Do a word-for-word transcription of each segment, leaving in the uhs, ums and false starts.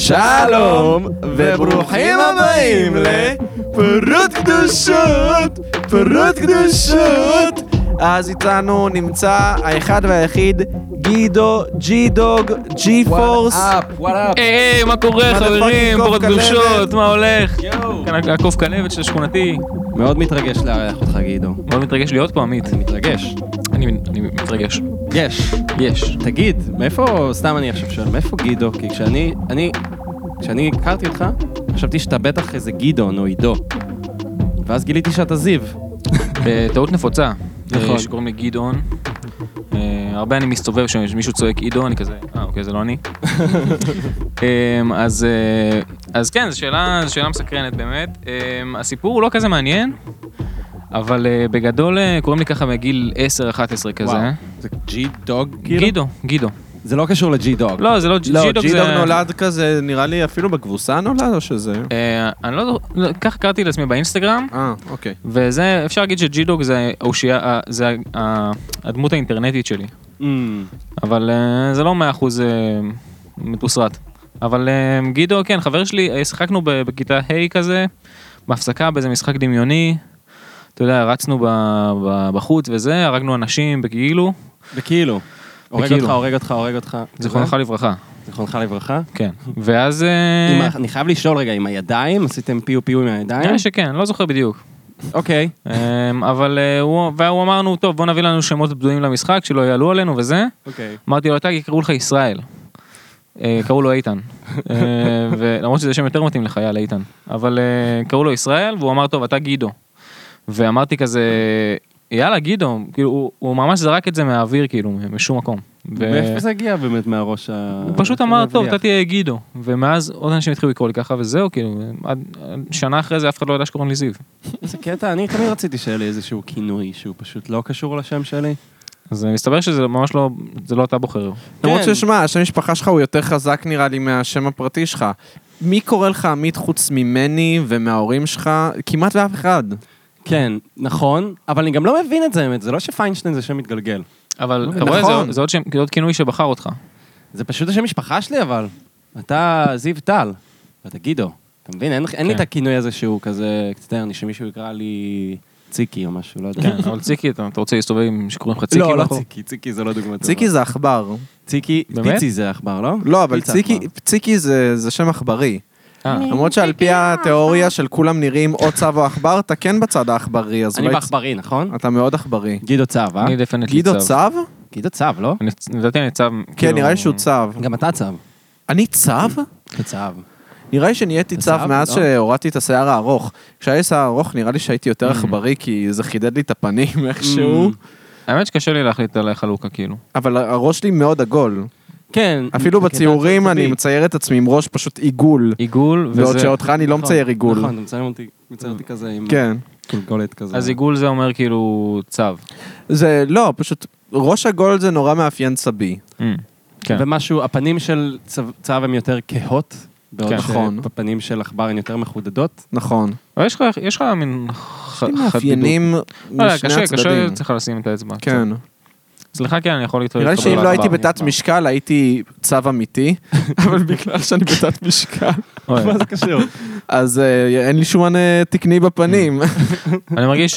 שלום וברוכים הבאים לפרות קדושות, פרות קדושות. אז איתנו נמצא האחד והיחיד גידו, ג'י דוג, ג'י פורס. היי, מה קורה חברים? פרות קדושות, מה הולך? כאן הקוף כלבת של שכונתי. מאוד מתרגש לארח אותך גידו. מאוד מתרגש להיות פה עמית. אני מתרגש. אני מתרגש. יש. יש. תגיד, מאיפה, סתם אני עכשיו שואל, מאיפה גידו? כי כשאני, אני, כשאני הכרתי אותך, חשבתי שאתה בטח איזה גידון או עידו. ואז גיליתי שאתה זיו. טעות נפוצה. נכון. שקוראים לי גדעון. הרבה אני מסתובב שמישהו צועק עידו, אני כזה, אה אוקיי, זה לא אני. אז אז כן, זו שאלה, זו שאלה מסקרנת באמת. הסיפור הוא לא כזה מעניין, אבל בגדול קוראים לי ככה מגיל עשר אחת עשרה כזה. זה ג'י דוג? גידו, גידו. זה לא קשור לג'י דוג. לא, זה לא ג'י דוג. ג'י דוג נולד כזה, נראה לי אפילו בכבוסה נולד או שזה? אני לא, כך קראתי לעצמי באינסטגרם. אה, אוקיי. וזה, אפשר להגיד שג'י דוג זה הדמות האינטרנטית שלי. אבל זה לא מאה אחוז מתוסרט. אבל גידו, כן, חבר שלי, שחקנו בכיתה ה' כזה, בהפסקה באיזה משחק דמיוני. אתה יודע, רצנו בחוץ וזה, הרגנו אנשים בכאילו. בכאילו. הורג אותך, הורג אותך, הורג אותך. זכרונך לברכה. זכרונך לברכה? כן. ואז... אני חייב לשאול רגע, עם הידיים? עשיתם פיו פיו עם הידיים? נראה שכן, לא זוכר בדיוק. אוקיי. אבל הוא אמרנו, טוב, בוא נביא לנו שמות בדויים למשחק, שלא יעלו עלינו וזה. אוקיי. אמרתי לו, אתה, קראו לך ישראל. קראו לו איתן. ולמרות שזה שם יותר מתאים לחייל איתן. אבל קראו לו ישראל, והוא אמר, טוב, אתה גידו. ואמרתי כזה... יאללה, גידו, כאילו, הוא, הוא ממש זרק את זה מהאוויר, כאילו, משום מקום. ואיפה זה הגיע באמת מהראש ה... הוא פשוט אמר, טוב, אתה תהיה גידו. ומאז עוד אנשים התחילו לקרוא לי ככה, וזהו, כאילו, עד שנה אחרי זה אף אחד לא ידע שקוראים לי זיו. איזה קטע, אני תמיד רציתי שיהיה לי איזשהו כינוי, שהוא פשוט לא קשור לשם שלי. אז מסתבר שזה ממש לא, זה לא אתה בוחר. למרות ששמע, השם משפחה שלך הוא יותר חזק נראה לי מהשם הפרטי שלך. מי קורא לך עמית חוץ ממני ומההורים שלך? כמעט ואף אחד. כן, נכון, אבל אני גם לא מבין את זה, באמת, זה לא שפיינשטיין זה שם מתגלגל. אבל אתה רואה, זה עוד כינוי שבחר אותך. זה פשוט השם משפחה שלי, אבל. אתה זיו טל, ואתה גידו. אתה מבין, אין לי את הכינוי הזה שהוא כזה, קצת אני שמישהו יקרא לי ציקי או משהו, לא יודע. כן, אבל ציקי, אתה רוצה להסתובב עם שקוראים לך ציקי? לא, לא ציקי, ציקי זה לא דוגמא טובה. ציקי זה עכבר. ציקי, פיצי זה עכבר, לא? לא, אבל ציקי זה שם עכברי. למרות שעל פי התיאוריה של כולם נראים או צו או עכבר, אתה כן בצד העכברי. אני בעכברי, נכון? אתה מאוד עכברי. גידו צו, אה? אני דפנטלי צו. גידו צו? גידו צו, לא? נדעתי אני צו. כן, נראה לי שהוא צו. גם אתה צו. אני צו? אתה צו. נראה לי שנהייתי צו מאז שהורדתי את השיער הארוך. כשהיה לי שיער ארוך נראה לי שהייתי יותר עכברי, כי זה חידד לי את הפנים איכשהו. האמת שקשה לי להחליט על החלוקה כאילו. אבל הראש שלי מאוד עגול. כן. אפילו בציורים אני מצייר את עצמי עם ראש פשוט עיגול. עיגול. ועוד שאותך אני לא מצייר עיגול. נכון, אתה מצייר אותי כזה עם גולגולת כזה. אז עיגול זה אומר כאילו צו. זה לא, פשוט ראש עגול זה נורא מאפיין צבי. ומשהו, הפנים של צו הם יותר כהות, בעוד שהפנים של עכבר הן יותר מחודדות. נכון. אבל יש לך מין חדידות. מאפיינים משני הצדדים. קשה צריך לשים את האצבע. כן. סליחה, כן, אני יכול להתחבר. נראה לי שאם לא הייתי בתת משקל, הייתי צו אמיתי, אבל בגלל שאני בתת משקל. מה זה קשור? אז אין לי שומן תקני בפנים. אני מרגיש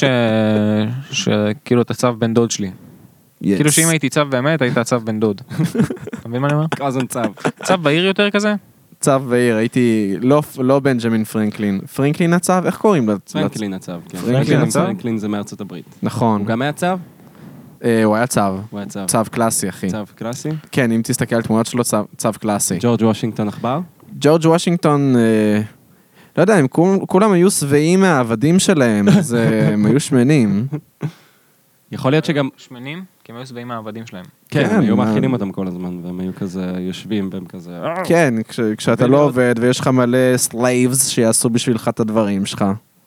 שכאילו אתה צו בן דוד שלי. כאילו שאם הייתי צו באמת, היית צו בן דוד. אתה מבין מה אני אומר? קרזון צו. צו בעיר יותר כזה? צו בעיר, הייתי לא בנג'מין פרנקלין. פרנקלין הצו? איך קוראים לו? פרנקלין הצו, כן. פרנקלין זה מארצות הברית. נכון. הוא גם היה צו? הוא היה צו. הוא היה צו. צו קלאסי, אחי. צו קלאסי? כן, אם תסתכל על תמונות שלו, צו קלאסי. ג'ורג' וושינגטון עכבר? ג'ורג' וושינגטון, לא יודע, הם כולם היו שבעים מהעבדים שלהם, אז הם היו שמנים. יכול להיות שגם... שמנים? כי הם היו שבעים מהעבדים שלהם. כן, הם היו מאכילים אותם כל הזמן, והם היו כזה יושבים, והם כזה... כן, כשאתה לא עובד, ויש לך מלא סלייבס שיעשו בשבילך את הדברים שלך.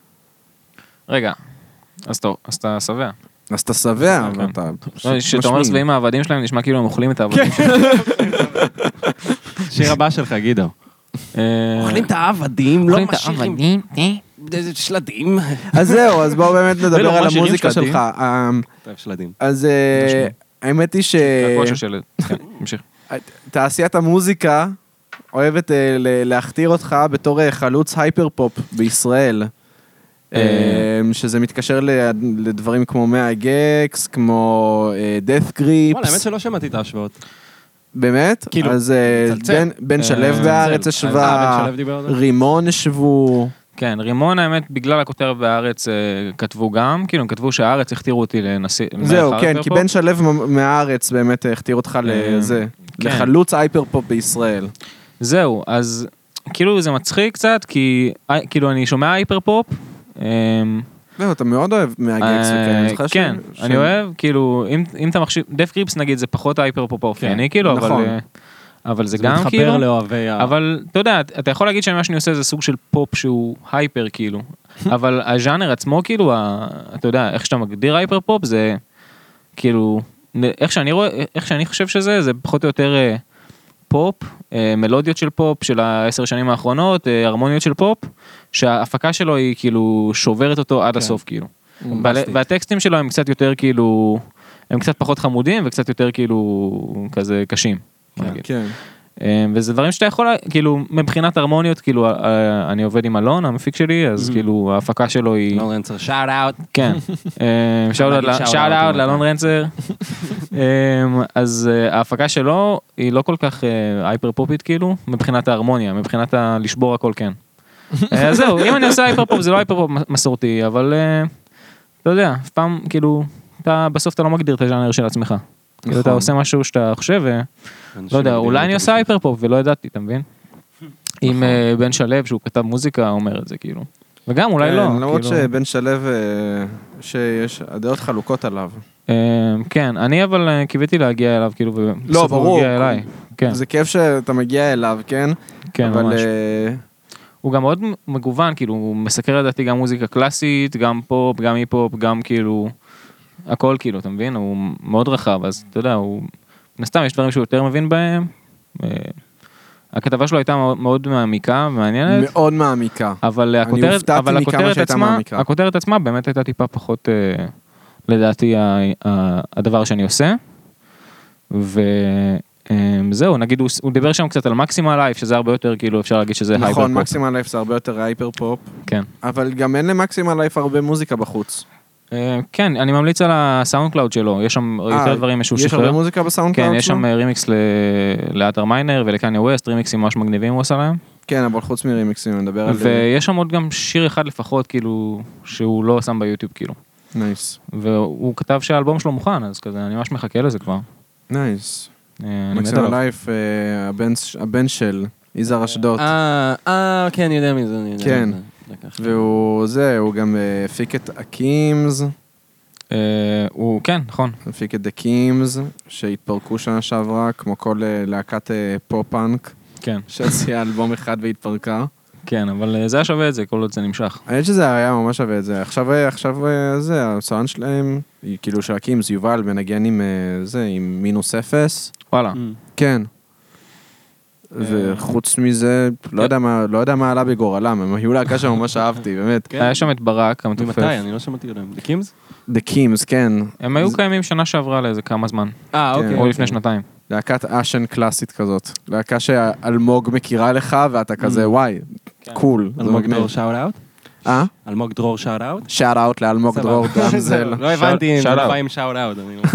רגע, אז אתה שבע. אז אתה שבע, ואתה... כשאתה אומר שבעים מהעבדים שלהם, נשמע כאילו הם אוכלים את העבדים שלהם. שיר הבא שלך, גידו. אוכלים את העבדים, לא משאירים... איזה שלדים. אז זהו, אז בואו באמת נדבר על המוזיקה שלך. שלדים. אז האמת היא ש... כן, המשיך. תעשיית המוזיקה אוהבת להכתיר אותך בתור חלוץ הייפר פופ בישראל. שזה מתקשר לדברים כמו מאה גקס, כמו death grips. וואלה, האמת שלא שמעתי את ההשוואות. באמת? אז בן שלב בארץ השווה, רימון השוו. כן, רימון האמת, בגלל הכותרת בארץ כתבו גם, כאילו הם כתבו שהארץ הכתירו אותי לנשיא... זהו, כן, כי בן שלב מהארץ באמת הכתיר אותך לזה, לחלוץ הייפר פופ בישראל. זהו, אז כאילו זה מצחיק קצת, כי כאילו אני שומע הייפר פופ, לא, אתה מאוד אוהב מהגקס וכאלה. כן, אני אוהב, כאילו, אם אתה מחשיב, דף גריפס נגיד, זה פחות הייפר פופ אופייני, כאילו, אבל זה גם כאילו, זה מתחבר לאוהבי ה... אבל אתה יודע, אתה יכול להגיד שמה שאני עושה זה סוג של פופ שהוא הייפר, כאילו, אבל הז'אנר עצמו, כאילו, אתה יודע, איך שאתה מגדיר הייפר פופ, זה כאילו, איך שאני רואה, איך שאני חושב שזה, זה פחות או יותר פופ, מלודיות של פופ של העשר שנים האחרונות, הרמוניות של פופ, שההפקה שלו היא כאילו שוברת אותו עד הסוף כאילו. והטקסטים שלו הם קצת יותר כאילו, הם קצת פחות חמודים וקצת יותר כאילו כזה קשים. כן. וזה דברים שאתה יכול, כאילו מבחינת הרמוניות, כאילו אני עובד עם אלון, המפיק שלי, אז כאילו ההפקה שלו היא... אלון רנצר, שאוט אאוט. כן. שאוט אאוט לאלון רנצר. אז ההפקה שלו היא לא כל כך הייפר פופית כאילו, מבחינת ההרמוניה, מבחינת לשבור הכל כן. אז זהו, אם אני עושה הייפר פופ, זה לא הייפר פופ מסורתי, אבל אתה יודע, פעם כאילו, בסוף אתה לא מגדיר את הז'אנר של עצמך. כאילו אתה עושה משהו שאתה חושב, לא יודע, אולי אני עושה הייפר פופ ולא ידעתי, אתה מבין? עם בן שלב שהוא כתב מוזיקה אומר את זה כאילו. וגם אולי לא. למרות שבן שלב שיש הדעות חלוקות עליו. כן, אני אבל קיוויתי להגיע אליו כאילו, לא, ברור. כן. זה כיף שאתה מגיע אליו, כן? כן, ממש. הוא גם מאוד מגוון, כאילו, הוא מסקר לדעתי גם מוזיקה קלאסית, גם פופ, גם היפ-הופ, גם כאילו, הכל כאילו, אתה מבין? הוא מאוד רחב, אז אתה יודע, הוא, נסתם, יש דברים שהוא יותר מבין בהם. הכתבה שלו הייתה מאוד מעמיקה ומעניינת. מאוד מעמיקה. אבל הכותרת, אבל הכותרת עצמה, הכותרת עצמה באמת הייתה טיפה פחות, לדעתי, הדבר שאני עושה. ו... זהו, נגיד, הוא דיבר שם קצת על מקסימל לייף, שזה הרבה יותר, כאילו, אפשר להגיד שזה הייפר פופ. נכון, מקסימל לייף זה הרבה יותר הייפר פופ. כן. אבל גם אין למקסימל לייף הרבה מוזיקה בחוץ. כן, אני ממליץ על הסאונד קלאוד שלו, יש שם יותר דברים שהוא שחרר. יש הרבה מוזיקה בסאונד קלאוד שלו? כן, יש שם רימיקס לאתר מיינר ולקניה ווסט, רימיקסים ממש מגניבים הוא עושה להם. כן, אבל חוץ מרימיקסים, אני מדבר על... ויש שם עוד גם שיר אחד לפחות, כאילו, שהוא לא שם ביוטיוב, כאילו. נייס. והוא כתב שהאלבום שלו מוכן, אז כזה, אני ממש מחכה לזה כבר. נייס. מקסימל לייף, הבן של יזהר אשדוד. אה, אה, כן, אני יודע מי זה. כן, והוא זה, הוא גם הפיק את הקימס. הוא, כן, נכון. הפיק את הקימס, שהתפרקו שנה שעברה, כמו כל להקת פופ-פאנק. כן. שעשייה אלבום אחד והתפרקה. כן, אבל זה היה שווה את זה, כל עוד זה נמשך. אני חושב שזה היה ממש שווה את זה. עכשיו, עכשיו זה, הסרן שלהם, כאילו של הקימס, יובל, מנגן עם זה, עם מינוס אפס. וואלה. כן. וחוץ מזה, לא יודע מה, לא יודע מה עלה בגורלם, הם היו להקה שממש אהבתי, באמת. היה שם את ברק, המתופף. ממתי? אני לא שמעתי עליהם. The Kims? The Kims, כן. הם היו קיימים שנה שעברה לאיזה כמה זמן. אה, אוקיי. או לפני שנתיים. להקת אשן קלאסית כזאת. להקה שאלמוג מכירה לך, ואתה כזה, וואי, קול. אלמוג דרור שאוט אאוט? אה? אלמוג דרור שאוט אאוט? שאוט אאוט לאלמוג דרור דמזל. לא הבנתי אם זה בא עם שאוט אאוט.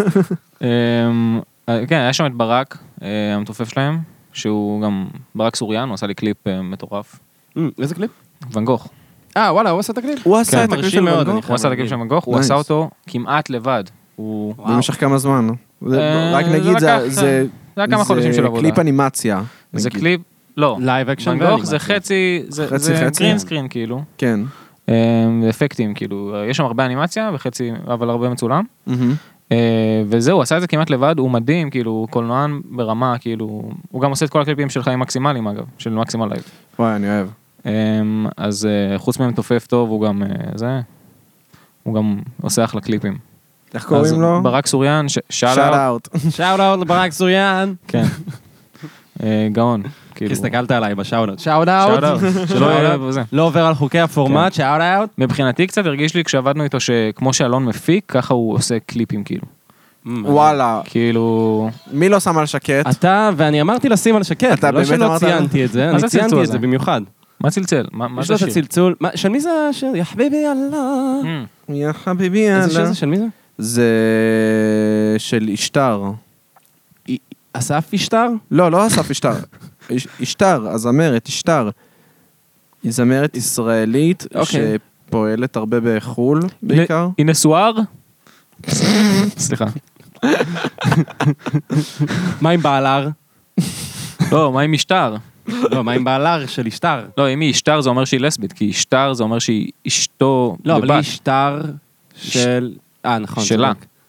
כן, היה שם את ברק, המתופף שלהם, שהוא גם ברק סוריאן, הוא עשה לי קליפ מטורף. איזה קליפ? ון גוך. אה, וואלה, הוא עשה את הקליפ? הוא עשה את הקליפ של ון גוך? הוא עשה את הקליפ של ון גוך, הוא עשה אותו כמעט לבד. במשך כמה זמן? רק נגיד, זה קליפ אנימציה. זה קליפ, לא. לייב אקשן ון גוך זה חצי, זה גרין סקרין כאילו. כן. אפקטים כאילו, יש שם הרבה אנימציה וחצי, אבל הרבה מצולם. וזהו, הוא עשה את זה כמעט לבד, הוא מדהים, כאילו, קולנוען ברמה, כאילו, הוא גם עושה את כל הקליפים של חיים מקסימליים, אגב, של מקסימל לייב. וואי, אני אוהב. אז חוץ מהם תופף טוב, הוא גם, זה, הוא גם עושה אחלה קליפים. איך קוראים לו? ברק סוריאן, שאוט אאוט. שאוט אאוט לברק סוריאן. כן. גאון. כי הסתכלת עליי בשאוט אאוט. שאוט אאוט. לא עובר על חוקי הפורמט, שאוט אאוט. מבחינתי קצת הרגיש לי כשעבדנו איתו שכמו שאלון מפיק, ככה הוא עושה קליפים כאילו. וואלה, כאילו... מי לא שם על שקט? אתה, ואני אמרתי לשים על שקט, אתה לא באמת שלא אמרת? ציינתי את זה, מה אני זה ציינתי הצלצול את זה הזה? במיוחד. מה צלצל? מה מה יש זה לו את השיר? הצלצול, מה- של מי זה השיר? יא חביבי אללה. Mm. יא חביבי, איזה שיר יאללה. זה? של מי זה? זה של אשתר. אי- אסף אשתר? לא, לא אסף אשתר. אש- אשתר, הזמרת, אשתר. היא זמרת ישראלית אוקיי. שפועלת הרבה בחו"ל בעיקר. היא נשואר? סליחה. מה עם בעלר? לא, מה עם משטר? לא, מה עם בעלר של אשתר? לא, אם היא אשתר זה אומר שהיא לסבית, כי אשתר זה אומר שהיא אשתו לא, אבל בבת. היא אשתר של... אה, נכון. שלה.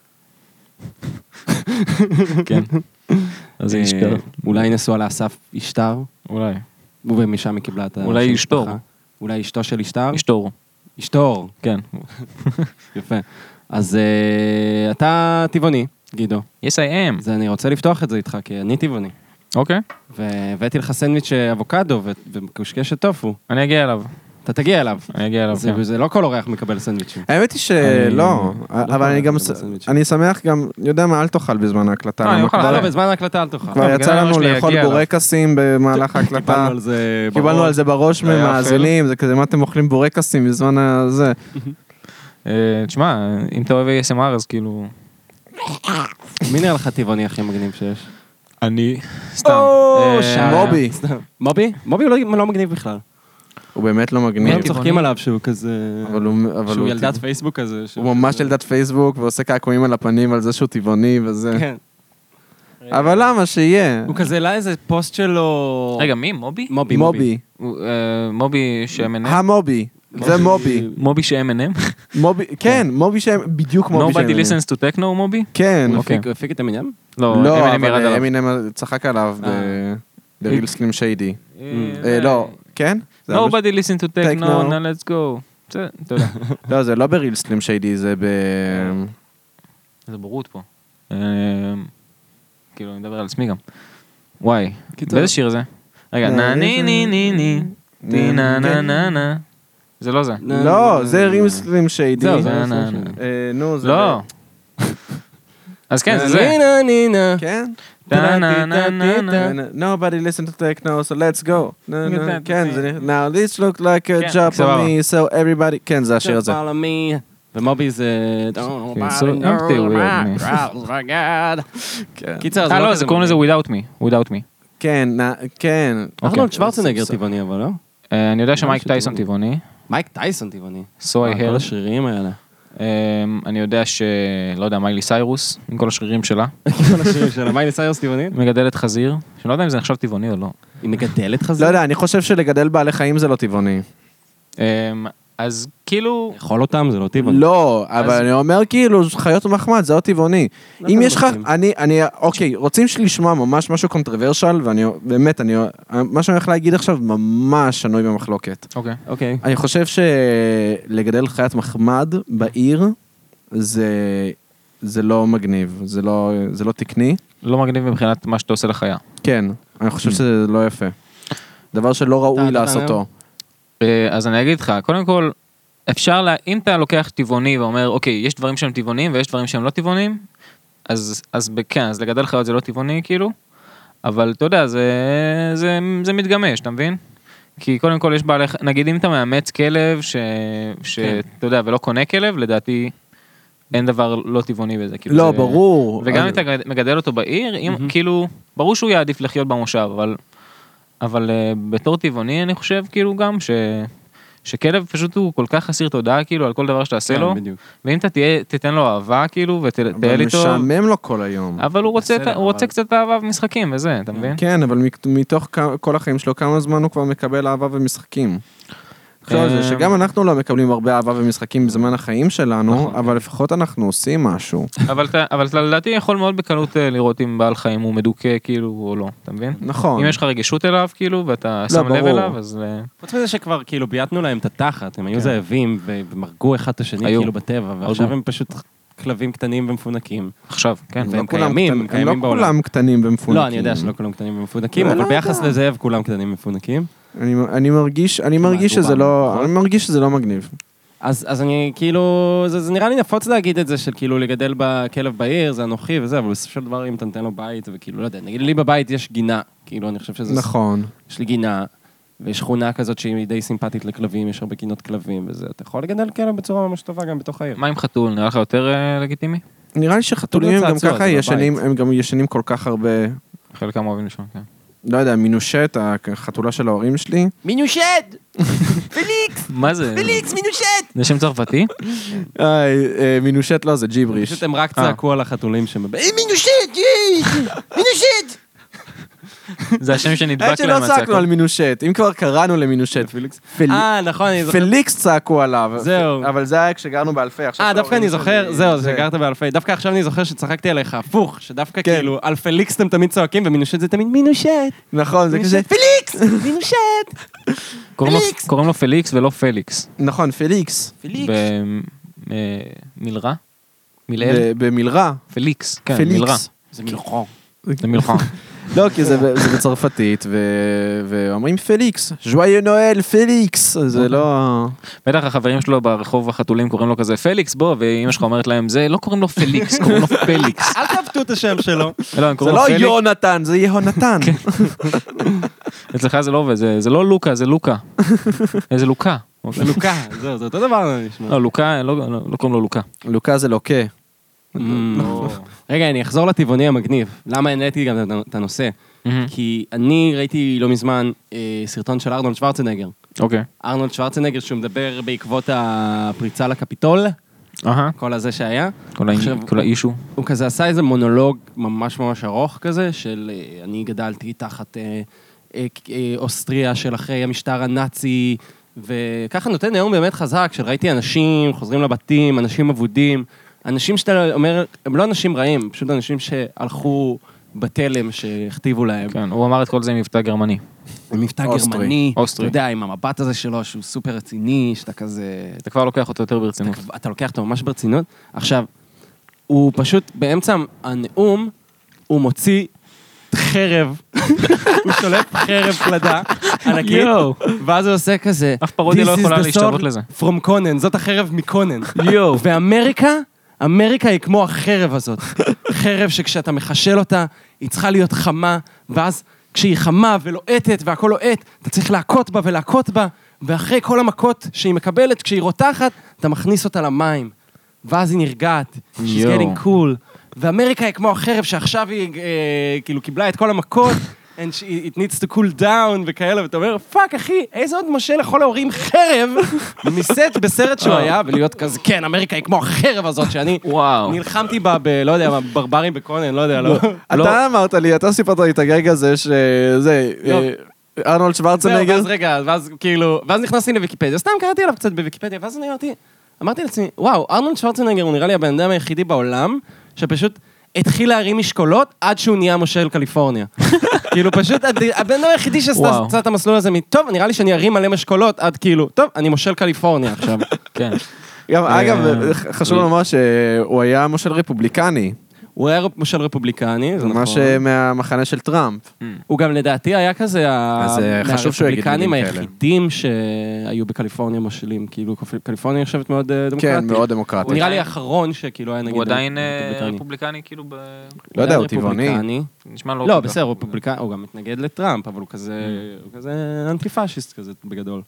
צודק. כן. אז היא אשתר. אה, אולי נסוע לאסף אשתר, אולי. ומשם היא קיבלה את אולי השם אשתור. משפחה. אולי אשתו של אשתר? אשתור. אשתור, כן. יפה. אז אה, אתה טבעוני, גידו. yes I am. אז אני רוצה לפתוח את זה איתך, כי אני טבעוני. אוקיי. והבאתי לך סנדוויץ' אבוקדו ו- ומקושקשת טופו. אני אגיע אליו. אתה תגיע אליו. אני אגיע אליו, זה- כן. זה לא כל אורח מקבל סנדוויצ'ים. האמת היא שלא, אני- אבל אני גם, לא בסנדוויץ'. אני שמח גם, יודע מה, אל תאכל בזמן ההקלטה. לא, אני למה אוכל כבר- לא, בזמן ההקלטה אל תאכל. כבר לא, יצא בגלל לנו שלי לאכול יגיע אליו. בורקסים במהלך ההקלטה. קיבלנו על זה קיבלנו בראש. על זה בראש זה היה ממאזינים, זה כזה, מה אתם אוכלים בורקסים בזמן הזה? אה, תשמע, אם אתה אוהב A S M R אז כאילו... מי נראה לך טבעוני הכי מגניב שיש? אני... סתם. או, אה, שם. מובי. סתם. מובי? מובי הוא לא- לא מגניב בכלל. הוא באמת לא מי מגניב, הם טבעוני? צוחקים עליו שהוא כזה... אבל הוא אבל שהוא הוא ילדת טבע- פייסבוק כזה. שהוא הוא ממש כזה- ילדת פייסבוק ועושה קעקועים על הפנים על זה שהוא טבעוני וזה. כן. אבל למה שיהיה? הוא כזה העלה איזה פוסט שלו... רגע, מי? מובי? מובי. מובי. הוא, אה, מובי ש-M and M? המובי. זה מובי. מובי ש-M and M? מובי, כן, מובי שהם, בדיוק מובי שהם. Nobody listens to techno מובי? כן. הוא אוקיי. הפיק- הוא הפיק את אמינם? לא, לא, M and M ירד אבל עליו. אמינם צחק עליו אה. בריל סקרים שיידי. אה, לא, כן? זה היה Nobody listen to techno, Techno. now let's go. זה, אתה יודע. בש- לא, זה לא בריל סקרים שיידי, זה ב... זה בורות פה. אה, כאילו, אני מדבר על עצמי גם. וואי, קיצור. באיזה שיר זה? רגע, נה ני ני ני ני, טי נה נה נה נה. זה לא זה. לא, זה ריל סקרים שיידי. זהו, זה נה, היה נה, הסוף נה. שלי. אה, נו, זה... לא. אז כן, זה זה. נינה נינה. כן? טה נה נה נה נה. Nobody listen to techno, so let's go. נו, נו, זה- כן, זה- זה... Now this look like a כן, job for סבבה. me, so everybody... כן, זה השיר הזה. follow me. ומובי זה... Don't כן, nobody so know empty without me. my- Oh my God. כן. קיצר, אז אה, לא, כזה זה קוראים לזה מגניב. without me. without me. כן, נ- כן. ארנולד אוקיי. שוורצנגר סבבה. טבעוני, אבל לא? אה, אני יודע שמייק משהו טייסון טבעוני. טבעוני. מייק טייסון טבעוני. so I כל heard. השרירים האלה. אה, אני יודע ש... לא יודע, מיילי סיירוס, עם כל השרירים שלה. כל השרירים שלה. מיילי סיירוס טבעונית? מגדלת חזיר. שאני לא יודע אם זה נחשב טבעוני או לא. היא מגדלת לא חזיר? יודע, אני חושב שלגדל בעלי חיים זה לא טבעוני. אה, אז כאילו... לאכול אותם זה לא טבעוני. לא, אבל אני אומר כאילו, חיות מחמד, זה לא טבעוני. לא אם כזה יש לך, מסכים. אני, אני, אוקיי, רוצים לשמוע ממש משהו קונטרוורשל, ואני, באמת, אני, מה שאני הולך להגיד עכשיו ממש שנוי במחלוקת. אוקיי. אוקיי. אני חושב שלגדל חיית מחמד בעיר, זה, זה לא מגניב, זה לא, זה לא תקני. לא מגניב מבחינת מה שאתה עושה לחיה. כן, אני חושב שזה לא יפה. דבר שלא ראוי אתה- אתה לעשותו. אה, אז אני אגיד לך, קודם כל, אפשר, לה, אם אתה לוקח טבעוני ואומר, אוקיי, יש דברים שהם טבעוניים ויש דברים שהם לא טבעוניים, אז, אז ב- כן, אז לגדל חיות זה לא טבעוני, כאילו, אבל אתה יודע, זה, זה, זה מתגמש, אתה מבין? כי קודם כל יש בעלי, נגיד אם אתה מאמץ כלב, ש, שאתה יודע, ולא קונה כלב, לדעתי, אין דבר לא טבעוני בזה. כאילו לא, זה, ברור. וגם אם אז- אתה מגדל אותו בעיר, אם, כאילו, ברור שהוא יעדיף לחיות במושב, אבל, אבל uh, בתור טבעוני אני חושב כאילו גם ש, שכלב פשוט הוא כל כך אסיר תודה כאילו על כל דבר שתעשה כן, לו, בדיוק. ואם אתה תהיה, תיתן לו אהבה כאילו ותטייל אבל איתו, משעמם לו כל היום. אבל הוא רוצה, בסדר, הוא רוצה אבל- קצת אהבה ומשחקים וזה, אתה מבין? כן, אבל מתוך כ- כל החיים שלו, כמה זמן הוא כבר מקבל אהבה ומשחקים. תחשוב על זה, שגם אנחנו לא מקבלים הרבה אהבה ומשחקים בזמן החיים שלנו, אבל לפחות אנחנו עושים משהו. אבל אתה, אבל אתה לדעתי יכול מאוד בקלות אה, לראות אם בעל חיים הוא מדוכא כאילו או לא, אתה מבין? נכון. אם יש לך רגישות אליו כאילו ואתה שם לב ברור. אליו, אז אה, חוץ מזה שכבר כאילו בייתנו להם את התחת, הם היו כן. זאבים ו- ומרגו אחד את השני היו. כאילו בטבע, ועכשיו הרגו. הם פשוט כלבים קטנים ומפונקים. עכשיו, כן. והם לא כולם קיימים, קטנים- הם קיימים הם לא בעולם. כולם קטנים ומפונקים. לא, אני יודע שלא כולם קטנים ומפונקים, לא, אבל לא ביחס יודע. לזאב כולם קטנים ומפונקים. אני, אני מרגיש, אני מרגיש שזה רובם, לא, נכון? אני מרגיש שזה לא מגניב. אז, אז אני כאילו, זה, זה נראה לי נפוץ להגיד את זה, של כאילו לגדל בכלב בעיר, זה אנוכי וזה, אבל בסופו של דבר אם אתה נותן לו בית, וכאילו, לא יודע, נגיד לי בבית יש גינה, כאילו, אני חושב שזה... נכון. יש לי גינה, ויש שכונה כזאת שהיא די סימפטית לכלבים, יש הרבה גינות כלבים וזה, אתה יכול לגדל כלב בצורה ממש טובה גם בתוך העיר. מה עם חתול? נראה לך יותר uh, לגיטימי? נראה לי שחתולים הם גם ככה ישנים, הם גם ישנים כל כך הרבה... חלקם אוהבים לשם, כן. לא יודע, מינושט, החתולה של ההורים שלי. מינושט! פליקס! מה זה? פליקס, מינושט! זה שם צרפתי? מינושט לא, זה ג'יבריש. פשוט הם רק צעקו על החתולים שם. מינושט! מינושט! זה השם שנדבק עד שלא להם הצעקות. צעקנו על מינושט, אם כבר קראנו למינושט. אה, נכון, אני זוכר. פליקס צעקו עליו. זהו. אבל זה היה כשגרנו באלפי. אה, דווקא אני זוכר, זהו, שגרת באלפי. דווקא עכשיו אני זוכר שצחקתי עליך, הפוך, שדווקא כאילו, על פליקס אתם תמיד צועקים, ומינושט זה תמיד מינושט. נכון, זה כזה. פליקס! מינושט! קוראים לו פליקס ולא פליקס. נכון, פליקס. פליקס. במלרה? מילאל? במלרה. פליקס, כן, מלרה. זה מלחו. זה מלחו. לא, כי זה בצרפתית, ואומרים פליקס, ז'ואיו נואל, פליקס, זה לא... בטח החברים שלו ברחוב החתולים קוראים לו כזה פליקס, בוא, ואמא שלך אומרת להם, זה לא קוראים לו פליקס, קוראים לו פליקס. אל תעבטו את השם שלו. זה לא יונתן, זה יהונתן. אצלך זה לא עובד, זה לא לוקה, זה לוקה. איזה לוקה. זה לוקה, זהו, זה אותו דבר נשמע. לא, לוקה, לא קוראים לו לוקה. לוקה זה לוקה. רגע, אני אחזור לטבעוני המגניב. למה העליתי גם את הנושא? כי אני ראיתי לא מזמן סרטון של ארנולד שוורצנגר. אוקיי. ארנולד שוורצנגר שהוא מדבר בעקבות הפריצה לקפיטול, כל הזה שהיה. כל האישו. הוא כזה עשה איזה מונולוג ממש ממש ארוך כזה, של אני גדלתי תחת אוסטריה של אחרי המשטר הנאצי, וככה נותן נאום באמת חזק, של ראיתי אנשים חוזרים לבתים, אנשים אבודים, אנשים שאתה אומר, הם לא אנשים רעים, פשוט אנשים שהלכו בתלם שהכתיבו להם. כן, הוא אמר את כל זה עם מבטא גרמני. עם מבטא גרמני, אוסטרי. אתה יודע, עם המבט הזה שלו, שהוא סופר רציני, שאתה כזה... אתה כבר לוקח אותו יותר ברצינות. אתה, אתה לוקח אותו ממש ברצינות. עכשיו, הוא פשוט, באמצע הנאום, הוא מוציא חרב, הוא שולף חרב פלדה, ענקית, ואז הוא עושה כזה, אף פרודיה לא יכולה להשתוות לזה. From קונן, זאת החרב מקונן. יו. ואמריקה, אמריקה היא כמו החרב הזאת. חרב שכשאתה מחשל אותה, היא צריכה להיות חמה, ואז כשהיא חמה ולועטת והכל לועט, אתה צריך להכות בה ולהכות בה, ואחרי כל המכות שהיא מקבלת, כשהיא רותחת, אתה מכניס אותה למים, ואז היא נרגעת. She's getting cool. ואמריקה היא כמו החרב שעכשיו היא אה, כאילו קיבלה את כל המכות, and she, it needs to cool down וכאלה, ואתה אומר, פאק אחי, איזה עוד משה לכל ההורים חרב, מסט בסרט שהוא היה, ולהיות כזה, כן, אמריקה היא כמו החרב הזאת, שאני נלחמתי בה, ב, לא יודע, ברברים בקונן, לא יודע, לא. אתה אמרת לי, אתה סיפרת לי את הגג הזה, שזה, ארנולד שוורצנגר. ואז רגע, ואז כאילו, ואז נכנסתי לוויקיפדיה, סתם קראתי עליו קצת בוויקיפדיה, ואז אני אמרתי, אמרתי לעצמי, וואו, ארנולד שוורצנגר הוא נראה לי הבן אדם היחידי בעולם, שפשוט התחיל להרים משקולות עד שהוא נהיה מושל קליפורניה. כאילו פשוט, הבן אדם היחידי שעשה את המסלול הזה, טוב, נראה לי שאני ארים מלא משקולות עד כאילו, טוב, אני מושל קליפורניה עכשיו. כן. אגב, חשוב לומר שהוא היה מושל רפובליקני. הוא היה מושל רפובליקני, זה נכון. ממש מהמחנה של טראמפ. הוא גם לדעתי היה כזה, מהרפובליקנים היחידים שהיו בקליפורניה מושלים, כאילו קליפורניה נחשבת מאוד דמוקרטית. כן, מאוד דמוקרטית. הוא נראה לי האחרון שכאילו היה נגיד הוא עדיין רפובליקני כאילו ב... לא יודע, הוא טבעוני. נשמע לא... לא, בסדר, הוא רפובליקני, הוא גם מתנגד לטראמפ, אבל הוא כזה אנטי-פאשיסט כזה בגדול.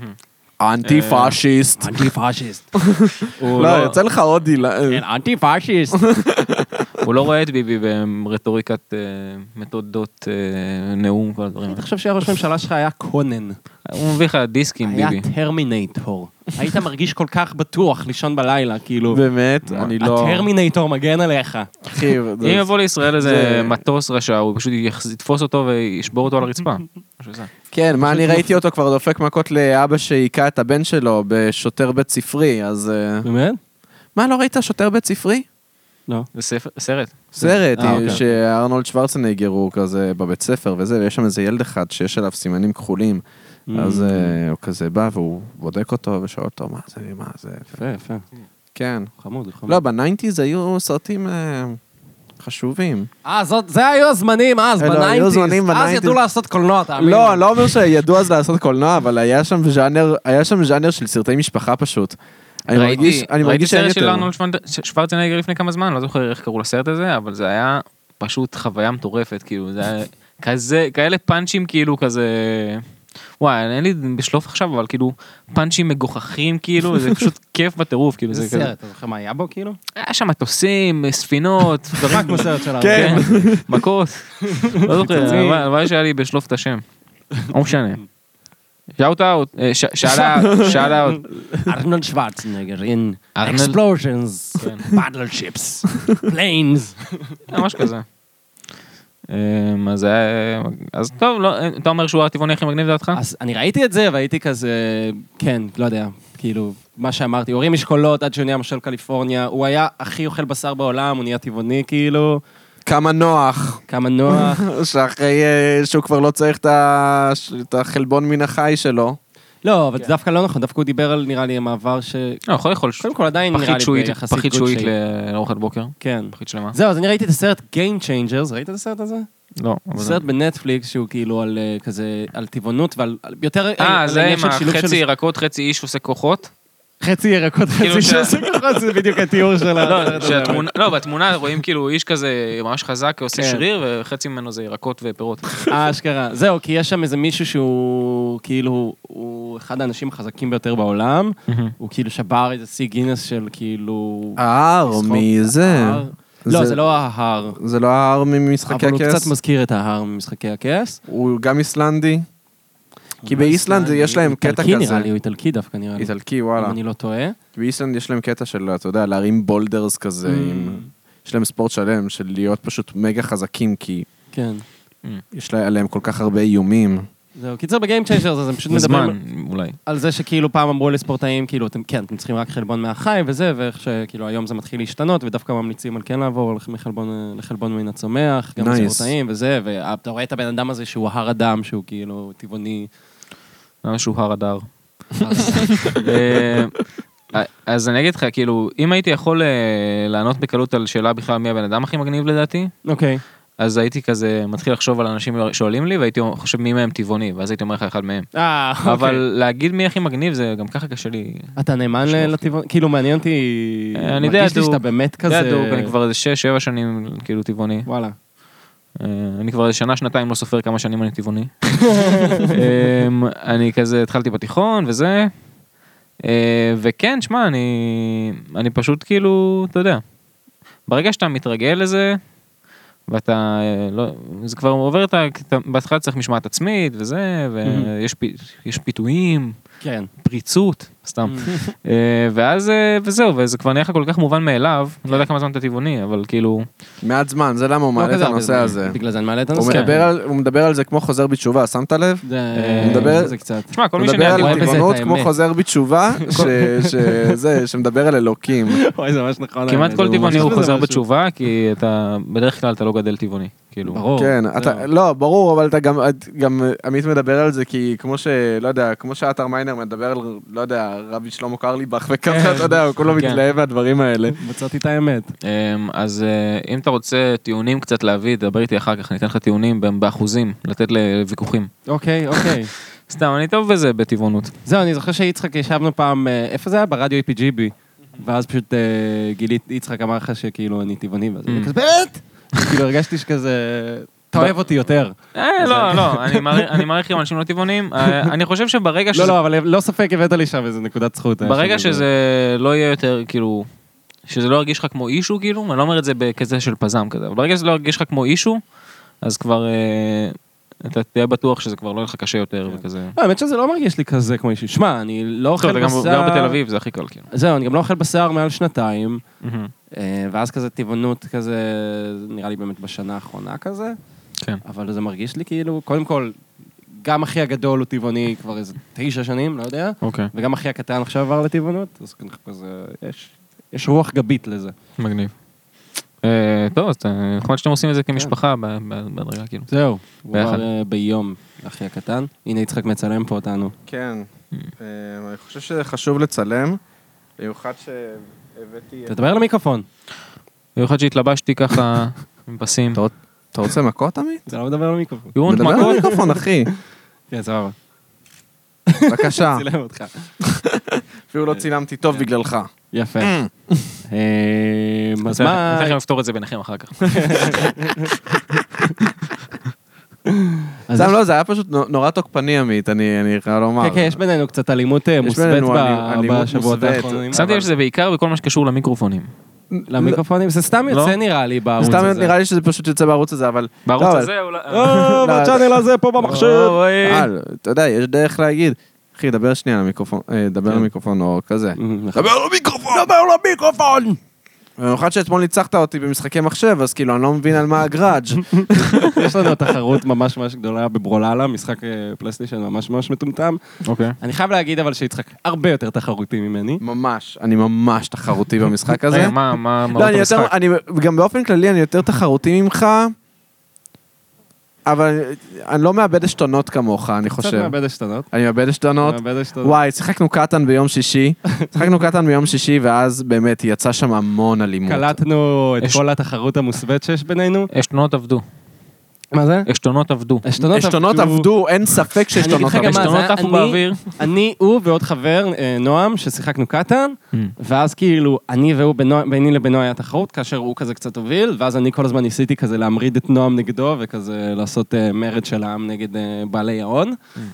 אנטי-פאשיסט. אנטי-פאשיסט. לא, יוצא לך עוד דילה. כן, אנטי-פאשיסט. הוא לא רואה את ביבי ברטוריקת מתודות נאום וכל הדברים. אני חושב שהראש הממשלה שלך היה קונן. הוא מביא לך דיסקים ביבי. היה טרמינטור. היית מרגיש כל כך בטוח לישון בלילה, כאילו. באמת, אני לא... הטרמינטור מגן עליך. אחי, אם יבוא לישראל איזה מטוס רשע, הוא פשוט יתפוס אותו וישבור אותו על הרצפה. כן, מה אני ראיתי אותו כבר דופק מכות לאבא שהיכה את הבן שלו בשוטר בית ספרי, אז... באמת? מה, לא ראית שוטר בית ספרי? לא. זה סרט. סרט, שארנולד שוורצנגר הוא כזה בבית ספר וזה, ויש שם איזה ילד אחד שיש עליו סימנים כחולים, אז הוא כזה בא והוא בודק אותו ושואל אותו, מה זה, מה זה. יפה, יפה. כן. חמוד, חמוד. לא, בניינטיז היו סרטים חשובים. אה, זה היו הזמנים אז, בניינטיז. אז ידעו לעשות קולנוע, תאמין. לא, אני לא אומר שידעו אז לעשות קולנוע, אבל היה שם ז'אנר, היה שם ז'אנר של סרטי משפחה פשוט. אני מרגיש, אני ראיתי מרגיש שאין סרט של יותר. ארנולד שוורצנגר לפני כמה זמן, לא זוכר איך קראו לסרט הזה, אבל זה היה פשוט חוויה מטורפת, כאילו, זה היה כזה, כאלה פאנצ'ים כאילו כזה, וואי, אין לי בשלוף עכשיו, אבל כאילו, פאנצ'ים מגוחכים כאילו, זה פשוט כיף בטירוף, כאילו, זה זה כזה. סרט, אתה זוכר מה היה בו כאילו? היה שם מטוסים, ספינות, רק כמו סרט של כן, מכות, לא זוכר, הלוואי שהיה לי בשלוף את השם, לא משנה. שאוט אאוט, שאלה, שאלה אאוט. ארנולד שוורצנגר in ארנולד- explosions, battleships, planes. ממש כזה. אמ, אז היה- אז טוב, לא, אתה אומר שהוא הטבעוני הכי מגניב לדעתך? אז אני ראיתי את זה והייתי כזה, כן, לא יודע, כאילו, מה שאמרתי, הורים משקולות עד שהוא נהיה מושל קליפורניה, הוא היה הכי אוכל בשר בעולם, הוא נהיה טבעוני כאילו, כמה נוח, כמה נוח. שאחרי אה, שהוא כבר לא צריך את ה- את החלבון מן החי שלו. לא, אבל זה דווקא לא נכון, דווקא הוא דיבר על, נראה לי, המעבר ש... לא, יכול לאכול קודם כל עדיין נראה פחית לי שועית, ביחסית פחית good שועית shape. לארוחת בוקר, כן. פחית שלמה. זהו, אז אני ראיתי את הסרט Game Changers, ראית את הסרט הזה? לא, אבל זה זה... סרט בנטפליקס שהוא כאילו על אה, כזה, על טבעונות ועל על- יותר... אה, על זה העניין עם של שילוב החצי של- ירקות, חצי איש עושה כוחות? חצי ירקות, כאילו חצי ש- שעושה כוחות, זה בדיוק התיאור של לא, הסרט הזה. שהתמונה- לא, בתמונה רואים כאילו איש כזה ממש חזק, עושה כן. שריר, וחצי ממנו זה ירקות ופירות. אה, אשכרה. זהו, כי יש שם איזה מישהו שהוא, כאילו, הוא אחד האנשים החזקים ביותר בעולם, הוא כאילו שבר איזה שיא גינס של כאילו... ההר, לשחוק מזה. ההר. לא, זה לא ההר. זה לא ההר ממשחקי אבל הוא הכס? קצת מזכיר את ההר ממשחקי הכס. הוא גם איסלנדי? כי באיסלנד יש להם קטע איטלקי כזה. נראה לי, הוא איטלקי דווקא נראה לי. איטלקי, אם וואלה. אני לא טועה. באיסלנד יש להם קטע של, אתה יודע, להרים בולדרס כזה, עם... יש להם ספורט שלם של להיות פשוט מגה חזקים, כי כן. יש לה- עליהם כל כך הרבה איומים. זהו, קיצר בגיים צ'יינג'רס, אז הם פשוט מדברים בזמן, אולי. על זה שכאילו פעם אמרו לספורטאים, כאילו, אתם, כן, אתם צריכים רק חלבון מהחי וזה, ואיך שכאילו היום זה מתחיל להשתנות, ודווקא ממליצים על כן לעבור מחלבון, לחלבון מן הצומח, גם Nice. לספורטאים וזה, ואתה רואה את הבן אדם הזה שהוא הר אדם, שהוא כאילו טבעוני. משהו הר אדר. אה, אז אני אגיד לך, כאילו, אם הייתי יכול אה, לענות בקלות על שאלה בכלל מי הבן אדם הכי מגניב לדעתי, אוקיי. אז הייתי כזה מתחיל לחשוב על אנשים שואלים לי, והייתי חושב מי מהם טבעוני, ואז הייתי אומר לך אחד מהם. אה, אוקיי. אבל להגיד מי הכי מגניב זה גם ככה קשה לי. אתה נאמן שלוף, לטבעוני? כאילו, מעניין אותי, אני די מרגיש לי אדוק. שאתה באמת אתה יודע, כזה... דוק, אני כבר איזה שש, שבע שנים כאילו טבעוני. וואלה. אה, אני כבר איזה שנה, שנתיים לא סופר כמה שנים אני טבעוני. אה, אני כזה התחלתי בתיכון וזה. אה, וכן, שמע, אני, אני פשוט כאילו, אתה יודע, ברגע שאתה מתרגל לזה, ואתה, אה, לא, זה כבר עובר את ה... אתה- בהתחלה צריך משמעת עצמית וזה, ויש פי- יש פיתויים, כן. פריצות, סתם. אה, ואז, אה, וזהו, וזה כבר נהיה לך כל כך מובן מאליו, אני לא יודע כמה זמן אתה טבעוני, אבל כאילו, מעט זמן, זה למה הוא לא מעלה את כזה הרבה הנושא זמן. הזה. בגלל זה אני מעלה את הוא הנושא. מדבר על- הוא מדבר על זה כמו חוזר בתשובה, שמת לב? זה- הוא מדבר- זה קצת. תשמע, כל הוא מי מדבר שאני על רואה בזה את טבעונות כמו האמת. חוזר בתשובה, ש- שזה, שמדבר על אלוקים. אוי, זה ממש נכון. כמעט האמת, כל זה טבעוני ממש הוא בזה חוזר משהו. בתשובה, כי אתה, בדרך כלל אתה לא גדל טבעוני, כאילו. ברור. כן, זהו. אתה, לא, ברור, אבל אתה גם, גם עמית מדבר על זה, כי כמו ש, לא יודע, כמו שעטר מיינר מדבר על, לא יודע, רבי שלמה קרליבך וככה, אתה יודע, הוא כולו כן. מתלהב מהדברים האלה. מצאתי את האמת. אמ, אז אה, אם אתה רוצה טיעונים קצת להביא, דבר איתי אחר כך, אני אתן לך טיעונים באחוזים, לתת לוויכוחים. אוקיי, אוקיי. סתם, אני טוב בזה בטבעונות. זהו, אני זוכר שיצחק ישבנו פעם, אה, איפה זה היה? ברדיו אי פי ג'י בי. ואז פשוט אה, גילית, יצחק אמר לך שכאילו אני טבעוני, ואז אני Mm. כזה, באמת? כאילו הרגשתי שכזה, אתה אוהב אותי יותר. אה, לא, לא, אני מעריך- אני מעריך עם אנשים לא טבעונים, אה, אני חושב שברגע לא, שזה... לא, אבל לא ספק הבאת לי שם איזה נקודת זכות. היה ברגע שם איזה- שזה לא יהיה יותר, כאילו, שזה לא ירגיש לך כמו אישו, כאילו, אני לא אומר את זה בכזה של פזם כזה, אבל ברגע שזה לא ירגיש לך כמו אישו, אז כבר, אה, אתה תהיה בטוח שזה כבר לא יהיה לך קשה יותר וכזה. לא, האמת שזה לא מרגיש לי כזה כמו אישי. שמע, אני לא טוב, אוכל אתה גם בשר... גר בתל אביב, זה הכי קל, כאילו. זהו, אני גם לא אוכל בשר מעל שנתיים, מהמם. אה, ואז כזה טבעונות כזה, נראה לי באמת בשנה האחרונה כזה, כן. אבל זה מרגיש לי כאילו, קודם כל, גם אחי הגדול הוא טבעוני כבר איזה תשע שנים, לא יודע, אוקיי, וגם אחי הקטן עכשיו עבר לטבעונות, אז כזה, יש, יש רוח גבית לזה. מגניב. אה, טוב, אז אה, נחמד שאתם עושים את זה כמשפחה ב- ב- בהדרגה, כאילו. זהו, הוא ביחד. עבר אה, ביום, אחי הקטן. הנה יצחק מצלם פה אותנו. כן, אה, אני חושב שחשוב לצלם, במיוחד שהבאתי... תדבר למיקרופון. במיוחד שהתלבשתי ככה עם פסים. אתה אתה רוצה מכות, עמית? זה לא מדבר למיקרופון. You want מדבר מכות? למיקרופון, אחי. כן, סבבה. בבקשה. צילם אותך. אפילו לא צילמתי טוב בגללך. יפה. אז מה... אני תכף לפתור את זה ביניכם אחר כך. סתם לא, זה היה פשוט נורא תוקפני עמית, אני חייב לומר. כן, כן, יש בינינו קצת אלימות מוסבית בשבועות האחרונים. שמתי לב שזה בעיקר בכל מה שקשור למיקרופונים. למיקרופונים, זה סתם יוצא נראה לי בערוץ הזה. סתם נראה לי שזה פשוט יוצא בערוץ הזה, אבל... בערוץ הזה אולי... או, בצ'אנל הזה פה במחשב. אתה יודע, יש דרך להגיד. אחי, דבר שנייה למיקרופון, דבר למיקרופון או כזה. דבר למיקרופון! דבר למיקרופון! במיוחד שאתמול ניצחת אותי במשחקי מחשב, אז כאילו, אני לא מבין על מה הגראג'. יש לנו תחרות ממש ממש גדולה בברוללה, משחק פלייסטיישן ממש ממש מטומטם. אוקיי. אני חייב להגיד אבל שיצחק הרבה יותר תחרותי ממני. ממש, אני ממש תחרותי במשחק הזה. מה, מה, מה לא, אני יותר, אני, גם באופן כללי אני יותר תחרותי ממך, אבל אני לא מאבד השתונות כמוך, אני חושב. קצת מאבד השתונות. אני מאבד השתונות. מאבד השתונות. וואי, שיחקנו קטן ביום שישי, שיחקנו קטן ביום שישי, ואז באמת יצא שם המון אלימות. קלטנו את כל התחרות המוסבית שיש בינינו. אשתונות עבדו. מה זה? אשתונות עבדו. אשתונות עבדו, אין ספק שאשתונות עבדו. אשתונות עפו באוויר. אני, הוא ועוד חבר, נועם, ששיחקנו קטן, ואז כאילו, אני והוא, ביני לבינו היה תחרות, כאשר הוא כזה קצת הוביל, ואז אני כל הזמן ניסיתי כזה להמריד את נועם נגדו, וכזה לעשות מרד של העם נגד בעלי ההון.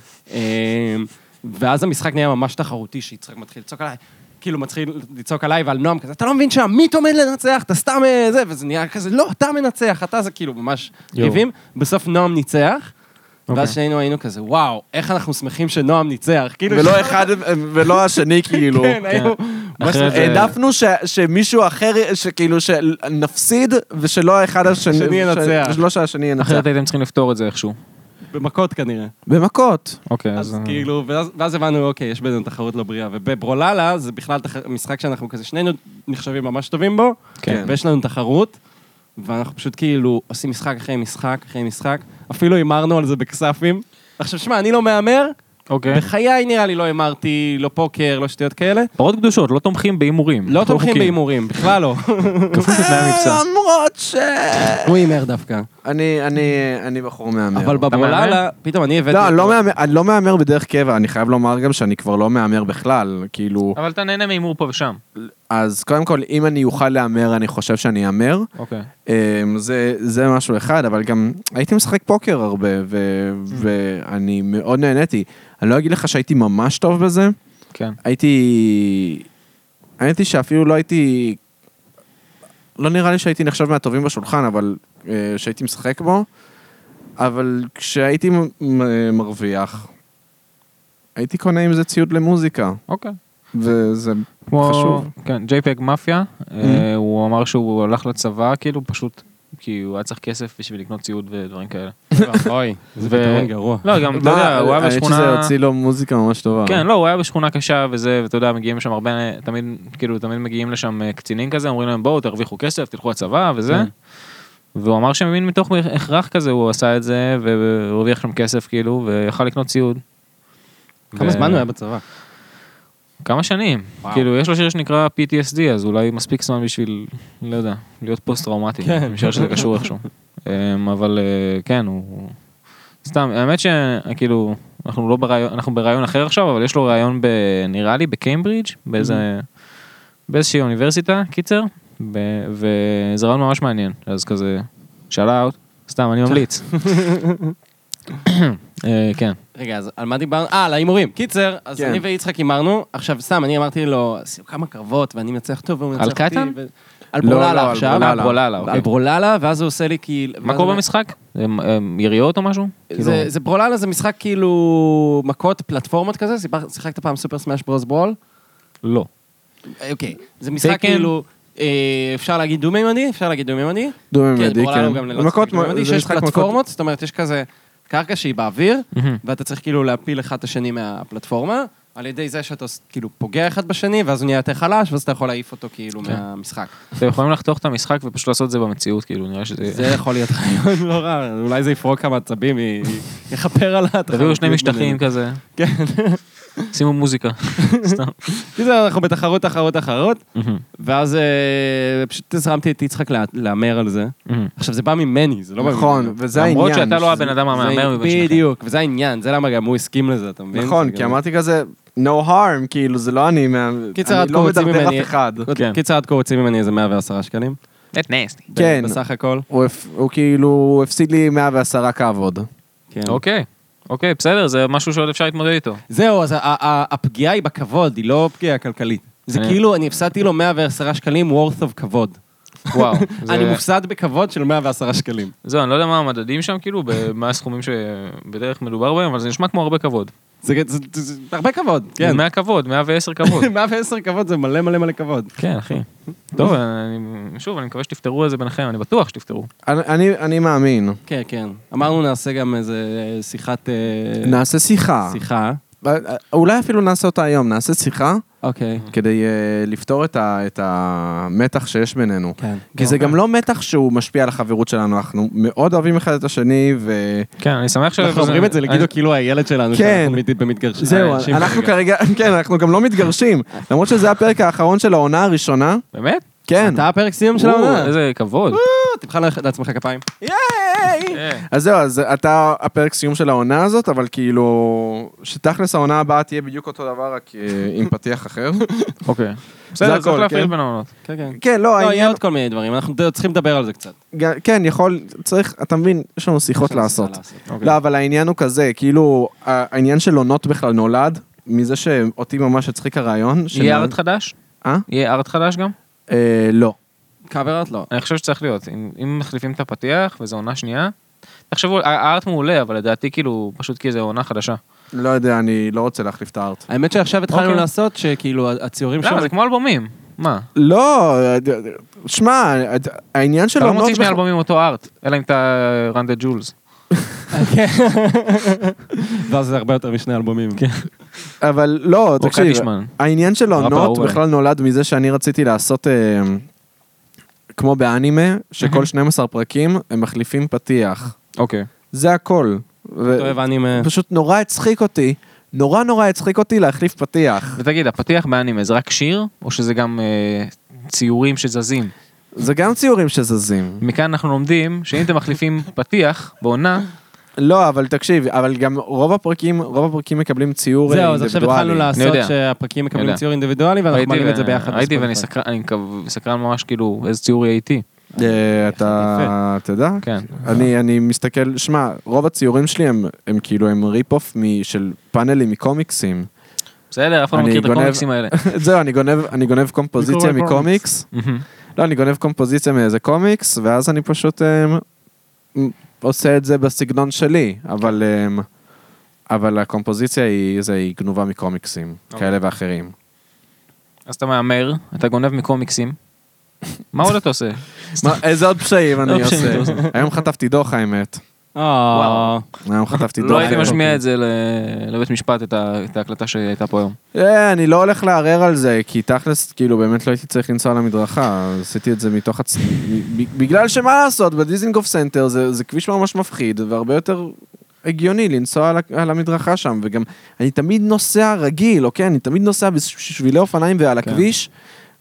ואז המשחק נהיה ממש תחרותי, שיצחק מתחיל לצעוק עליי. כאילו מתחיל לצעוק עליי ועל נועם כזה, אתה לא מבין שהעמית עומד לנצח, אתה סתם זה, וזה נהיה כזה, לא, אתה מנצח, אתה זה כאילו ממש ריבים. בסוף נועם ניצח, ואז שנינו היינו כזה, וואו, איך אנחנו שמחים שנועם ניצח. ולא אחד, ולא השני כאילו. כן, היינו... העדפנו שמישהו אחר, שכאילו שנפסיד, ושלא האחד השני... השני ינצח. ושלא שהשני ינצח. אחרת הייתם צריכים לפתור את זה איכשהו. במכות כנראה. במכות. אוקיי, אז כאילו, ואז הבנו, אוקיי, יש בינינו תחרות לא בריאה, ובברוללה זה בכלל משחק שאנחנו כזה, שנינו נחשבים ממש טובים בו, ויש לנו תחרות, ואנחנו פשוט כאילו עושים משחק אחרי משחק אחרי משחק, אפילו הימרנו על זה בכספים. עכשיו, שמע, אני לא מאמר, בחיי נראה לי לא הימרתי, לא פוקר, לא שטויות כאלה. פרות קדושות, לא תומכים בהימורים. לא תומכים בהימורים, בכלל לא. כפוף לתנאי המבצע. למרות ש... הוא הימר דווקא. אני, אני, אני בחור מאמר. אבל בברוללה, פתאום אני הבאתי... לא, אני לא מאמר, אני לא מאמר בדרך קבע, אני חייב לומר גם שאני כבר לא מאמר בכלל, כאילו... אבל אתה נהנה מהימור פה ושם. אז קודם כל, אם אני אוכל לאמר, אני חושב שאני אאמר. אוקיי. זה, זה משהו אחד, אבל גם הייתי משחק פוקר הרבה, ו, ואני מאוד נהניתי. אני לא אגיד לך שהייתי ממש טוב בזה. כן. הייתי... הייתי שאפילו לא הייתי... לא נראה לי שהייתי נחשב מהטובים בשולחן, אבל שהייתי משחק בו. אבל כשהייתי מרוויח, הייתי קונה עם זה ציוד למוזיקה. אוקיי. וזה כמו, חשוב. כן, ג'יי-פג מאפיה, הוא אמר שהוא הלך לצבא, כאילו פשוט, כי הוא היה צריך כסף בשביל לקנות ציוד ודברים כאלה. אוי, זה פתרון גרוע. לא, גם, אתה יודע, הוא היה בשכונה... האמת שזה הוציא לו מוזיקה ממש טובה. כן, לא, הוא היה בשכונה קשה וזה, ואתה יודע, מגיעים לשם הרבה, תמיד, כאילו, תמיד מגיעים לשם קצינים כזה, אומרים להם, בואו, תרוויחו כסף, תלכו לצבא וזה. והוא אמר שמבין מתוך הכרח כזה, הוא עשה את זה, והוא הרוויח שם כסף, כאילו, ויכל לקנות ציוד. כמה זמן הוא היה בצבא? כמה שנים. כאילו, יש לו שיר שנקרא פי טי אס די, אז אולי מספיק זמן בשביל, לא יודע, להיות פוסט-טראומטי. אני חושב שזה קשור איכשהו. אבל כן, הוא... סתם, האמת שכאילו, אנחנו לא ברעיון, אנחנו ברעיון אחר עכשיו, אבל יש לו רעיון, נראה לי, בקיימברידג', באיזושהי אוניברסיטה, קיצר, וזה רעיון ממש מעניין. אז כזה, שאלה אאוט, סתם, אני ממליץ. כן. רגע, אז על מה דיברנו? אה, על ההימורים. קיצר, אז אני ויצחק הימרנו, עכשיו סתם, אני אמרתי לו, עשינו כמה קרבות, ואני מצליח טוב, והוא מצליח אותי. על קטן? על ברוללה עכשיו. על ברוללה, על ברוללה, ואז הוא עושה לי כאילו... מה קורה במשחק? יריות או משהו? זה ברוללה, זה משחק כאילו מכות, פלטפורמות כזה, שיחקת פעם סופר סמאש ברוס ברול? לא. אוקיי, זה משחק כאילו... אפשר להגיד דו-מימדי? אפשר להגיד דו-מימדי? דו-מימדי, כן. שיש פלטפורמות, זאת אומרת, יש כזה קרקע שהיא באוויר, ואתה צריך כאילו להפיל אחד את השני מהפלטפורמה, על ידי זה שאתה כאילו פוגע אחד בשני, ואז הוא נהיה יותר חלש, ואז אתה יכול להעיף אותו כאילו מהמשחק. אתם יכולים לחתוך את המשחק ופשוט לעשות את זה במציאות, כאילו, נראה שזה... זה יכול להיות רעיון לא רע, אולי זה יפרוק כמה עצבים, יכפר על התחרות. תביאו שני משטחים כזה. כן. שימו מוזיקה. סתם. זה אנחנו בתחרות, תחרות, תחרות, ואז פשוט הזרמתי את יצחק לאמר על זה. עכשיו זה בא ממני, זה לא בא ממני. נכון, וזה העניין. למרות שאתה לא הבן אדם המאמר. בדיוק, וזה העניין, זה למה גם הוא הסכים לזה, אתה מבין? נכון, כי אמרתי כזה, no harm, כאילו, זה לא אני, קיצר, אני עד לא כה רוצים מדרדר ממני- אף אחד. כן. קיצר, עד כה רוצים ממני איזה מאה ועשרה שקלים. That's nasty. כן. בסך הכל. הוא הפ- הוא כאילו, הוא הפסיד לי מאה ועשרה כעבוד. כן. אוקיי, אוקיי, בסדר, זה משהו שעוד אפשר להתמודד איתו. זהו, אז ה- ה- הפגיעה היא בכבוד, היא לא פגיעה כלכלית. זה אני- כאילו, אני הפסדתי לו מאה ועשרה שקלים worth of כבוד. וואו. זה- אני מופסד בכבוד של מאה ועשרה שקלים. זהו, אני לא יודע מה המדדים שם, כאילו, מה הסכומים שבדרך מדובר בהם, אבל זה נשמע כמו הרבה כבוד. זה זה- זה- זה הרבה כבוד, כן. מאה כבוד, מאה ועשר כבוד. מאה ועשר כבוד זה מלא מלא מלא כבוד. כן, אחי. טוב, אני- שוב, אני מקווה שתפתרו את זה ביניכם, אני בטוח שתפתרו. אני- אני אני מאמין. כן, כן. אמרנו נעשה גם איזה שיחת... אה, נעשה שיחה. שיחה. אולי אפילו נעשה אותה היום, נעשה שיחה, אוקיי. כדי אה, לפתור את ה- את המתח שיש בינינו. כן. כי זה גם לא מתח שהוא משפיע על החברות שלנו, אנחנו מאוד אוהבים אחד את השני, ו... כן, אני שמח ש... אנחנו אומרים את זה לגידו אני- כאילו הילד שלנו, כן. שאנחנו מת- במתגרשים. זהו, אנשים אנחנו כרגע. כרגע, כן, אנחנו גם לא מתגרשים. למרות שזה הפרק האחרון של העונה הראשונה, באמת? כן. אתה הפרק סיום של או, העונה. איזה כבוד. תבחר לעצמך כפיים. ייי! כן. אז זהו, אז אתה הפרק סיום של העונה הזאת, אבל כאילו, שתכלס העונה הבאה תהיה בדיוק אותו דבר, רק אה, עם פתיח אחר. אוקיי. בסדר, הכל, צריך להפריד כן? בין העונות. כן, כן. כן, לא, לא, יהיה העניין... עוד כל מיני דברים, אנחנו צריכים לדבר על זה קצת. כן, יכול, צריך, אתה מבין, יש לנו שיחות יש לנו לעשות. שיחה לעשות. אוקיי. לא, אבל העניין הוא כזה, כאילו, העניין של עונות בכלל נולד, מזה שאותי ממש הצחיק הרעיון. של- יהיה ארט חדש? אה? יהיה ארט חדש גם? אה, לא. קאבר ארט לא. אני חושב שצריך להיות. אם- אם מחליפים את הפתיח וזו עונה שנייה, תחשבו, הארט מעולה, אבל לדעתי כאילו, פשוט כי זו עונה חדשה. לא יודע, אני לא רוצה להחליף את הארט. האמת שעכשיו התחלנו אוקיי. לעשות שכאילו הציורים למה? שם... זה כמו אלבומים. מה? לא, שמע, העניין של אתה לא עונות... מוציא שני בכלל- אלבומים אותו ארט, אלא אם אתה רנדה ג'ולס. כן. ואז זה הרבה יותר משני אלבומים. כן. אבל לא, תקשיב, קטישמן. העניין של ראפר העונות אהוב בכלל נולד מזה שאני רציתי לעשות, אה, כמו באנימה, שכל שנים עשר פרקים הם מחליפים פתיח. אוקיי. זה הכל. ו- אתה אוהב אנימה. פשוט נורא הצחיק אותי, נורא נורא הצחיק אותי להחליף פתיח. ותגיד, הפתיח באנימה זה רק שיר, או שזה גם אה, ציורים שזזים? זה גם ציורים שזזים. מכאן אנחנו לומדים שאם אתם מחליפים פתיח בעונה, לא, אבל תקשיב, אבל גם רוב הפרקים, רוב הפרקים מקבלים ציור זהו, אז עכשיו התחלנו אינדיבידואלי. לעשות יודע. שהפרקים מקבלים יודע. ציור אינדיבידואלי ואנחנו ראיתי מעלים את זה ו- ביחד. ראיתי ואני בספוטיפיי. סקרן, אני מקו- סקרן ממש כאילו איזה ציור יהיה איתי. אה, אתה, אתה יודע? כן. אני, אני מסתכל, שמע, רוב הציורים שלי הם, הם כאילו, הם ריפ-אוף של פאנלים מקומיקסים. בסדר, אף אחד לא אני מכיר את גונב- הקומיקסים האלה. זהו, אני גונב, אני גונב קומפוזיציה מקומיקס. מקומיקס. מהמם. לא, אני גונב קומפוזיציה מאיזה קומיקס, ואז אני פשוט אה, מ- עושה את זה בסגנון שלי, אבל, אה, אבל הקומפוזיציה היא, זה, היא גנובה מקומיקסים, כאלה ואחרים. אז אתה מהמר, אתה גונב מקומיקסים. מה עוד אתה עושה? מה, איזה עוד פשעים אני עוד פשעים עושה? אתה עושה. היום חטפתי דוח, האמת. אה, היום חטפתי דוח. לא הייתי אה, משמיע את זה ל- לבית משפט, את ה- את ההקלטה שהייתה פה היום. אה, אני לא הולך לערער על זה, כי תכלס, כאילו, באמת לא הייתי צריך לנסוע למדרכה, אז עשיתי את זה מתוך הצ... ב- בגלל שמה לעשות, בדיזינגוף סנטר זה, זה כביש ממש מפחיד, והרבה יותר הגיוני לנסוע על, ה- על המדרכה שם, וגם אני תמיד נוסע רגיל, אוקיי? אני תמיד נוסע בשבילי אופניים ועל כן. הכביש,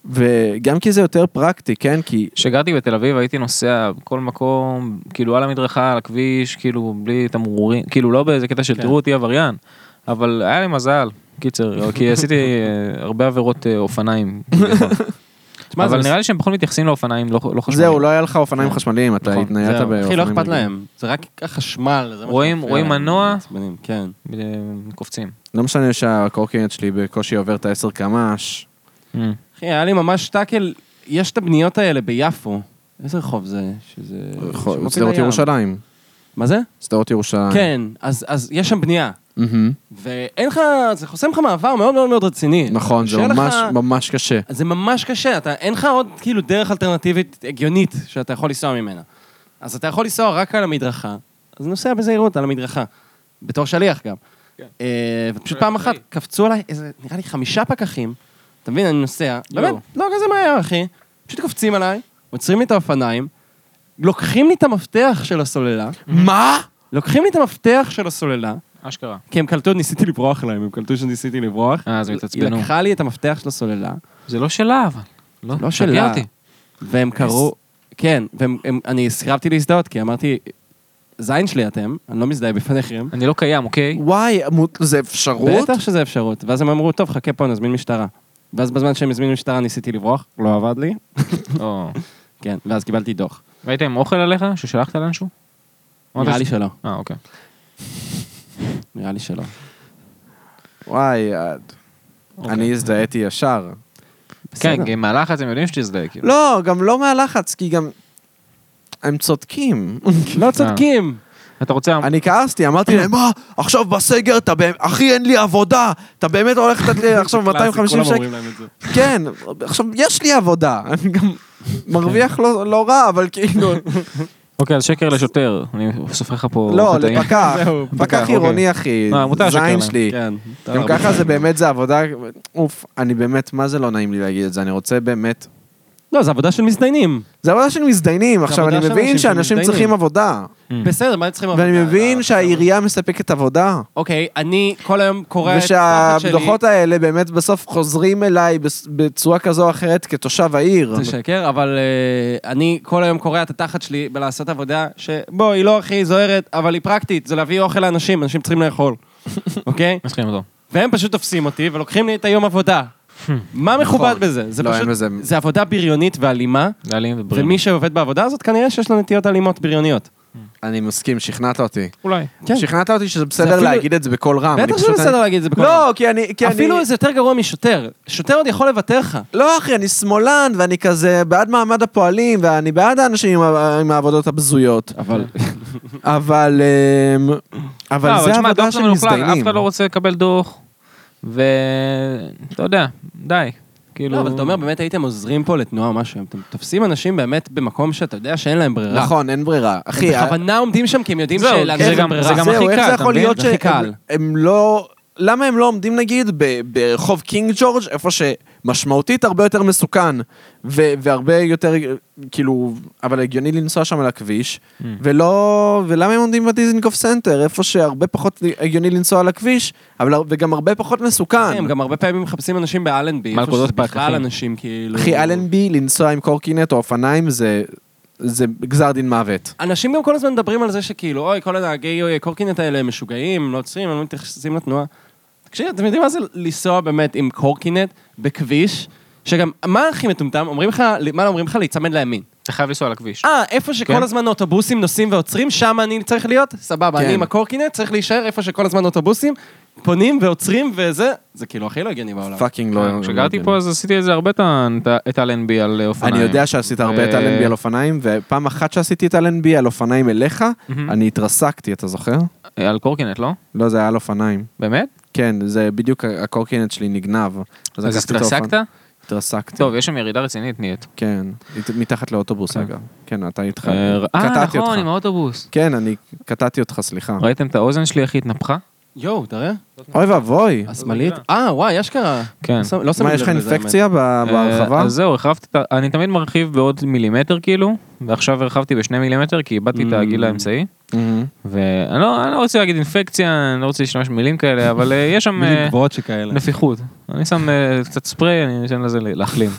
וגם כי זה יותר פרקטי, כן? כי... כשגרתי בתל אביב הייתי נוסע בכל מקום, כאילו על המדרכה, על הכביש, כאילו בלי תמרורים, כאילו לא באיזה קטע של כן. תראו אותי עבריין, אבל היה לי מזל, קיצר, כי עשיתי אה, הרבה עבירות אה, אופניים. תשמע, אבל זה נראה לי שהם פחות מתייחסים לאופניים, לא לא חשמליים. זהו, לא היה לך אופניים חשמליים, אתה נכון, התנייעת זהו, באופניים. אחי, לא אכפת רגילים. להם. זה רק החשמל. זה מה רואים- שמפריע רואים להם, מנוע? מעצבנים, כן. אה, קופצים. לא משנה שהקורקינט שלי בקושי עובר את העשר קמ"ש. אה. אחי, היה לי ממש טאקל, יש את הבניות האלה ביפו. איזה רחוב זה? שזה... שמוביל שדרות לים. ירושלים. מה זה? שדרות ירושלים. כן, אז אז יש שם בנייה. מהמם. ואין לך, זה חוסם לך מעבר מאוד מאוד מאוד רציני. נכון, זה קשה לך- ממש ממש קשה. זה ממש קשה, אתה, אין לך עוד כאילו דרך אלטרנטיבית הגיונית שאתה יכול לנסוע ממנה. אז אתה יכול לנסוע רק על המדרכה, אז נוסע בזהירות על המדרכה, בתור שליח גם. כן. אה, ופשוט פעם אחת קפצו עליי איזה, נראה לי חמישה פקחים, אתה מבין, אני נוסע, באמת, לא כזה מהר, אחי, פשוט קופצים עליי, עוצרים לי את האופניים, לוקחים לי את המפתח של הסוללה, מה? לוקחים לי את המפתח של הסוללה, אשכרה. כי הם קלטו, ניסיתי לברוח להם, הם קלטו שניסיתי לברוח, אה, אז הם היא התעצבנו. לקחה לי את המפתח של הסוללה, זה לא שלה, אבל. לא, לא שגע שלה. אותי. והם קראו, כן, ואני סירבתי להזדהות, כי אמרתי, זין שלי אתם, אני לא מזדהה בפניכם. אני לא קיים, אוקיי? וואי, זה אפשרות? בטח שזה אפשרות. ואז הם אמרו, טוב, חכה פה, נזמין משטרה. ואז בזמן שהם הזמינו משטרה ניסיתי לברוח, לא עבד לי. או. כן, ואז קיבלתי דוח. ראית עם אוכל עליך ששלחת לאנשהו? נראה לי שלא. אה, אוקיי. נראה לי שלא. וואי, אני הזדהיתי ישר. כן, כי מהלחץ הם יודעים שתזדהה, כאילו. לא, גם לא מהלחץ, כי גם... הם צודקים. לא צודקים. אתה רוצה... אני כעסתי, אמרתי להם, מה, עכשיו בסגר, אתה באמת, אחי, אין לי עבודה, אתה באמת הולך לתת לי עכשיו מאתיים וחמישים שקל. כן, עכשיו, יש לי עבודה, אני גם מרוויח לא רע, אבל כאילו... אוקיי, אז שקר לשוטר, אני סופר לך פה... לא, לפקח, פקח עירוני, אחי, זין שלי. גם ככה זה באמת, זה עבודה, אוף, אני באמת, מה זה לא נעים לי להגיד את זה, אני רוצה באמת... לא, זה עבודה של מזדיינים. זה עבודה של מזדיינים, עכשיו אני מבין שאנשים צריכים עבודה. בסדר, מה צריכים עבודה? ואני מבין שהעירייה מספקת עבודה. אוקיי, אני כל היום קורא את התחת שלי. ושהדוחות האלה באמת בסוף חוזרים אליי בצורה כזו או אחרת כתושב העיר. זה שקר, אבל אני כל היום קורא את התחת שלי בלעשות עבודה שבוא, היא לא הכי זוהרת, אבל היא פרקטית, זה להביא אוכל לאנשים, אנשים צריכים לאכול. אוקיי? מסכים אותו. והם פשוט תופסים אותי ולוקחים לי את היום עבודה. מה מכובד בזה? זה פשוט, זה עבודה בריונית ואלימה, ומי שעובד בעבודה הזאת כנראה שיש לו נטיות אלימות בריוניות. אני מסכים, שכנעת אותי. אולי. שכנעת אותי שזה בסדר להגיד את זה בקול רם. בטח שזה בסדר להגיד את זה בקול רם. לא, כי אני... אפילו זה יותר גרוע משוטר. שוטר עוד יכול לוותר לך. לא, אחי, אני שמאלן, ואני כזה בעד מעמד הפועלים, ואני בעד האנשים עם העבודות הבזויות. אבל... אבל... אבל זה עבודה של מזדיינים. אף אחד לא רוצה לקבל דוח, ואתה יודע, די. לא, אבל אתה אומר, באמת הייתם עוזרים פה לתנועה או משהו, אתם תופסים אנשים באמת במקום שאתה יודע שאין להם ברירה. נכון, אין ברירה. אחי, הם בכוונה עומדים שם כי הם יודעים שלאנשים אין ברירה. זה גם הכי קל, אתה מבין? זה הכי קל. הם לא... למה הם לא עומדים נגיד ברחוב קינג ג'ורג' איפה שמשמעותית הרבה יותר מסוכן והרבה יותר כאילו, אבל הגיוני לנסוע שם על הכביש ולא, ולמה הם עומדים בדיזנגוף סנטר איפה שהרבה פחות הגיוני לנסוע על הכביש וגם הרבה פחות מסוכן. הם גם הרבה פעמים מחפשים אנשים באלנבי איפה שזה בכלל אנשים כאילו... אחי, אלנבי לנסוע עם קורקינט או אופניים זה... זה גזר דין מוות. אנשים גם כל הזמן מדברים על זה שכאילו, אוי, כל הנהגי קורקינט האלה הם משוגעים, הם לא עוצרים, הם לא מתייחסים לתנועה. תקשיב, אתם יודעים מה זה לנסוע באמת עם קורקינט בכביש, שגם, מה הכי מטומטם? אומרים לך, מה לא אומרים לך? להיצמד לימין. אתה חייב לנסוע על הכביש. אה, איפה שכל הזמן אוטובוסים נוסעים ועוצרים, שם אני צריך להיות? סבבה, אני עם הקורקינט צריך להישאר איפה שכל הזמן אוטובוסים פונים ועוצרים וזה, זה כאילו הכי לא הגיוני בעולם. פאקינג לא... כשגרתי פה אז עשיתי את זה הרבה את אלנבי על אופניים. אני יודע שעשית הרבה את אלנבי על אופניים, ופעם אחת שעשיתי את אלנבי על אופניים אליך, אני התרסקתי, אתה זוכר? על קורקינט, לא? לא, זה היה על אופניים. באמת? כן, זה בדיוק הקורקינט שלי נגנב. אז התרסקת? התרסקתי. טוב, יש שם ירידה רצינית נהיית. כן, מתחת לאוטובוס אגב. כן, אתה איתך. אה, נכון, עם האוטובוס. כן, אני קטעתי אותך, סליחה. ראיתם את האוזן שלי איך היא התנפחה? יואו, תראה. אוי ואבוי. השמאלית. אה, וואי, אשכרה. כן. מה, יש לך אינפקציה בהרחבה? אז זהו, הרחבתי, אני תמיד מרחיב בעוד מילימטר כאילו, ועכשיו הרחבתי בשני מילימטר, כי איבדתי את הגיל האמצעי. ואני לא רוצה להגיד אינפקציה, אני לא רוצה להשתמש במילים כאלה, אבל יש שם נפיחות. אני שם קצת ספרי, אני נותן לזה להחלים.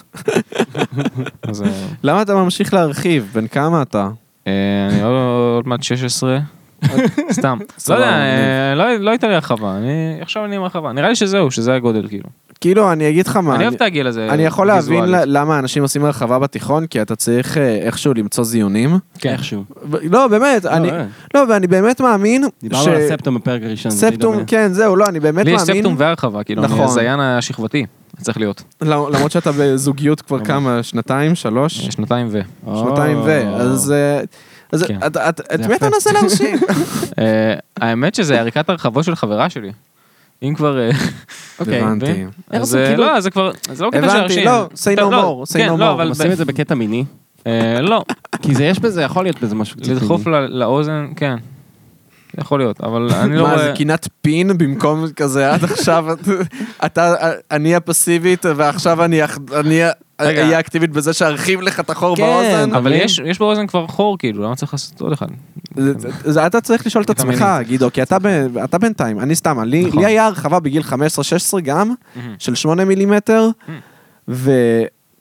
למה אתה ממשיך להרחיב? בין כמה אתה? אני עוד מעט שש עשרה. סתם. לא יודע, לא הייתה לי הרחבה. עכשיו אני עם הרחבה. נראה לי שזהו, שזה הגודל כאילו. כאילו, אני אגיד לך מה. אני אוהב את הגיל הזה. אני יכול להבין למה אנשים עושים הרחבה בתיכון, כי אתה צריך איכשהו למצוא זיונים. כן, איכשהו. לא, באמת. לא, ואני באמת מאמין. דיברנו על ספטום בפרק הראשון. ספטום, כן, זהו, לא, אני באמת מאמין. לי יש ספטום והרחבה, כאילו, אני הזיין השכבתי. צריך להיות. למרות שאתה בזוגיות כבר כמה, שנתיים, שלוש? שנתיים ו. שנתיים ו. אז... אז את מי אתה נסה להרשים? האמת שזה עריקת הרחבות של חברה שלי. אם כבר... הבנתי. אז לא, זה כבר... זה לא קטע הבנתי, שהרשים. לא, say no more, say no more. עושים את זה בקטע מיני? לא. כי זה יש בזה, יכול להיות בזה משהו. לדחוף לאוזן, כן. יכול להיות, אבל אני לא רואה... מה, זה קינת פין במקום כזה עד עכשיו? אתה, אני הפסיבית, ועכשיו אני אהיה אקטיבית בזה שארחיב לך את החור באוזן. אבל יש באוזן כבר חור, כאילו, למה צריך לעשות עוד אחד? זה אתה צריך לשאול את עצמך, גידו, כי אתה בינתיים, אני סתם, לי היה הרחבה בגיל חמש עשרה שש עשרה גם, של שמונה מילימטר, ו...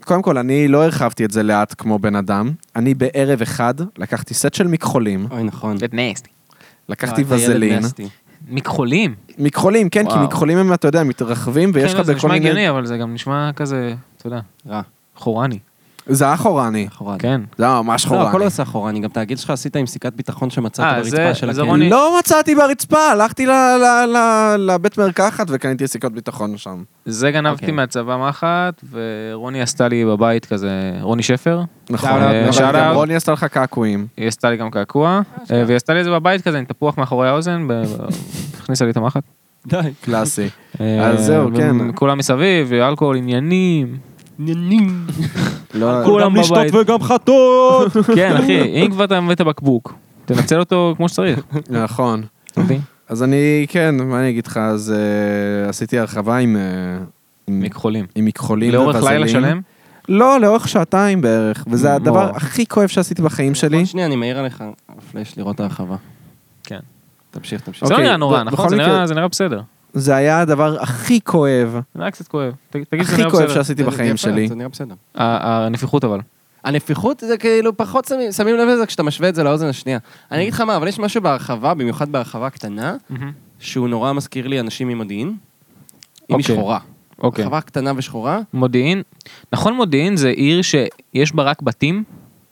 קודם כל, אני לא הרחבתי את זה לאט כמו בן אדם. אני בערב אחד לקחתי סט של מכחולים, אוי, נכון. זה נסטי. לקחתי אתה ילד וזלין. נסטי. מכחולים. מכחולים, כן, כי וואו. מכחולים הם, אתה יודע, מתרחבים, ויש כן, לך זה בכל נשמע מיני... הגיוני, אבל זה גם נשמע כזה, אתה יודע, רע. חורני. זה היה חורני. אחורני. כן. זה היה ממש לא, הכל חורני. לא עושה אחורני, גם תאגיד שלך עשית עם סיכת ביטחון שמצאת אה, ברצפה זה- של זה הכלא. רוני- לא מצאתי ברצפה, הלכתי ל- ל- ל- לבית מרקחת וקניתי סיכות ביטחון שם. זה גנבתי אוקיי. מהצבא מחט, ורוני עשתה לי בבית כזה, רוני שפר, נכון, אה, אבל שאלה- גם רוני עשתה לך קעקועים. היא עשתה לי גם קעקוע, אה, והיא עשתה לי את זה בבית כזה, עם תפוח מאחורי האוזן, ב- הכניסה לי את המחט. די. קלאסי. אה, אז זהו, כן. כולם מסביב, אלכוהול, עניינים. עניינים. לא- כולם גם לשתות בבית. וגם חתות. כן, אחי, אם כבר אתה מביא את הבקבוק, תנצל אותו כמו שצריך. נכון. אתה מבין? אז אני, כן, מה אני אגיד לך, אז אה, עשיתי הרחבה עם... אה, עם- מכחולים. עם מכחולים לאורך ווזלין. לילה שלם? לא, לאורך שעתיים בערך, וזה מו. הדבר הכי כואב שעשיתי בחיים שלי. עוד שנייה, אני מעיר עליך, לפני יש לראות הרחבה. כן. תמשיך, תמשיך. זה לא אוקיי, נראה נורא, ב- נכון? בכל זה מקרה- נראה- זה נראה בסדר. זה היה הדבר הכי כואב, זה נראה קצת כואב. ת- תגיד שזה הכי נראה כואב בסדר. שעשיתי זה בחיים יפה, שלי. זה נראה בסדר. ה- הנפיחות אבל. הנפיחות זה כאילו פחות שמים, שמים לב לזה כשאתה משווה את זה לאוזן השנייה. אני אגיד לך מה, אבל יש משהו בהרחבה, במיוחד בהרחבה קטנה, שהוא נורא מזכיר לי אנשים ממודיעין. אם היא אוקיי. שחורה. אוקיי. הרחבה קטנה ושחורה. מודיעין, נכון מודיעין זה עיר שיש בה רק בתים?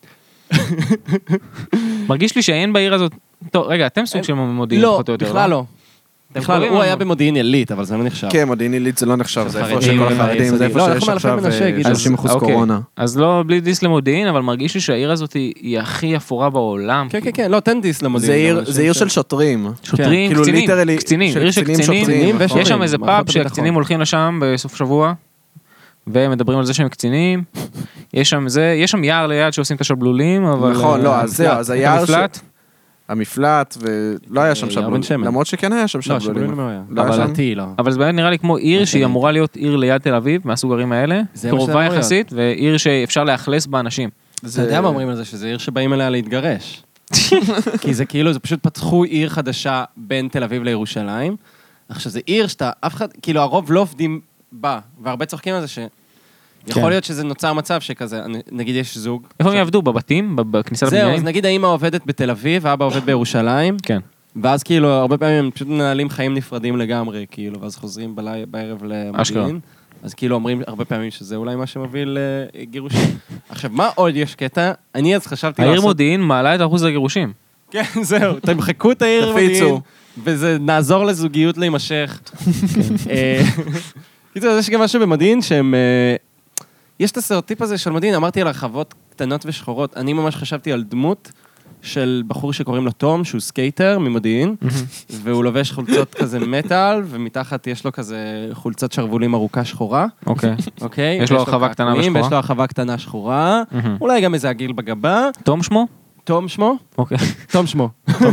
מרגיש לי שאין בעיר הזאת... טוב, רגע, אתם סוג של מודיעין, לא, פחות או יותר, בכלל לא. אתם בכלל, קוראים הוא לנו- היה במודיעין עילית, אבל זה לא נחשב. כן, מודיעין עילית זה לא נחשב, זה איפה חרדים שכל החרדים, זה ויסודי. איפה לא, שיש אנחנו עכשיו מאלפי מנשה, גיל. שלושים אחוז אוקיי. קורונה. אז לא בלי דיס למודיעין, אבל מרגיש לי שהעיר הזאת היא- היא הכי אפורה בעולם. כן, כן, כן, לא, תן דיס למודיעין. זה עיר- אבל זה עיר ש- של שוטרים. שוטרים, כאילו, קצינים, ליטרלי, קצינים, של עיר של קצינים, קצינים, שוטרים, ושוטרים. נכון. יש שם איזה מערכות פאב הביטחון. שהקצינים הולכים לשם בסוף שבוע, והם מדברים על זה שהם קצינים, יש שם זה, יש שם יער ליד שעושים את השבלולים, אבל... נכון, לא, אה, אז זהו, אז את היער ש- המפלט? המפלט, ולא היה שם יער שבלולים. בן שמן. למרות שכן היה שם לא, שבלולים. שבלולים לא היה. לא היה אבל שם? לדעתי, לא. אבל זה באמת נראה לי כמו עיר שהיא אוקיי. אמורה להיות עיר ליד תל אביב, מהסוג ערים האלה, זה מה קרובה שזה אמור להיות. יחסית, ועיר שאפשר לאכלס בה אנשים. אתה יודע מה אומרים על זה? שזה עיר שבאים אליה להתגרש. כי זה כאילו, זה פשוט פתחו עיר חדשה בין תל אביב לירושלים. עכשיו, זה עיר שאתה, אף אחד, כאילו, הרוב לא עובדים בה, והרבה צוחקים על זה ש... כן. יכול להיות שזה נוצר מצב שכזה, אני- נגיד יש זוג. איפה הם עכשיו- יעבדו? בבתים? בכניסה זהו, אז לבניינים? נגיד האמא עובדת בתל אביב, האבא עובד בירושלים, כן. ואז כאילו, הרבה פעמים הם פשוט מנהלים חיים נפרדים לגמרי, כאילו, ואז חוזרים בלי- בערב אשכרה. למודיעין. אז כאילו אומרים הרבה פעמים שזה אולי מה שמוביל לגירושים. עכשיו, מה עוד יש קטע? אני אז חשבתי העיר לעשות... מודיעין מעלה את אחוז הגירושים. כן, זהו, תמחקו את העיר תפיצו. מודיעין, וזה נעזור לזוגיות להימשך. אה, קיצור, יש גם משהו במודיעין שהם... אה, יש את הסטריאוטיפ הזה של מודיעין, אמרתי על הרחבות קטנות ושחורות, אני ממש חשבתי על דמות של בחור שקוראים לו תום, שהוא סקייטר ממודיעין, והוא לובש חולצות כזה מטאל, ומתחת יש לו כזה חולצת שרוולים ארוכה שחורה, אוקיי. אוקיי? יש לו ויש הרחבה קטנה קעקועים, ושחורה? ויש לו הרחבה קטנה שחורה, מהמם. אולי גם איזה עגיל בגבה, תום שמו? תום שמו? אוקיי. תום שמו.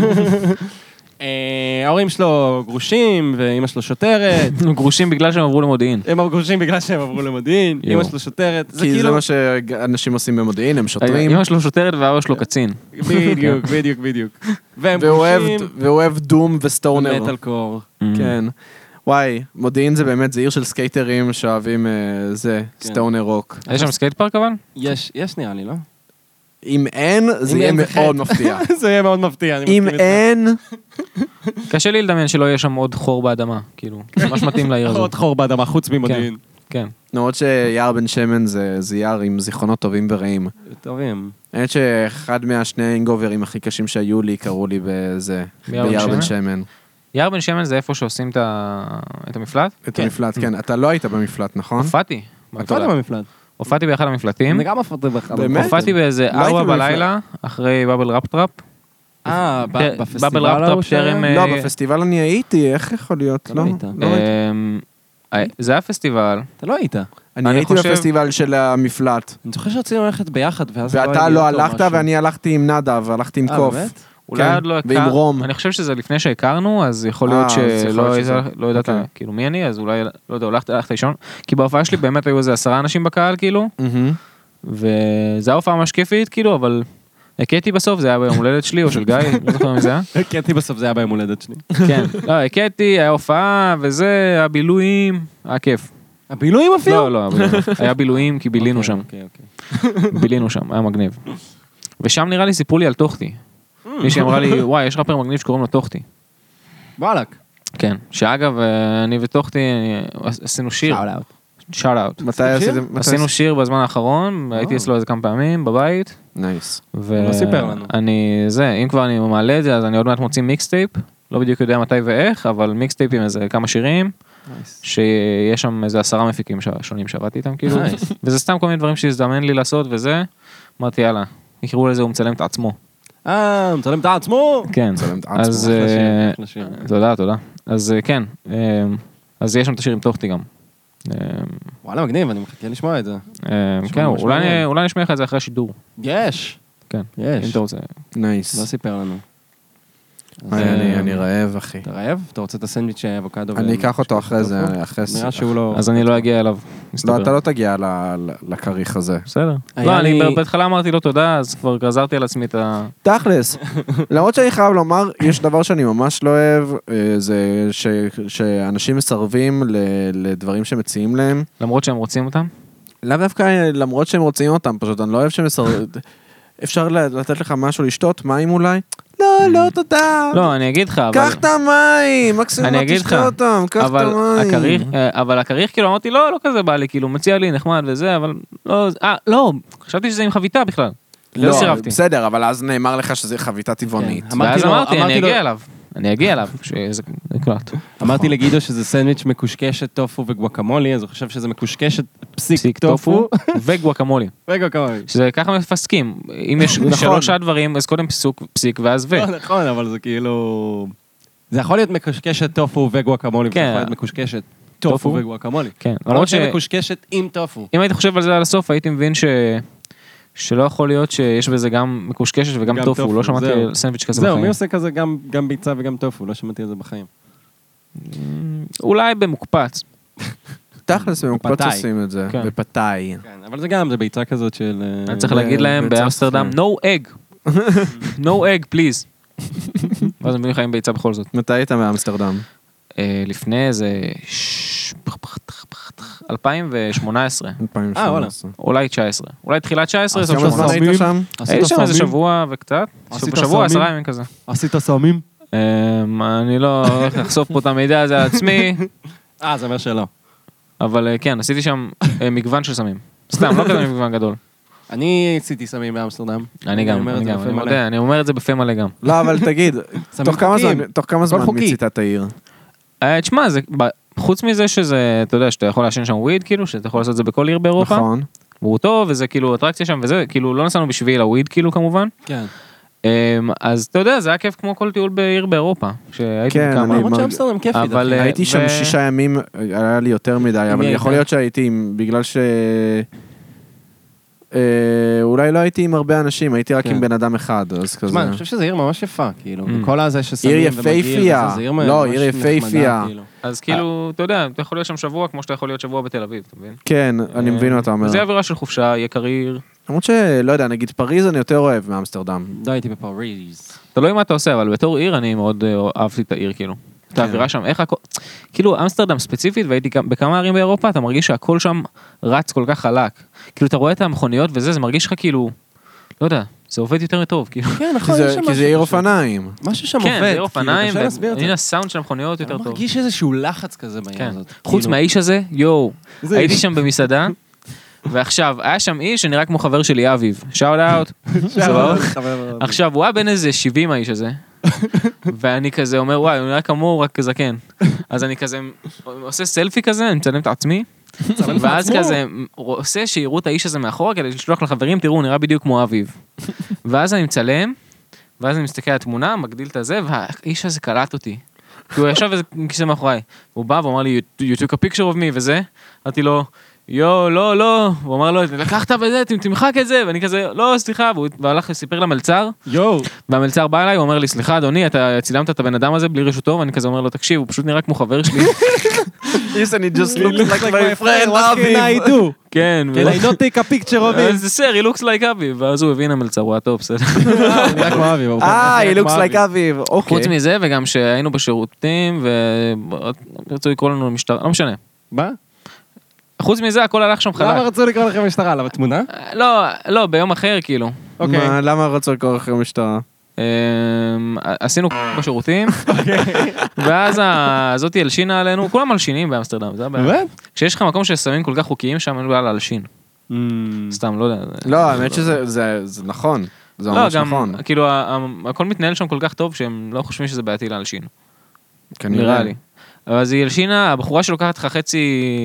אה, ההורים שלו גרושים, ואימא שלו שוטרת. גרושים בגלל שהם עברו למודיעין. הם גרושים בגלל שהם עברו למודיעין, יואו. אימא שלו שוטרת. זה כי זה כאילו... מה שאנשים עושים במודיעין, הם שוטרים. אמא שלו שוטרת ואבא שלו קצין. בדיוק, בדיוק, בדיוק. והם והוא אוהב- גרושים. והוא אוהב דום וסטונר. מטאל קור. כן. וואי, מודיעין זה באמת, זה עיר של סקייטרים שאוהבים אה, זה, כן. סטונר רוק. יש שם סקייט פארק אבל? יש, יש נראה לי, לא? אם אין, זה אם יהיה אין, זה מאוד חטא. מפתיע. זה יהיה מאוד מפתיע, אני אם מסכים איתך. אין, קשה לי לדמיין שלא יהיה שם עוד חור באדמה, כאילו, ממש מתאים לעיר הזאת. עוד חור באדמה, חוץ ממודיעין. כן. למרות שיער בן שמן זה זה יער עם זיכרונות טובים ורעים. טובים. האמת שאחד מהשני האינגוברים הכי קשים שהיו לי, קראו לי בזה, ביער בן ביער בן שמן? שמן. יער בן שמן זה איפה שעושים את ה- את המפלט? את המפלט, כן. אתה לא היית במפלט, נכון? הופעתי. הופעת במפלט. הופעתי באחד המפלטים. אני גם הופעתי באחד. באמת? הופעתי באיזה לא הייתי ארבע במפלט. בלילה, אחרי באבל ראפ טראפ. אה, ב- כן, בפסטיבל באבל ראפ ההוא טראפ שהיה? טרם... לא, אה, בפסטיבל אני הייתי, איך יכול להיות? אתה לא לא, היית. לא הייתי. אמ, אה, זה היה פסטיבל. אתה לא היית. אני אני הייתי חושב- בפסטיבל של המפלט. אני זוכר שרצינו ללכת ביחד, ואז ואתה היה לי לא אותו הלכת משהו. ואני הלכתי עם נדב, הלכתי עם אה, קוף. באמת? אולי כן, עוד לא ועם הכר... רום. אני חושב שזה לפני שהכרנו, אז יכול להיות אה, אז יכול שלא להיות היית- שזה- לא ידעת אוקיי. כאילו מי אני, אז אולי, לא יודע, הלכת הלכת לישון. כי בהופעה שלי באמת היו איזה עשרה אנשים בקהל, כאילו, מהמם. וזו הייתה הופעה ממש כיפית, כאילו, אבל הכיתי בסוף, זה היה ביום הולדת שלי או של גיא, לא זוכר מי זה היה. קטי בסוף זה היה ביום הולדת שלי. כן, לא, הכיתי, היה הופעה וזה, היה בילויים, היה כיף. הבילויים אפילו? לא, לא, הבילויים. היה בילויים כי בילינו שם. אוקיי, אוקיי. בילינו שם, היה מגניב. ושם נראה לי סיפרו לי על תוכתי. מישהי אמרה לי, וואי, יש רפר מגניב שקוראים לו תוכתי. וואלק. כן, שאגב, אני ותוכתי עשינו שיר. שאט אאוט. מתי עשיתם? עשינו שיר בזמן האחרון, הייתי אצלו איזה כמה פעמים בבית. נייס. לא סיפר לנו. ואני, זה, אם כבר אני מעלה את זה, אז אני עוד מעט מוציא מיקסטייפ. לא בדיוק יודע מתי ואיך, אבל מיקסטייפ עם איזה כמה שירים. שיש שם איזה עשרה מפיקים שונים שעבדתי איתם, כאילו. וזה סתם כל מיני דברים שהזדמן לי לעשות, וזה. אמרתי, יאללה, יקראו לזה, הוא מצלם את עצמו. אה, הוא מצלם את עצמו? כן. מצלם את עצמו. אז, תודה, תודה. אז כן, אז יש שם את השיר עם תוכתי גם. וואלה, מגניב, אני מחכה לשמוע את זה. כן, אולי נשמע לך את זה אחרי השידור. יש. כן. יש. אם אתה רוצה. נייס. לא סיפר לנו. אני רעב, אחי. אתה רעב? אתה רוצה את הסנדוויץ' אבוקדו? אני אקח אותו אחרי זה, אחרי נראה שהוא לא... אז אני לא אגיע אליו. לא, אתה לא תגיע לכריך הזה. בסדר. לא, אני בהתחלה אמרתי לו תודה, אז כבר גזרתי על עצמי את ה... תכלס, למרות שאני חייב לומר, יש דבר שאני ממש לא אוהב, זה שאנשים מסרבים לדברים שמציעים להם. למרות שהם רוצים אותם? לאו דווקא למרות שהם רוצים אותם, פשוט אני לא אוהב שהם מסרבים. אפשר לתת לך משהו לשתות, מים אולי? לא, לא, תודה. לא, אני אגיד לך, אבל... קח את המים, מקסימום לא תשתה אותם, קח את המים. אבל הכריך, כאילו, אמרתי, לא, לא כזה בא לי, כאילו, מציע לי נחמד וזה, אבל לא, אה, לא, חשבתי שזה עם חביתה בכלל. לא סירבתי. בסדר, אבל אז נאמר לך שזה חביתה טבעונית. ואז אמרתי, אני אגיע אליו. אני אגיע אליו, שזה נקלט. אמרתי לגידו שזה סנדוויץ' מקושקשת טופו וגואקמולי, אז הוא חושב שזה מקושקשת פסיק טופו וגואקמולי. וגואקמולי. שזה ככה מפסקים. אם יש שלושה דברים, אז קודם פסיק ואז ו. נכון, אבל זה כאילו... זה יכול להיות מקושקשת טופו וגואקמולי, וזה יכול להיות מקושקשת טופו וגואקמולי. כן. למרות שמקושקשת עם טופו. אם הייתי חושב על זה על הסוף, הייתי מבין ש... שלא יכול להיות שיש בזה גם מקושקשת וגם טופו, לא שמעתי על סנדוויץ' כזה בחיים. זהו, מי עושה כזה גם ביצה וגם טופו, לא שמעתי על זה בחיים. אולי במוקפץ. תכלס במוקפץ עושים את זה, בפתאי. כן, אבל זה גם, זה ביצה כזאת של... אני צריך להגיד להם באמסטרדם, no egg, no egg please. ואז הם מביאים חיים ביצה בכל זאת. מתי היית באמסטרדם? לפני איזה... אלפיים ושמונה עשרה. אה, וואלה. אולי תשע עשרה. אולי תחילת תשע עשרה. כמה זמן היית שם? הייתי שם איזה שבוע וקצת. שבוע, עשרה ימים כזה. עשית סמים? אני לא הולך לחשוף פה את המידע הזה על עצמי. אה, זה אומר שלא. אבל כן, עשיתי שם מגוון של סמים. סתם, לא כזה מגוון גדול. אני עשיתי סמים באמסטרדם. אני גם, אני גם. אני אומר את זה בפה מלא גם. לא, אבל תגיד, תוך כמה זמן מציתה את העיר? תשמע, זה... חוץ מזה שזה, אתה יודע, שאתה יכול להשן שם וויד, כאילו, שאתה יכול לעשות את זה בכל עיר באירופה. נכון. והוא טוב, וזה כאילו אטרקציה שם, וזה, כאילו, לא נסענו בשביל הוויד, כאילו, כמובן. כן. אז אתה יודע, זה היה כיף כמו כל טיול בעיר באירופה, שהייתי כן, בכמה. אני מרג... אבל הייתי שם שישה ימים, היה לי יותר מדי, אבל יכול להיות שהייתי, בגלל ש... אולי לא הייתי עם הרבה אנשים, הייתי רק עם בן אדם אחד, אז כזה. תשמע, אני חושב שזו עיר ממש יפה, כאילו, כל הזה ששמים עיר יפהפייה, לא, עיר יפהפייה. אז כאילו, אתה יודע, אתה יכול להיות שם שבוע, כמו שאתה יכול להיות שבוע בתל אביב, אתה מבין? כן, אני מבין מה אתה אומר. זה אווירה של חופשה, יהיה קריר. למרות שלא יודע, נגיד פריז אני יותר אוהב מאמסטרדם. לא הייתי בפריז. תלוי מה אתה עושה, אבל בתור עיר אני מאוד אהבתי את העיר, כאילו. את האווירה שם, איך הכל... כאילו, אמסטרדם ספציפית, והייתי בכמה ערים באירופה, אתה מרגיש שהכל שם רץ כל כך חלק. כאילו, אתה רואה את המכוניות וזה, זה מרגיש לך כאילו... לא יודע, זה עובד יותר טוב, כאילו. כן, נכון, כי זה עיר אופניים. משהו שם עובד. כן, זה עיר אופניים, והנה הסאונד של המכוניות יותר טוב. אני מרגיש איזשהו לחץ כזה בעיר הזאת. חוץ מהאיש הזה, יואו, הייתי שם במסעדה, ועכשיו, היה שם איש שנראה כמו חבר שלי, אביב. שאוט אאוט. עכשיו, הוא היה בין איזה שבעים האיש הזה. ואני כזה אומר, וואי, הוא נראה כמוהו, רק כזקן. אז אני כזה עושה סלפי כזה, אני מצלם את עצמי, ואז כזה עושה שיראו את האיש הזה מאחורה, כדי לשלוח לחברים, תראו, הוא נראה בדיוק כמו אביב. ואז אני מצלם, ואז אני מסתכל על התמונה, מגדיל את הזה, והאיש הזה קלט אותי. כי הוא ישב איזה כיסא מאחוריי. הוא בא ואומר לי, you took a picture of me, וזה. אמרתי לו, יו, לא, לא. הוא אמר לו, לקחת בזה, תמחק את זה, ואני כזה, לא, סליחה, והוא הלך לסיפר למלצר, יו. והמלצר בא אליי, הוא אומר לי, סליחה, אדוני, אתה צילמת את הבן אדם הזה בלי רשותו, ואני כזה אומר לו, תקשיב, הוא פשוט נראה כמו חבר שלי. Listen, he just looks like my friend, אביב. כן. Can I not take a picture of him? זה סר, he looks like אביב, ואז הוא הבין המלצר, הוא היה טוב, בסדר. הוא נראה כמו אביב. אה, he looks like אביב, אוקיי. חוץ מזה, וגם שהיינו בשירותים, ורצו לקרוא לנו למשטרה, לא משנה. מה? חוץ מזה, הכל הלך שם חלק. למה רצו לקרוא לכם משטרה? עליו תמונה? לא, לא, ביום אחר כאילו. אוקיי. מה, למה רצו לקרוא אחרי משטרה? אמ, עשינו בשירותים, ואז הזאתי הלשינה עלינו, כולם מלשינים באמסטרדם, זה הבעיה. באמת? כשיש לך מקום של סמים כל כך חוקיים, שם אין בעיה להלשין. סתם, לא יודע. לא, האמת שזה זה- זה נכון. זה לא, ממש גם, נכון. כאילו, ה- ה- הכל מתנהל שם כל כך טוב, שהם לא חושבים שזה בעייתי להלשין. כנראה. נראה לי. אז היא הלשינה, הבחורה שלוקחת לך חצי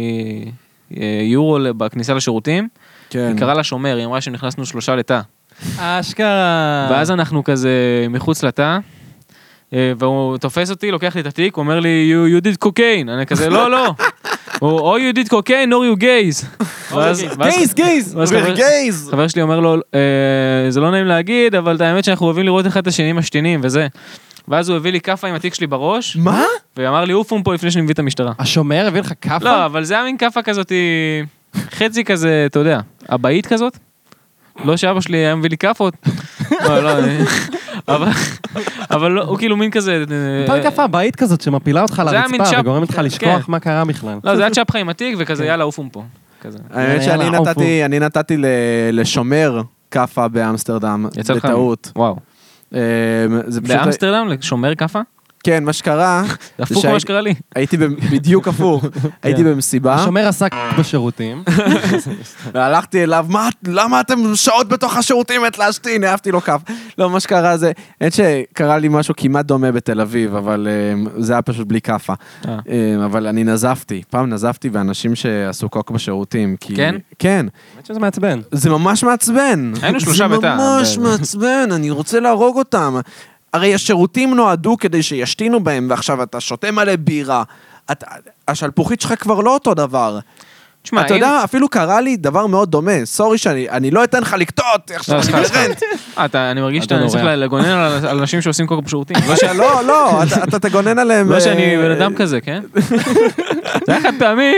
אה, יורו בכניסה לשירותים, כן. היא קראה לה שומר, היא אמרה שנכנסנו שלושה לתא. אשכרה. ואז אנחנו כזה מחוץ לתא, אה, והוא תופס אותי, לוקח לי את התיק, הוא אומר לי, you, you did cocaine. אני כזה, לא, לא. הוא, or you did cocaine, or you gays. ואז- ואז- גייז, גייז. ואז חבר- גייז! חבר שלי אומר לו, "אה, זה לא נעים להגיד, אבל את האמת שאנחנו אוהבים לראות אחד את השני משתינים וזה. ואז הוא הביא לי כאפה עם התיק שלי בראש, מה? ואמר לי, אופום פה לפני שאני מביא את המשטרה. השומר הביא לך כאפה? לא, אבל זה היה מין כאפה כזאת, חצי כזה, אתה יודע, הבאית כזאת. לא שאבא שלי היה מביא לי כאפות. לא, לא, אני- אבל- אבל לא, הוא כאילו מין כזה... פעם כאפה הבית כזאת שמפילה אותך זה היה מין לרצפה צ'אפ- וגורמת לך כן. לשכוח מה קרה בכלל. לא, זה היה צ'פחה עם התיק וכזה, יאללה, אופום פה. כזה. האמת שאני יאללה, נתתי, אני נתתי ל- לשומר כאפה באמסטרדם, יצא לך... בטעות. וואו. אה, זה פשוט... באמסטרדם, לשומר כאפה? כן, מה שקרה, זה הפוך שהי- מה שקרה לי. הייתי ב- בדיוק הפוך, הייתי במסיבה, השומר עסק בשירותים. והלכתי אליו, "מה, למה אתם שעות בתוך השירותים את להשתין?" העפתי לו כף. לא, מה שקרה זה, אין שקרה לי משהו כמעט דומה בתל אביב, אבל אה, זה היה פשוט בלי כאפה. אה. אה, אבל אני נזפתי, פעם נזפתי באנשים שעשו קוק בשירותים, כי... כן? כן. האמת שזה מעצבן. זה ממש מעצבן. היינו שלושה בתא. זה ממש ב- מעצבן, אני רוצה להרוג אותם. הרי השירותים נועדו כדי שישתינו בהם, ועכשיו אתה שותה מלא בירה. אתה- השלפוחית שלך כבר לא אותו דבר. תשמע, אתה אם- יודע, אפילו קרה לי דבר מאוד דומה. סורי שאני אני לא אתן לך לקטות, עכשיו לא, אני סליחה, סליחה. ברנט. אה, אתה- אני מרגיש אתה שאתה צריך נורא. לגונן על על אנשים שעושים קוק בשירותים. לא ש- לא, לא, אתה- אתה תגונן עליהם. לא שאני אה, בן אדם כזה, כן? זה היה חד פעמי.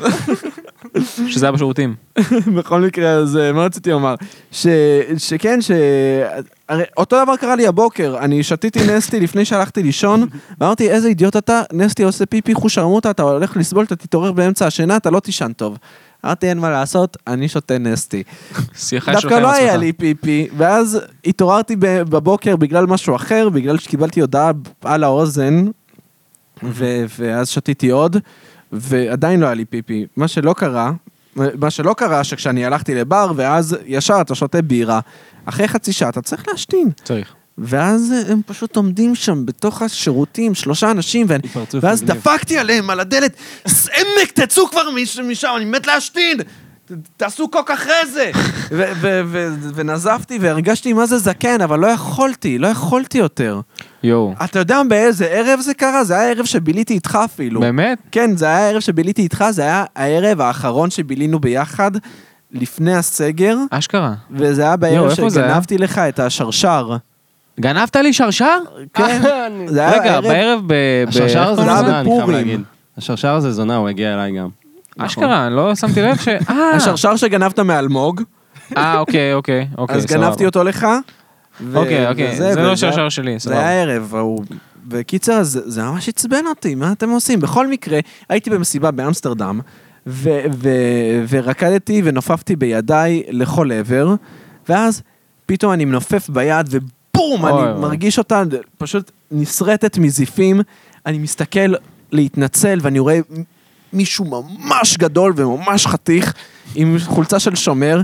שזה היה בשירותים. בכל מקרה, אז אה, מה רציתי לומר? ש- שכן, ש... הרי אותו דבר קרה לי הבוקר, אני שתיתי נסטי לפני שהלכתי לישון, ואמרתי, איזה אידיוט אתה, נסטי עושה פיפי חושרמוטה, אתה הולך לסבול, אתה תתעורר באמצע השינה, אתה לא תישן טוב. אמרתי, אין מה לעשות, אני שותה נסטי. שיחה שלך דווקא עם לא היה עצמך. לי פיפי, ואז התעוררתי ב- בבוקר בגלל משהו אחר, בגלל שקיבלתי הודעה על האוזן, ו- ואז שתיתי עוד, ועדיין לא היה לי פיפי. מה שלא קרה, מה שלא קרה, שכשאני הלכתי לבר, ואז ישר אתה שותה בירה, אחרי חצי שעה אתה צריך להשתין. צריך. ואז הם פשוט עומדים שם בתוך השירותים, שלושה אנשים, ואני, פרצוף ואז מגניב. דפקתי עליהם על הדלת, עמק, תצאו כבר מש- משם, אני מת להשתין, ת- תעשו קוק אחרי זה. ו- ו- ו- ונזפתי והרגשתי מה זה זקן, אבל לא יכולתי, לא יכולתי יותר. יואו. אתה יודע באיזה ערב זה קרה? זה היה הערב שביליתי איתך אפילו. באמת? כן, זה היה הערב שביליתי איתך, זה היה הערב האחרון שבילינו ביחד, לפני הסגר, אשכרה. וזה היה יואו, בערב איפה זה היה? שגנבתי לך את השרשר. גנבת לי שרשר? כן, זה היה רגע, הערב... בערב ב... ב- השרשר איך הזה קוראים היה לזה? זונה, אני חייב בפורים. להגיד. השרשר הזה זונה, הוא הגיע אליי גם. אשכרה, אני לא שמתי לב ש... אה, השרשר שגנבת מאלמוג, אה, אוקיי, אוקיי, אוקיי, אז סבבה. גנבתי אותו לך. ו- אוקיי, אוקיי, וזה, זה לא וזה- שרשר שלי, זה היה סבבה. הערב, ההוא. בקיצר, זה זה ממש עצבן אותי, מה אתם עושים? בכל מקרה, הייתי במסיבה באמסטרדם, ו- ו- ורקדתי ונופפתי בידיי לכל עבר, ואז פתאום אני מנופף ביד, ובום, אוי, אני אוי. מרגיש אותה פשוט נשרטת מזיפים, אני מסתכל להתנצל, ואני רואה מישהו ממש גדול וממש חתיך, עם חולצה של שומר,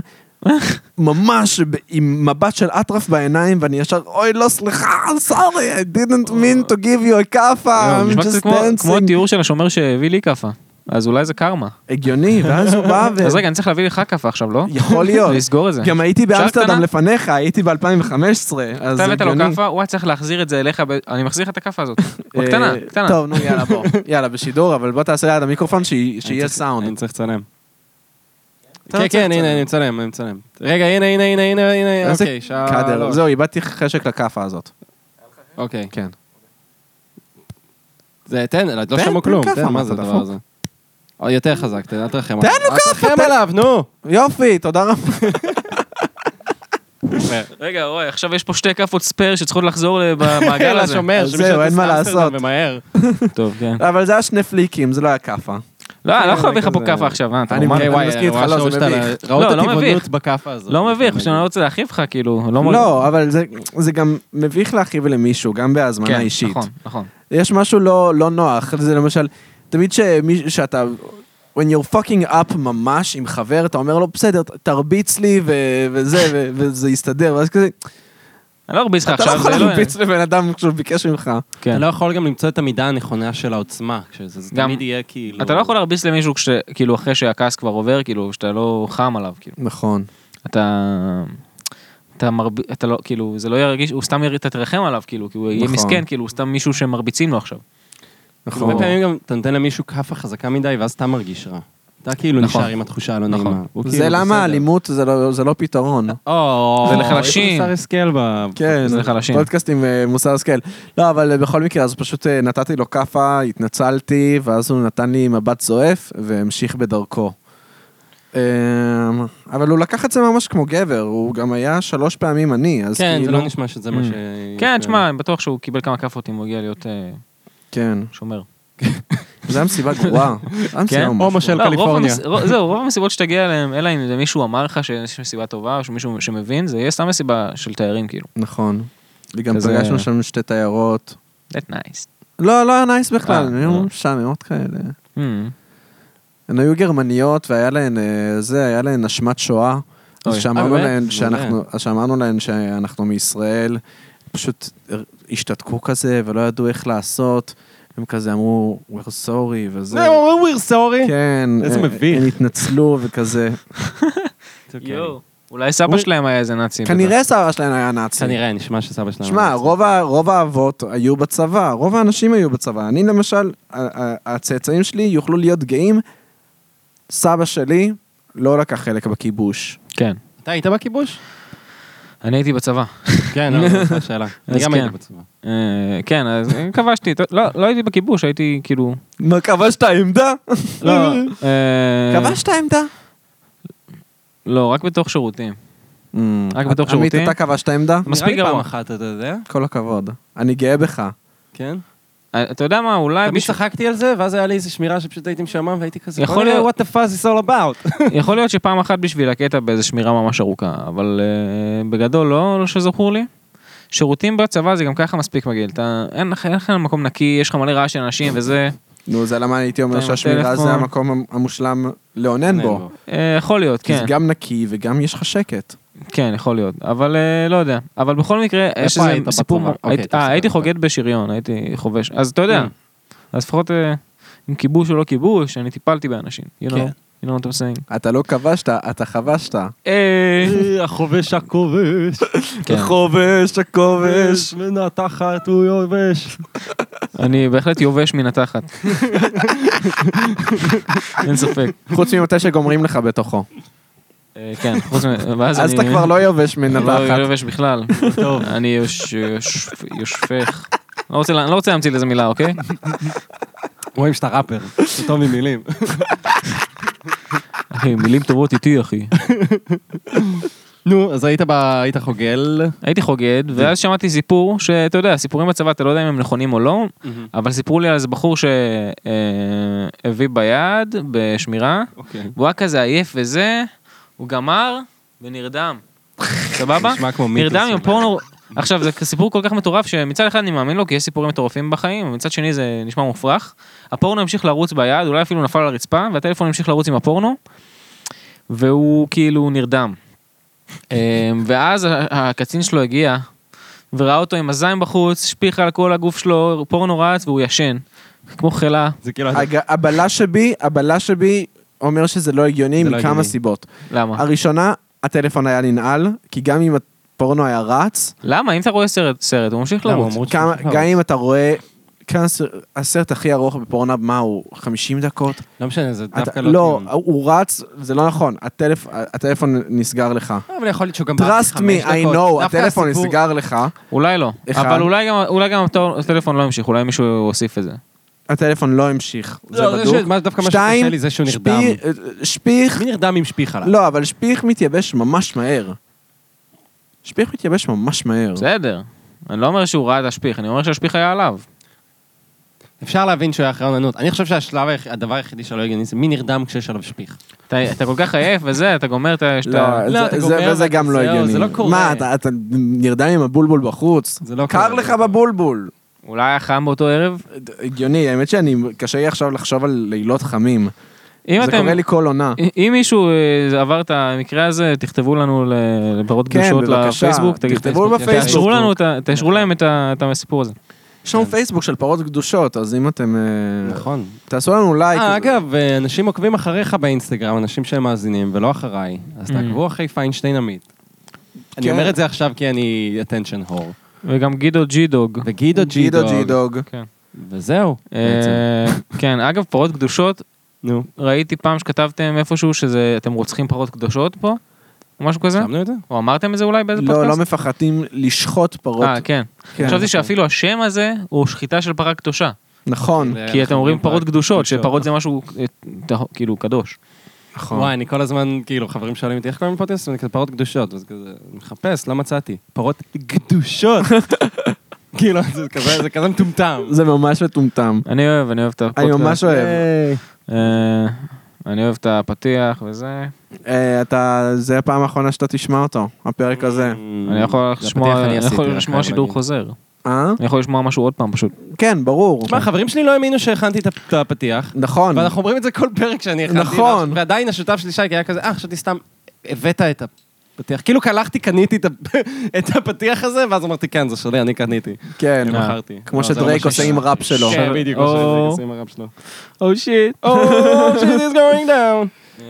ממש ב- עם מבט של אטרף בעיניים, ואני ישר, אוי, לא, סליחה, sorry, I didn't mean to give you a כאפה, יואו, I'm נשמע קצת just כמו- כמו dancing. התיאור של השומר שהביא לי כאפה. אז אולי זה קרמה. הגיוני, ואז הוא בא ו... אז רגע, אני צריך להביא לך כאפה עכשיו, לא? יכול להיות. לסגור את זה. גם הייתי אפשר באמסטרדם קטנה? לפניך, הייתי ב-אלפיים וחמש עשרה, אז אתה הבאת לו הגיוני. כאפה, הוא היה צריך להחזיר את זה אליך, ב- אני מחזיר לך את הכאפה הזאת. אה, קטנה, קטנה. טוב, נו, יאללה, בוא. יאללה, בשידור, אבל בוא תעשה ליד המיקרופון, שהיא- שיהיה אני סאונד. צריך לצלם. אתה כן, לא צריך כן, הנה, לצלם. אני מצלם, אני מצלם. רגע, הנה, הנה, הנה, הנה, הנה, איזה אוקיי, קאדר. שלוש. זהו, איבדתי חשק לכאפה הזאת. אוקיי. כן. זה, תן, לא תן, שמעו תן כלום, כאפה, תן, מה מה אתה זה הדבר דפוק? הזה? או, יותר חזק, תן, אל תרחם תן עליו. לו אל כאפה, תרחם תן. עליו, נו! יופי, תודה רבה. רגע, רואי, עכשיו יש פה שתי כאפות ספייר שצריכות לחזור במעגל הזה. לשומר, אז שמי זהו, שטס אין מה לאמסטרדם לעשות. ומהר. טוב, כן. אבל זה היה שני פליקים, זה לא היה כאפה. לא, אני לא יכול להביא לך פה כזה- כאפה עכשיו, אה, אתה אני נורמלי? אני מסכים איתך, לא, זה מביך. ראו לא, את לא הטבעונות מביך. בכאפה הזאת. לא מביך, פשוט אני לא רוצה להכאיב לך, כאילו, לא... לא, אבל זה- זה גם מביך להכאיב למישהו, גם בהזמנה כן, אישית. נכון, נכון. יש משהו לא לא נוח, זה למשל, תמיד שמי- שאתה... when you're fucking up ממש עם חבר, אתה אומר לו, בסדר, תרביץ לי ו- וזה, ו- וזה יסתדר, ואז כזה, אני לא ארביץ לך אתה לא עכשיו, יכול זה לא... להרביץ לבן אדם כשהוא ביקש ממך. כן. אתה לא יכול גם למצוא את המידה הנכונה של העוצמה, כשזה זה גם- תמיד יהיה כאילו... אתה לא יכול להרביץ למישהו כש... כאילו אחרי שהכעס כבר עובר, כאילו, שאתה לא חם עליו, כאילו. נכון. אתה... אתה מרביץ, אתה לא, כאילו, זה לא ירגיש, הוא סתם יריד, אתה תרחם עליו, כאילו, כי הוא יהיה נכון. מסכן, כאילו, הוא סתם מישהו שמרביצים לו עכשיו. נכון. הרבה פעמים גם אתה נותן למישהו כאפה חזקה מדי, ואז אתה מרגיש רע. אתה כאילו נכון. נשאר עם התחושה הלא נכון. נעימה. הוא זה כאילו למה בסדר. האלימות זה לא- זה לא פתרון. או, זה לחלשים. יש מוסר השכל ב... כן, זה לחלשים. פודקאסט עם אה, מוסר השכל. לא, אבל בכל מקרה, אז פשוט אה, נתתי לו כאפה, התנצלתי, ואז הוא נתן לי מבט זועף, והמשיך בדרכו. אה, אבל הוא לקח את זה ממש כמו גבר, הוא גם היה שלוש פעמים אני, אז כן, זה כאילו... לא נשמע שזה מה Mm. ש... כן, תשמע, אני בטוח שהוא קיבל כמה כאפות אם הוא הגיע להיות אה, כן, שומר. זה היה מסיבה גרועה. זה היה מסיבה כן? ממש הומו של לא, רוב קליפורניה. המס- רוב- זהו, רוב המסיבות שתגיע אליהם, אלא אם זה מישהו אמר לך שיש מסיבה טובה, או שמישהו שמבין, זה יהיה סתם מסיבה של תיירים, כאילו. נכון. וגם כזה- פגשנו שם שתי תיירות. That nice. לא, לא היה נייס בכלל, אה, הן היו לא. משעממות כאלה. Hmm. הן היו גרמניות והיה להן, אה, זה, היה להן אשמת שואה. אז אוי. שאמרנו אה, באמת? להן זה שאנחנו, אז שאמרנו להן שאנחנו מישראל, פשוט השתתקו כזה ולא ידעו איך לעשות. הם כזה אמרו, we're sorry וזה. זה, הם אומרים we're sorry. כן, איזה אה, מביך. הם התנצלו וכזה. יואו. אולי סבא שלהם היה איזה נאצי. כנראה סבא שלהם היה נאצי. כנראה, נשמע שסבא שלנו... שמע, רוב ה- רוב האבות היו בצבא, רוב האנשים היו בצבא. אני למשל, ה- ה- הצאצאים שלי יוכלו להיות גאים. סבא שלי לא לקח חלק בכיבוש. כן. אתה היית בכיבוש? אני הייתי בצבא. כן, לא, זו השאלה. אני אז גם כן. הייתי בצבא. אה, כן, אז כבשתי. לא, לא הייתי בכיבוש, הייתי כאילו... מה, כבשת עמדה? לא. אה, כבשת עמדה? לא, רק בתוך שירותים. רק בתוך עמית, שירותים. אתה כבשת עמדה? מספיק נראה לי פעם גרוע. אחת, אתה יודע? כל הכבוד. אני גאה בך. כן? אתה יודע מה, אולי... תמיד בשביל- צחקתי על זה, ואז היה לי איזו שמירה שפשוט הייתי משעמם, והייתי כזה, יכול בוא נראה להיות- what the fuss is all about. יכול להיות שפעם אחת בשביל הקטע באיזה שמירה ממש ארוכה, אבל uh, בגדול לא, לא שזכור לי. שירותים בצבא זה גם ככה מספיק מגעיל, אתה, אין לך אין לך מקום נקי, יש לך מלא רעש של אנשים וזה, נו, זה למה הייתי אומר אתה עם שהשמירה הטלפון. זה המקום המושלם לאונן בו. uh, יכול להיות, כי כן, זה גם נקי וגם יש לך שקט. כן, יכול להיות, אבל uh, לא יודע, אבל בכל מקרה, יש היית איזה סיפור, בצבא? הייתי, אוקיי, אה, תפסיק, הייתי תפסיק. חוגג בשריון, הייתי חובש, אז אתה יודע, Mm. אז לפחות uh, עם כיבוש או לא כיבוש, אני טיפלתי באנשים, you know, כן. you know what I'm saying. אתה לא כבשת, אתה חבשת. אה, החובש הכובש, כן. החובש, הכובש. מנתחת הוא יובש. אני בהחלט יובש מן התחת. אין ספק. חוץ ממתי שגומרים לך בתוכו. אה, כן, חוץ מ... ואז אז אני... אתה כבר לא יובש מן לא התחת. יובש בכלל. טוב. אני יוש- יוש- יושפך. לא רוצה לה- לא רוצה להמציא לזה מילה, אוקיי? רואים שאתה ראפר, זה טוב ממילים. אחי, מילים טובות איתי, אחי. נו, אז היית ב- היית חוגל. הייתי חוגד, ואז שמעתי סיפור, שאתה יודע, סיפורים בצבא, אתה לא יודע אם הם נכונים או לא, אבל סיפרו לי על איזה בחור שהביא ביד, בשמירה, אוקיי. והוא היה כזה עייף וזה, הוא גמר ונרדם. סבבה? נשמע כמו מיתוס. נרדם עם פורנו... עכשיו, זה סיפור כל כך מטורף, שמצד אחד אני מאמין לו, כי יש סיפורים מטורפים בחיים, ומצד שני זה נשמע מופרך. הפורנו המשיך לרוץ ביד, אולי אפילו נפל על הרצפה, והטלפון המשיך לרוץ עם הפורנו, והוא כאילו נרדם. ואז הקצין שלו הגיע, וראה אותו עם הזין בחוץ, שפיך על כל הגוף שלו, פורנו רץ, והוא ישן. כמו חילה. זה כאילו... הג- הבלה שבי, הבלה שבי אומר שזה לא הגיוני זה לא מכמה הגיוני. סיבות. למה? הראשונה, הטלפון היה ננעל, כי גם אם הפורנו היה רץ, למה? אם אתה רואה סרט, סרט, הוא ממשיך למה, לרוץ. אמרו כמה- שהוא גם אם אתה רואה, כמה סר- הסרט הכי ארוך בפורנאב, מה הוא? חמישים דקות? לא משנה, זה אתה- דווקא לא לא, טיעון. הוא רץ, זה לא נכון, הטלפ- הטלפון נסגר לך. אבל יכול להיות שהוא גם רץ Trust חמש me, I דקות. know, דווקא הטלפון הסיפור- נסגר לך, אולי לא. אחד. אבל אולי גם, אולי גם הטור- הטלפון לא המשיך, אולי מישהו הוסיף את זה. הטלפון לא המשיך, זה לא, זה בדוק. ש- מה- דווקא מה שתיים, שקשה לי זה שהוא נרדם. שפי- שפיך, מי נרדם עם שפיך עליו? לא, אבל שפיך מתייבש ממש מהר. שפיך מתייבש ממש מהר. בסדר. אני לא אומר שהוא ראה את השפיך, אני אומר שהשפיך היה עליו. אפשר להבין שהוא היה אחרי עוננות. אני חושב שהשלב, הדבר היחידי שלא הגיוני, זה מי נרדם כשיש עליו שפיך. אתה כל כך עייף וזה, אתה גומר את ה... לא, זה גם לא הגיוני. זה לא קורה. מה, אתה נרדם עם הבולבול בחוץ? זה לא קורה. קר לך בבולבול. אולי היה חם באותו ערב? הגיוני, האמת שאני, קשה לי עכשיו לחשוב על לילות חמים. זה קורה לי כל עונה. אם מישהו עבר את המקרה הזה, תכתבו לנו לפרות קדושות לפייסבוק. תכתבו בפייסבוק. תאשרו להם את הסיפור הזה. יש לנו פייסבוק של פרות קדושות, אז אם אתם... נכון. תעשו לנו לייק. אגב, אנשים עוקבים אחריך באינסטגרם, אנשים שהם מאזינים, ולא אחריי, אז תעקבו אחרי פיינשטיין עמית. אני אומר את זה עכשיו כי אני attention whore. וגם גידו ג'י-דוג. וגידו ג'י-דוג. וזהו. כן, אגב, פרות קדושות, ראיתי פעם שכתבתם איפשהו שאתם רוצחים פרות קדושות פה, או משהו כזה? שמנו את זה? או אמרתם את זה אולי באיזה פודקאסט? לא, לא מפחדים לשחוט פרות. אה, כן. חשבתי שאפילו השם הזה הוא שחיטה של פרה קדושה. נכון. כי אתם אומרים פרות קדושות, שפרות זה משהו כאילו קדוש. נכון. וואי, אני כל הזמן, כאילו, חברים שואלים אותי, איך קוראים בפודקאסט? אני כזה פרות קדושות, אז כזה, מחפש, לא מצאתי. פרות קדושות. כאילו, זה כזה מטומטם. זה ממש מטומטם. אני אוהב, אני אוהב את הפודקאסט. אני ממש אוהב. אני אוהב את הפתיח וזה. אתה, זה הפעם האחרונה שאתה תשמע אותו, הפרק הזה. אני יכול לשמוע שידור חוזר. אה? אני יכול לשמוע משהו עוד פעם פשוט. כן, ברור. תשמע, חברים שלי לא האמינו שהכנתי את הפתיח. נכון. ואנחנו אומרים את זה כל פרק שאני הכנתי. נכון. ועדיין השותף שלי שי, כי היה כזה, אה, חשבתי סתם, הבאת את הפתיח. כאילו קלחתי, קניתי את הפתיח הזה, ואז אמרתי, כן, זה שלי, אני קניתי. כן. אני מכרתי. כמו שדרייק עושה עם ראפ שלו. כן, בדיוק, כמו שדרייק עושה עם הראפ שלו. Oh shit. Oh shit is going down.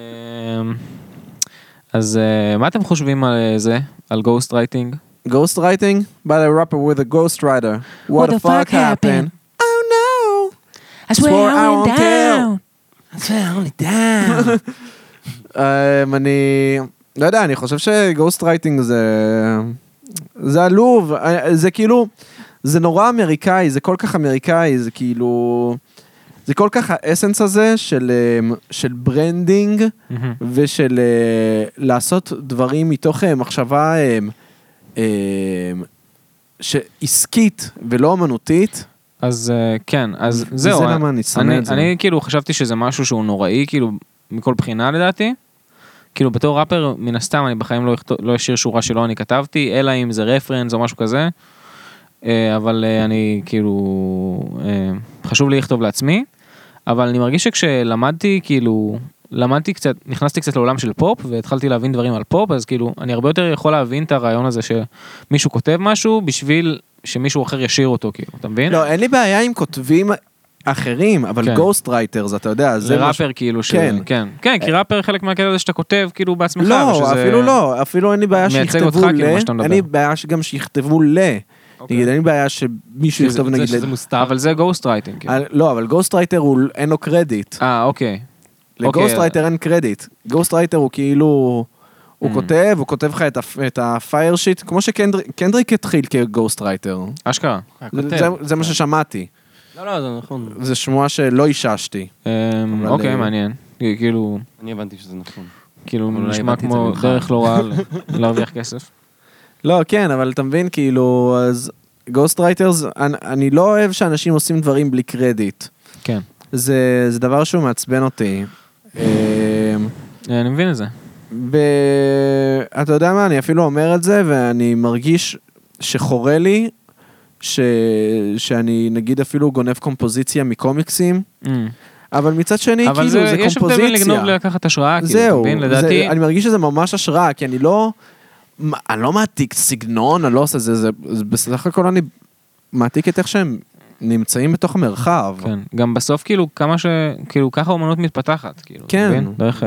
אז מה אתם חושבים על זה? על גוסט רייטינג? Ghost writing by a rapper with a ghost writer. What the fuck happened? Oh no! I swear I went down. I swear I went down. אני לא יודע, אני חושב שגוסט רייטינג זה זה עלוב, זה כאילו, זה נורא אמריקאי, זה כל כך אמריקאי, זה כאילו, זה כל כך האסנס הזה של, של ברנדינג ושל לעשות דברים מתוך מחשבה שעסקית ולא אמנותית. אז כן, אז זהו, זה למה אני שונא את זה. אני כאילו חשבתי שזה משהו שהוא נוראי, כאילו מכל בחינה לדעתי, כאילו בתור ראפר מן הסתם אני בחיים לא, לא אשאיר שורה שלו אני כתבתי, אלא אם זה רפרנס או משהו כזה, אבל אני כאילו, חשוב לי לכתוב לעצמי, אבל אני מרגיש שכשלמדתי כאילו, למדתי קצת, נכנסתי קצת לעולם של פופ, והתחלתי להבין דברים על פופ, אז כאילו, אני הרבה יותר יכול להבין את הרעיון הזה שמישהו כותב משהו, בשביל שמישהו אחר ישיר אותו, כאילו, אתה מבין? לא, אין לי בעיה עם כותבים אחרים, אבל גוסט רייטרס, אתה יודע, זה ראפר כאילו, כן, כן, כן, כי ראפר חלק מהקטע הזה שאתה כותב, כאילו, בעצמך, לא, אפילו לא, אפילו אין לי בעיה שיכתבו ל, אין לי בעיה שגם שיכתבו ל, נגיד, אין לי בעיה שמישהו יכתוב, נגיד, אבל זה גוסט רייטינג. לא, אבל גוסט רייטר אין לו קרדיט. אה, אוקיי. לגוסט רייטר אין קרדיט. גוסט רייטר הוא כאילו, הוא כותב, הוא כותב לך את הפייר שיט, כמו שקנדריק התחיל כגוסט רייטר. אשכרה. זה מה ששמעתי. לא, לא, זה נכון. זה שמועה שלא איששתי. אוקיי, מעניין. כאילו... אני הבנתי שזה נכון. כאילו, נשמע כמו דרך לא רעה להרוויח כסף. לא, כן, אבל אתה מבין, כאילו, אז גוסט רייטרס, אני לא אוהב שאנשים עושים דברים בלי קרדיט. כן. זה, זה דבר שהוא מעצבן אותי. אני מבין את זה. ואתה יודע מה, אני אפילו אומר את זה, ואני מרגיש שחורה לי, ש... שאני נגיד אפילו גונב קומפוזיציה מקומיקסים, אבל מצד שני, כאילו, זה קומפוזיציה. יש הבדל בין לגנוב לקחת השראה, זהו, כאילו, לדעתי... זה, אני מרגיש שזה ממש השראה, כי אני לא, אני לא מעתיק סגנון, אני לא עושה זה, זה, זה בסך הכל אני מעתיק את איך שהם נמצאים בתוך המרחב. כן, גם בסוף כאילו כמה ש... כאילו ככה אומנות מתפתחת, כאילו. כן. דרך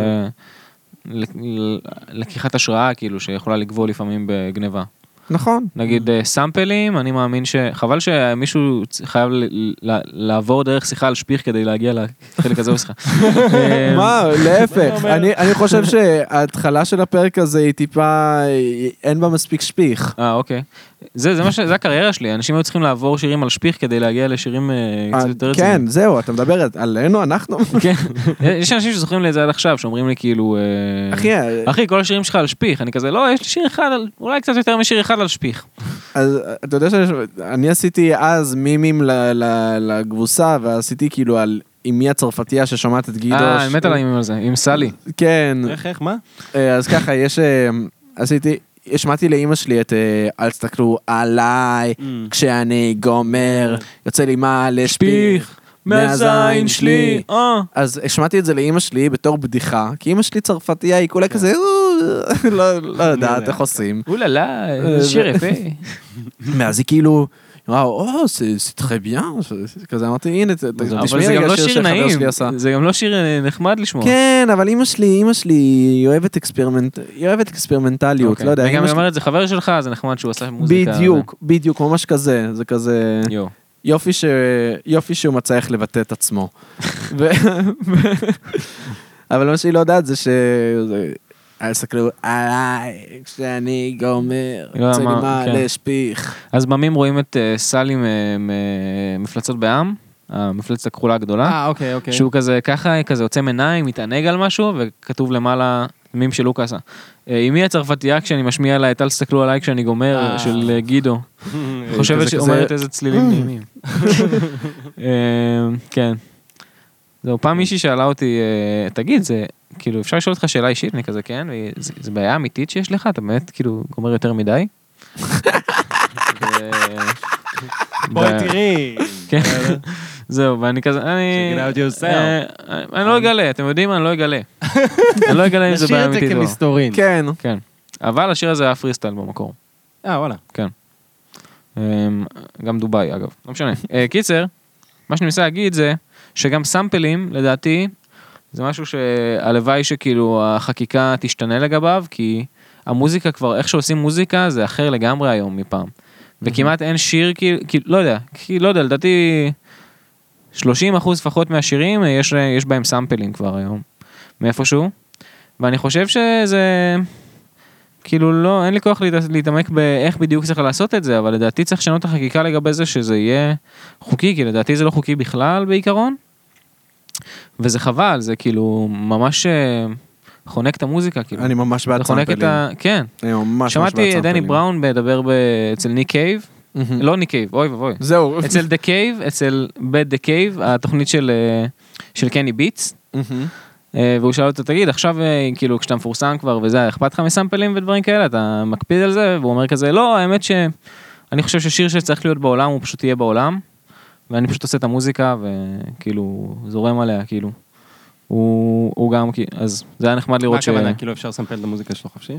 לקיחת השראה, כאילו, שיכולה לגבול לפעמים בגניבה. נכון. נגיד סאמפלים, אני מאמין שחבל שמישהו חייב לעבור דרך שיחה על שפיך כדי להגיע לחלק הזה בשיחה. מה, להפך. אני חושב שההתחלה של הפרק הזה היא טיפה, אין בה מספיק שפיך. אה, אוקיי. זה, זה מה ש... זה הקריירה שלי, אנשים היו צריכים לעבור שירים על שפיך כדי להגיע לשירים קצת יותר רציניים. כן, זהו, אתה מדבר עלינו, אנחנו. כן, יש אנשים שזוכרים לי את זה עד עכשיו, שאומרים לי כאילו, אחי, אחי, כל השירים שלך על שפיך, אני כזה, לא, יש לי שיר אחד, אולי קצת יותר משיר אחד על שפיך. אז אתה יודע שאני עשיתי אז מימים לגבוסה, ועשיתי כאילו על עם מי הצרפתייה ששומעת את גידו. אה, אני מת על הימים על זה, עם סלי. כן. איך, איך, מה? אז ככה, יש, עשיתי, השמעתי לאמא שלי את אל תסתכלו עליי, כשאני גומר, יוצא לי מה לשפיך, מהזין שלי. אז השמעתי את זה לאמא שלי בתור בדיחה, כי אמא שלי צרפתייה, היא כולה כזה, לא יודעת איך עושים. אוללה, שיר יפה. ואז היא כאילו, וואו, או, זה טרי ביאן, כזה אמרתי, הנה, אבל זה גם לא שיר נעים, זה גם לא שיר נחמד לשמוע. כן, אבל אמא שלי, אמא שלי, היא אוהבת אקספרימנט, היא אוהבת אקספרימנטליות, לא יודע. וגם היא אומרת, זה חבר שלך, זה נחמד שהוא עושה מוזיקה. בדיוק, בדיוק, ממש כזה, זה כזה, יופי ש... יופי שהוא מצא איך לבטא את עצמו. אבל מה שהיא לא יודעת זה ש... אל תסתכלו עליי, כשאני גומר, יוצא לי מה להשפיך. אז במים רואים את סלי ממפלצות בעם, המפלצת הכחולה הגדולה. אה, אוקיי, אוקיי. שהוא כזה, ככה, כזה יוצא מניים, מתענג על משהו, וכתוב למעלה, מים של לוקאסה. אמי הצרפתייה, כשאני משמיע לה את אל תסתכלו עליי כשאני גומר, של גידו. חושבת שאומרת איזה צלילים נעימים. כן. זהו, פעם מישהי שאלה אותי, תגיד, זה, כאילו, אפשר לשאול אותך שאלה אישית? אני כזה, כן, זה בעיה אמיתית שיש לך? אתה באמת, כאילו, גומר יותר מדי? בואי תראי. כן, זהו, ואני כזה, אני... אני לא אגלה, אתם יודעים, אני לא אגלה. אני לא אגלה אם זה בעיה אמיתית. נשאיר את זה כמסתורין. כן. כן. אבל השיר הזה היה פרי סטייל במקור. אה, וואלה. כן. גם דוביי, אגב. לא משנה. קיצר, מה שאני מנסה להגיד זה, שגם סאמפלים, לדעתי, זה משהו שהלוואי שכאילו החקיקה תשתנה לגביו, כי המוזיקה כבר, איך שעושים מוזיקה, זה אחר לגמרי היום מפעם. וכמעט אין שיר, כאילו, לא יודע, כי לא יודע, לדעתי, שלושים אחוז לפחות מהשירים, יש, יש בהם סאמפלים כבר היום, מאיפשהו. ואני חושב שזה, כאילו לא, אין לי כוח להתעמק באיך בדיוק צריך לעשות את זה, אבל לדעתי צריך לשנות את החקיקה לגבי זה, שזה יהיה חוקי, כי לדעתי זה לא חוקי בכלל בעיקרון. וזה חבל, זה כאילו ממש חונק את המוזיקה, כאילו. אני ממש בעד סאמפלים. כן. אני ממש ממש בעד שמעתי סאמפלים. דני בראון מדבר אצל ניק קייב, לא ניק קייב, אוי ובוי. זהו. אצל דה קייב, אצל בית דה קייב, התוכנית של קני ביטס, והוא שאל אותו, תגיד, עכשיו כאילו כשאתה מפורסם כבר וזה, אכפת לך מסאמפלים ודברים כאלה, אתה מקפיד על זה, והוא אומר כזה, לא, האמת שאני חושב ששיר שצריך להיות בעולם, הוא פשוט יהיה בעולם, ואני פשוט עושה את המוזיקה, וכאילו, זורם עליה, כאילו. הוא, הוא גם, אז זה היה נחמד לראות ש... מה הכוונה? כאילו אפשר לסמפל את המוזיקה שלו חופשי?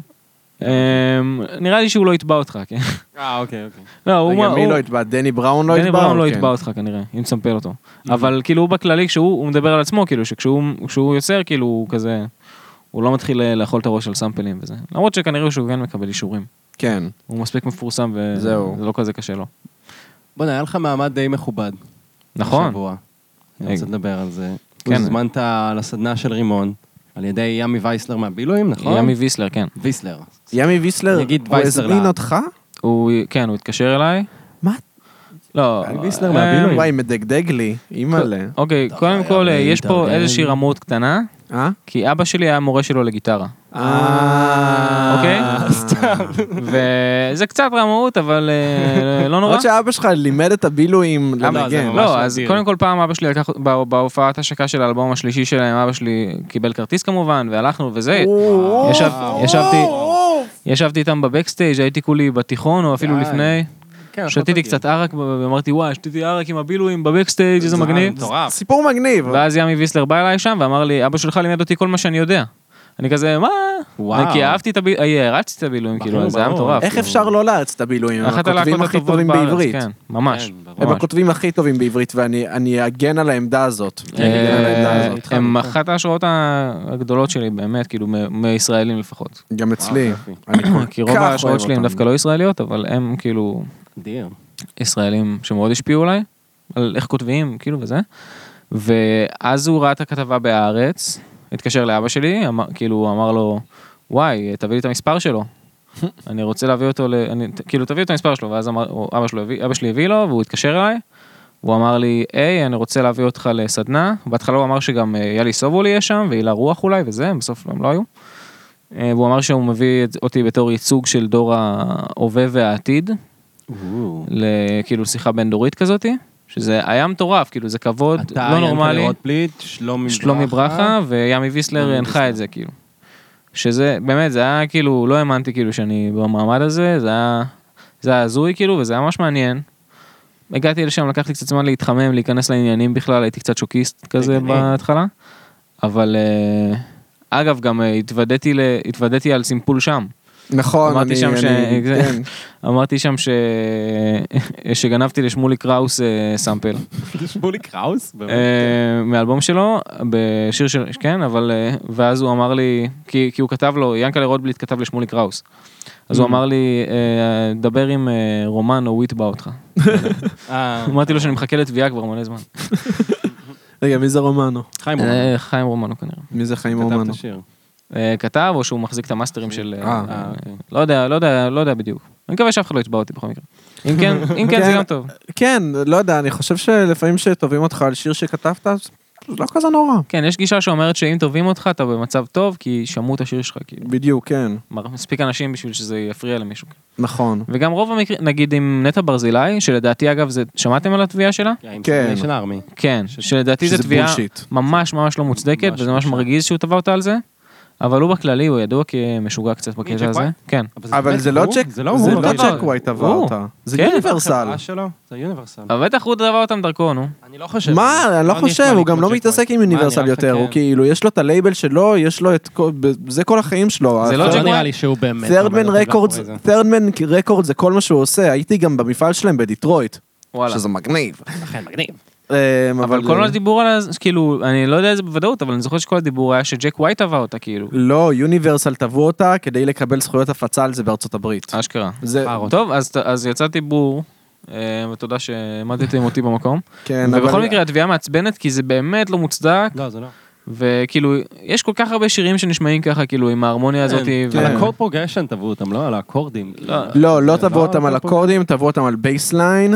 נראה לי שהוא לא יתבע אותך, כן? אה, אוקיי, אוקיי. לא, הוא... מי לא יתבע? דני בראון לא יתבע? דני בראון לא יתבע אותך, כנראה, אם תסמפל אותו. אבל כאילו, הוא בכללי, כשהוא מדבר על עצמו, כאילו, שכשהוא יוצר, כאילו, הוא כזה... הוא לא מתחיל לאכול את הראש על סאמפלים וזה. למרות שכנראה שהוא כן מקבל אישורים. כן. הוא מספיק מפורסם וזה לא כזה קשה לו. בוא נראה לך מעמד די מכובד. נכון. השבוע. אני רוצה לדבר על זה. כן. הוזמנת לסדנה של רימון, על ידי ימי וייסלר מהבילויים, נכון? ימי ויסלר, כן. ויסלר. ימי ויסלר, הוא הזמין אותך? כן, הוא התקשר אליי. מה? לא. ויסלר מהבילויים. וואי, מדגדג לי, אימא'לה. אוקיי, קודם כל, יש פה איזושהי רמות קטנה, כי אבא שלי היה מורה שלו לגיטרה. אוקיי? סתם. וזה קצת רמאות, אבל לא נורא. עוד שאבא שלך לימד את הבילויים לנגן. לא, אז קודם כל פעם אבא שלי לקח, בהופעת השקה של האלבום השלישי שלהם, אבא שלי קיבל כרטיס כמובן, והלכנו וזה. ישבתי איתם בבקסטייג', הייתי כולי בתיכון, או אפילו לפני. שתיתי קצת ערק, ואמרתי, וואי, שתיתי ערק עם הבילויים בבקסטייג', איזה מגניב. סיפור מגניב. ואז ימי ויסלר בא אליי שם, ואמר לי, אבא שלך לימד אותי כל מה שאני יודע. אני כזה, מה? כי אהבתי את הבילויים, הרצתי את הבילויים, כאילו, זה היה מטורף. איך אפשר לא להרץ את הבילויים? הם הכותבים הכי טובים בעברית. כן, ממש. הם הכותבים הכי טובים בעברית, ואני אגן על העמדה הזאת. הם אחת ההשראות הגדולות שלי, באמת, כאילו, מישראלים לפחות. גם אצלי. כי רוב ההשראות שלי הם דווקא לא ישראליות, אבל הם כאילו... ישראלים שמאוד השפיעו עליי, על איך כותבים, כאילו, וזה. ואז הוא ראה את הכתבה בהארץ, התקשר לאבא שלי, אמר, כאילו הוא אמר לו, וואי, תביא לי את המספר שלו. אני רוצה להביא אותו, ל... אני... כאילו, תביא את המספר שלו, ואז אמר... או, אבא, שלו הביא... אבא שלי הביא לו, והוא התקשר אליי, והוא אמר לי, היי, אני רוצה להביא אותך לסדנה, בהתחלה הוא אמר שגם יאלי סובול יהיה שם, והילה רוח אולי, וזה, בסוף הם לא היו. והוא אמר שהוא מביא אותי בתור ייצוג של דור ההווה והעתיד, כאילו שיחה בין דורית כזאת, שזה היה מטורף, כאילו זה כבוד לא נורמלי. שלומי ברכה, וימי ויסלר הנחה את זה, כאילו. שזה, באמת, זה היה כאילו, לא האמנתי כאילו שאני במעמד הזה, זה היה, זה היה הזוי כאילו, וזה היה ממש מעניין. הגעתי לשם, לקח לי קצת זמן להתחמם, להיכנס לעניינים בכלל, הייתי קצת שוקיסט כזה בהתחלה, אבל אגב, גם התוודעתי, התוודעתי על סימפול שם. נכון, אמרתי שם ש... אמרתי שם ש... שגנבתי לשמולי קראוס סאמפל. לשמולי קראוס? מאלבום שלו, בשיר של... כן, אבל... ואז הוא אמר לי... כי הוא כתב לו, ינקלה רוטבליט כתב לשמולי קראוס. אז הוא אמר לי, דבר עם רומן או וויט בא אותך. אמרתי לו שאני מחכה לתביעה כבר מלא זמן. רגע, מי זה רומנו? חיים רומנו. חיים רומנו כנראה. מי זה חיים רומנו? כתב את השיר. כתב, או שהוא מחזיק את המאסטרים של... לא יודע, לא יודע, לא יודע בדיוק. אני מקווה שאף אחד לא יתבע אותי בכל מקרה. אם כן, אם כן, זה גם טוב. כן, לא יודע, אני חושב שלפעמים שטובים אותך על שיר שכתבת, זה לא כזה נורא. כן, יש גישה שאומרת שאם טובים אותך, אתה במצב טוב, כי שמעו את השיר שלך, כאילו. בדיוק, כן. מספיק אנשים בשביל שזה יפריע למישהו. נכון. וגם רוב המקרים, נגיד עם נטע ברזילי, שלדעתי אגב, שמעתם על התביעה שלה? כן. כן, שלדעתי זו תביעה ממש ממש לא מוצדקת, וזה ממש מרגיז שהוא תבע אותה על זה. אבל הוא בכללי, הוא ידוע כמשוגע קצת בקטע הזה. כן. אבל זה לא צ'ק, זה לא צ'ק ווייט תבע אותה. זה יוניברסל. זה יוניברסל. אבל בטח הוא תבע אותם דרכו, נו. אני לא חושב. מה? אני לא חושב, הוא גם לא מתעסק עם יוניברסל יותר. הוא כאילו, יש לו את הלייבל שלו, יש לו את... זה כל החיים שלו. זה לא נראה לי שהוא באמת... Thirdman Records, Thirdman Records זה כל מה שהוא עושה. הייתי גם במפעל שלהם בדיטרויט. שזה מגניב. לכן מגניב. אבל כל הדיבור על זה, כאילו, אני לא יודע איזה בוודאות, אבל אני זוכר שכל הדיבור היה שג'ק ווייט תבע אותה, כאילו. לא, יוניברסל תבעו אותה כדי לקבל זכויות הפצה על זה בארצות הברית. אשכרה. טוב, אז יצא דיבור, ותודה שעמדתם אותי במקום. ובכל מקרה, התביעה מעצבנת, כי זה באמת לא מוצדק. לא, זה לא. וכאילו, יש כל כך הרבה שירים שנשמעים ככה, כאילו, עם ההרמוניה הזאת. על הקורד פרוגרשן תבעו אותם, לא? על הקורדים. לא, לא תבעו אותם על הקורדים, תבעו אותם על בייסליין.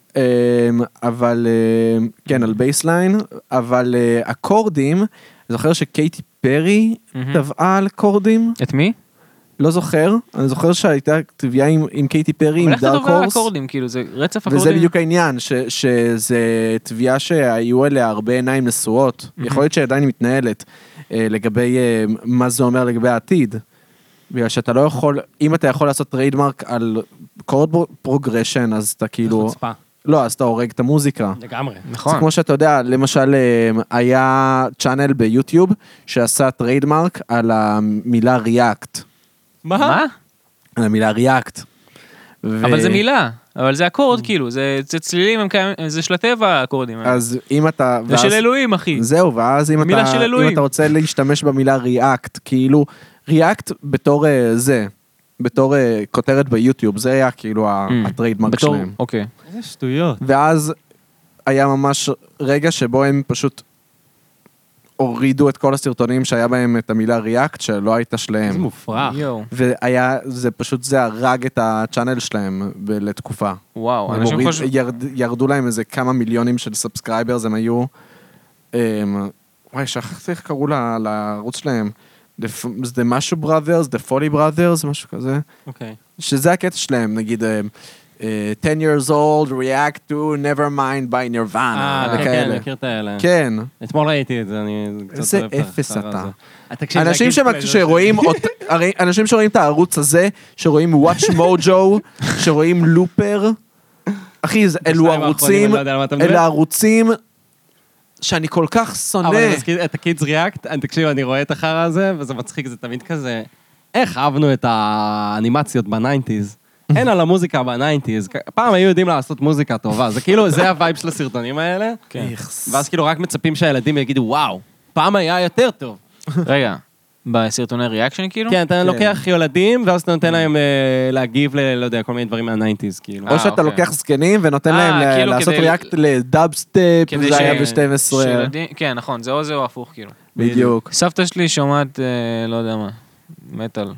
אבל כן, על בייסליין, אבל הקורדים, אני זוכר שקייטי פרי טבעה על קורדים. את מי? לא זוכר, אני זוכר שהייתה תביעה עם קייטי פרי, עם דארק הורס. אבל איך אתה טובה על הקורדים, כאילו, זה רצף הקורדים? וזה בדיוק העניין, שזה תביעה שהיו אליה הרבה עיניים נשואות, יכול להיות שעדיין מתנהלת, לגבי מה זה אומר לגבי העתיד. בגלל שאתה לא יכול, אם אתה יכול לעשות טריידמרק על קורד פרוגרשן, אז אתה כאילו... לא, אז אתה הורג את המוזיקה. לגמרי. נכון. זה כמו שאתה יודע, למשל, היה צ'אנל ביוטיוב שעשה טריידמרק על המילה ריאקט. מה? על המילה ריאקט. אבל זה מילה, אבל זה אקורד, כאילו, זה צלילים, זה של הטבע, האקורדים. אז אם אתה... זה של אלוהים, אחי. זהו, ואז אם אתה רוצה להשתמש במילה ריאקט, כאילו, ריאקט בתור זה. בתור כותרת ביוטיוב, זה היה כאילו הטריידמרק שלהם. אוקיי. איזה שטויות. ואז היה ממש רגע שבו הם פשוט הורידו את כל הסרטונים שהיה בהם את המילה ריאקט, שלא הייתה שלהם. זה מופרח. והיה, זה פשוט, זה הרג את הצ'אנל שלהם לתקופה. וואו, אנשים חושבים... ירדו להם איזה כמה מיליונים של סאבסקרייברס, הם היו... וואי, שכחתי איך קראו לערוץ שלהם. זה משהו brothers, the Foley brothers, משהו כזה. אוקיי. שזה הקטע שלהם, נגיד, ten years old, react to never mind by nirvana. אה, כן, כן, מכיר את האלה. כן. אתמול ראיתי את זה, אני קצת אוהב את אפס אתה. אנשים שרואים, אנשים שרואים את הערוץ הזה, שרואים Watch Mojo, שרואים לופר, אחי, אלו ערוצים, אלו ערוצים, שאני כל כך שונא. אבל אני מזכיר את הקידס ריאקט, תקשיב, אני רואה את החרא הזה, וזה מצחיק, זה תמיד כזה, איך אהבנו את האנימציות בניינטיז? אין על המוזיקה בניינטיז, פעם היו יודעים לעשות מוזיקה טובה, זה כאילו, זה הווייב של הסרטונים האלה, ואז כאילו רק מצפים שהילדים יגידו, וואו, פעם היה יותר טוב. רגע, בסרטוני ריאקשן כאילו? כן, אתה לוקח ילדים, ואז אתה נותן להם להגיב ל, לא יודע, כל מיני דברים מהניינטיז, כאילו. או שאתה לוקח זקנים ונותן להם לעשות ריאקט לדאבסטפ, זה היה ב-שתים עשרה. כן, נכון, זה או זה או הפוך, כאילו. בדיוק. סבתא שלי שומעת, לא יודע מה, מטל.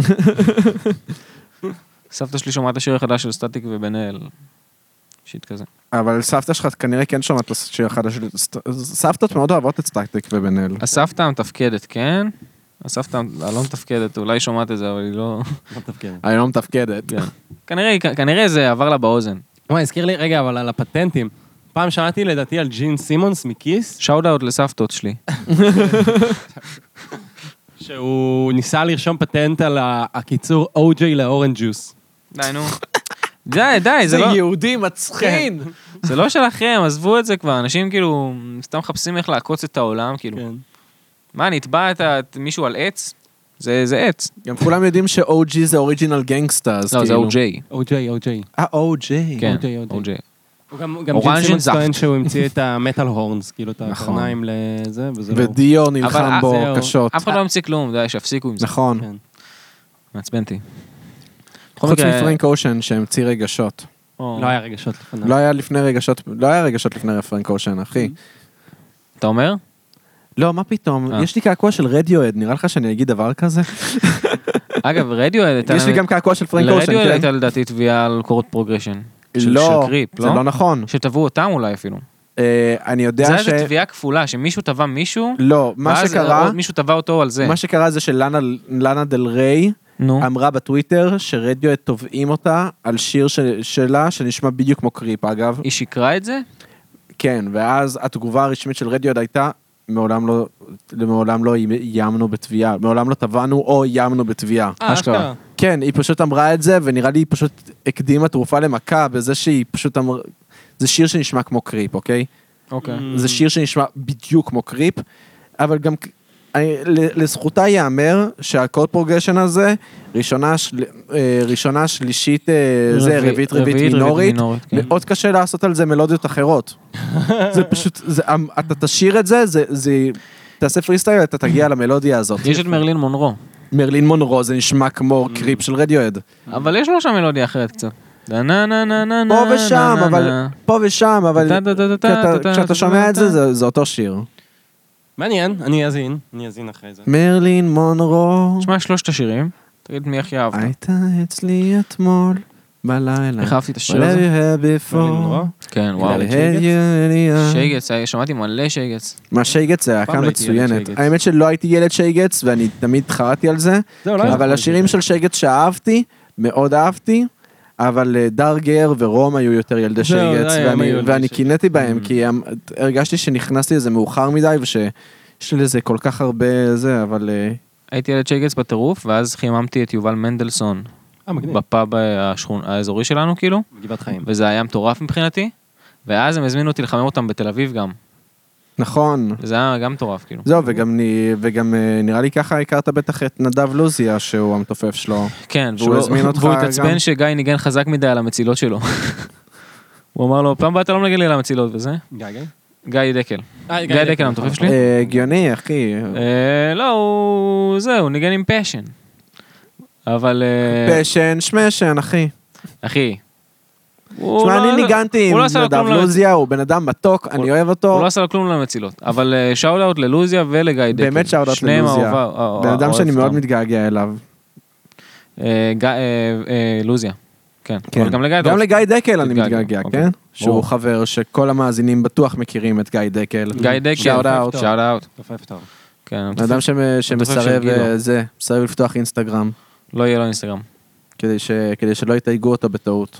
סבתא שלי שומעת השיר החדש של סטטיק ובן אל. שיט כזה. אבל סבתא שלך כנראה כן שומעת את השיר החדש שלי. סבתות מאוד אוהבות את סטטיק ובן אל. הסבתא המתפקדת, כן? הסבתא הלא מתפקדת, אולי שומעת את זה, אבל היא לא... אני לא מתפקדת. כנראה, כנראה זה עבר לה באוזן. וואי, הזכיר לי, רגע, אבל על הפטנטים. פעם שמעתי לדעתי על ג'ין סימונס מכיס, שאוט אאוט לסבתות שלי. שהוא ניסה לרשום פטנט על הקיצור או ג'יי לאורנג' ג'וס. די, נו. די, די, זה לא... יהודי מצחין. זה לא שלכם, עזבו את זה כבר. אנשים כאילו, סתם מחפשים איך לעקוץ את העולם, כאילו. מה, נתבע את מישהו על עץ? זה עץ. גם כולם יודעים ש-או ג'י זה אוריג'ינל גנגסטה, אז לא, זה כאילו... או-ג'יי. או-ג'יי, או-ג'יי. אה, או-ג'יי. כן, או-ג'יי, או-ג'יי. או-ג'יי. הוא גם גם ג'ין סימונס טוען שהוא המציא את המטל הורנס, כאילו את הקרניים לזה, וזה לא... ודיו נלחם בו זהו. קשות. אף אחד לא המציא כלום, די, שיפסיקו עם זה. נכון. כן. מעצבנתי. חוץ מפרנק אושן שהמציא רגשות. לא היה רגשות לפניו. לא היה לפני רגשות, לא היה רגשות לפני פרנק אושן, אחי. אתה אומר? לא, מה פתאום? יש לי קעקוע של רדיואד, נראה לך שאני אגיד דבר כזה? אגב, רדיואד... יש לי גם קעקוע של פרנק אושן, כן? לרדיואד הייתה לדעתי תביעה על קורד פרוגרשן. לא, זה לא נכון. שטבעו אותם אולי אפילו. אני יודע ש... זה הייתה תביעה כפולה, שמישהו טבע מישהו, לא, מה שקרה... ואז מישהו טבע אותו על זה. מה שקרה זה שלאנה דל ריי אמרה בטוויטר שרדיואד תובעים אותה על שיר שלה, שנשמע בדיוק כמו קריפ, אגב. היא שקרה את זה? כן, ואז התגובה הרשמית של רדיואד הייתה, מעולם לא, מעולם לא איימנו בתביעה, מעולם לא טבענו או איימנו בתביעה. אה, אשכרה. כן, היא פשוט אמרה את זה, ונראה לי היא פשוט הקדימה תרופה למכה, בזה שהיא פשוט אמרה, זה שיר שנשמע כמו קריפ, אוקיי? אוקיי. זה שיר שנשמע בדיוק כמו קריפ, אבל גם, אני, לזכותה יאמר שהקוד פרוגרשן הזה, ראשונה, של, ראשונה שלישית, זה רביעית, רביעית מינורית, מאוד קשה לעשות על זה מלודיות אחרות. זה פשוט, זה, אתה תשאיר את זה, זה, זה, תעשה פריסטייל, אתה תגיע למלודיה הזאת. יש את מרלין מונרו. מרלין מונרו, זה נשמע כמו קריפ של רדיואד. אבל יש לו שם מלודיה אחרת קצת. פה ושם, אבל, פה ושם, אבל, כשאתה שומע את זה, זה אותו שיר. מעניין, אני אזין, אני אזין אחרי זה. מרלין מונרו. תשמע שלושת השירים, תגיד מי הכי אהבת. הייתה אצלי אתמול בלילה. איך אהבתי את השיר הזה? מרלין מונרו? כן, וואו. שייגץ, שמעתי מלא שייגץ. מה שייגץ זה להקה מצוינת. האמת שלא הייתי ילד שייגץ, ואני תמיד חרתי על זה, אבל השירים של שייגץ שאהבתי, מאוד אהבתי, אבל דארגר ורום היו יותר ילדי שייגץ, ואני קינאתי בהם, כי הרגשתי שנכנסתי לזה מאוחר מדי, ושיש לי לזה כל כך הרבה זה, אבל... הייתי ילד שייגץ בטירוף, ואז חיממתי את יובל מנדלסון, בפאב האזורי שלנו, כאילו, גבעת חיים. וזה היה מטורף מבחינתי, ואז הם הזמינו אותי לחמם אותם בתל אביב גם. נכון. וזה היה גם מטורף, כאילו. זהו, וגם, וגם נראה לי ככה הכרת בטח את נדב לוזיה, שהוא המתופף שלו. כן, והוא התעצבן שגיא ניגן חזק מדי על המצילות שלו. הוא אמר לו, פעם באת לא מנגן לי על המצילות, וזה? גיא, גיא? גיא דקל. גיא דקל המתופף שלי? הגיוני, אחי. לא, הוא... זהו, הוא ניגן עם פשן. אבל... פשן, שמשן, אחי. אחי. תשמע, אני ניגנתי עם נדב לוזיה, הוא בן אדם מתוק, אני אוהב אותו. הוא לא עשה לו כלום למצילות, אבל שאוט-אאוט ללוזיה ולגיא דקל. באמת שאוט-אאוט ללוזיה. בן אדם שאני מאוד מתגעגע אליו. לוזיה, כן. גם לגיא דקל אני מתגעגע, כן? שהוא חבר שכל המאזינים בטוח מכירים את גיא דקל. גיא דקל, שאוט-אאוט. שאוט-אאוט. בן אדם שמסרב זה, מסרב לפתוח אינסטגרם. לא יהיה לו אינסטגרם. כדי, ש... כדי שלא יתייגו אותו בטעות.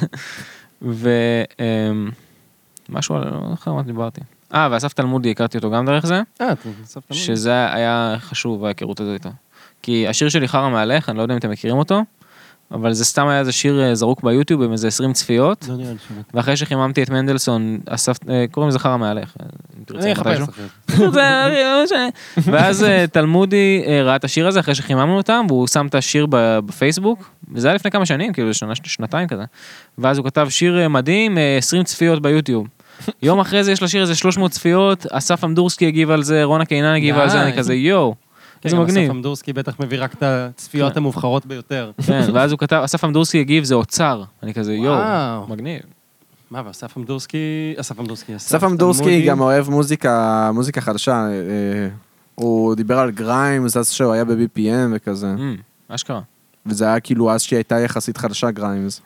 ומשהו, לא זוכר מה דיברתי. אה, ואסף תלמודי, הכרתי אותו גם דרך זה. אה, אסף תלמודי. שזה היה חשוב, ההיכרות הזו איתו. כי השיר שלי חרא מהלך, אני לא יודע אם אתם מכירים אותו, אבל זה סתם היה איזה שיר זרוק ביוטיוב עם איזה עשרים צפיות, ואחרי שחיממתי את מנדלסון, קוראים לזה חרא מהלך. אני אחפש אחרי. ואז תלמודי ראה את השיר הזה אחרי שחיממנו אותם, והוא שם את השיר בפייסבוק, וזה היה לפני כמה שנים, כאילו שנתיים כזה. ואז הוא כתב שיר מדהים, עשרים צפיות ביוטיוב. יום אחרי זה יש לשיר איזה שלוש מאות צפיות, אסף אמדורסקי הגיב על זה, רונה קינן הגיב על זה, אני כזה יואו. איזה מגניב. אסף אמדורסקי בטח מביא רק את הצפיות המובחרות ביותר. כן, ואז הוא כתב, אסף אמדורסקי הגיב, זה אוצר. אני כזה, יואו, מגניב. מה, ואסף אמדורסקי, אסף אמדורסקי, אסף אמדורסקי גם אוהב מוזיקה, מוזיקה חדשה. הוא דיבר על גריימס, אז שהוא היה ב-בי פי אם וכזה. אשכרה. וזה היה כאילו אז שהיא הייתה יחסית חדשה גריימס.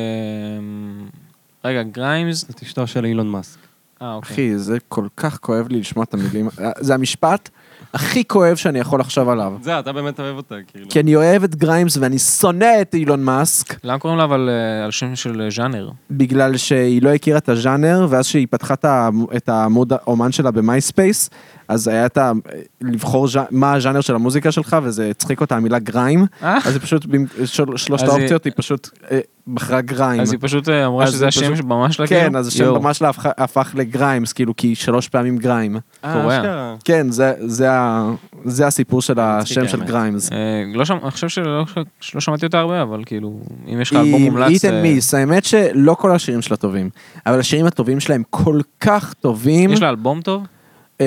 רגע, גריימס... זאת אשתו של אילון מאסק. אה, אוקיי. אחי, זה כל כך כואב לי לשמוע את המילים. זה המשפט הכי כואב שאני יכול לחשוב עליו. זה, אתה באמת אוהב אותה, כאילו. כי אני אוהב את גריימס ואני שונא את אילון מאסק, למה קוראים לה אבל אה, על שם של ז'אנר? בגלל שהיא לא הכירה את הז'אנר, ואז שהיא פתחה את ה- את העמוד האומן שלה במייספייס, אז היה את ה... לבחור ז'- מה הז'אנר של המוזיקה שלך, וזה הצחיק אותה המילה גריים, אה? אז היא פשוט, במ- של- שלושת אז היא- האופציות, היא פשוט אה, בחרה גריים. אז היא פשוט אה, אמרה אז שזה זה השם פשוט- ממש לה כן, כאילו? אז השם יואו. ממש שלה הפך- הפך לגריימס, כאילו, כי שלוש פעמים גריים. אה, קורע. אשכרה. כן, זה- זה ה- זה הסיפור של השם של האמת. גריימס. אה, לא שמע, אני חושב שלא שלא שמעתי אותה הרבה, אבל כאילו, אם יש לך אלבום היא מומלץ... איתן אה, מיס, האמת שלא כל השירים שלה טובים, אבל השירים הטובים שלהם כל כך טובים. יש לה אלבום טוב? אמ,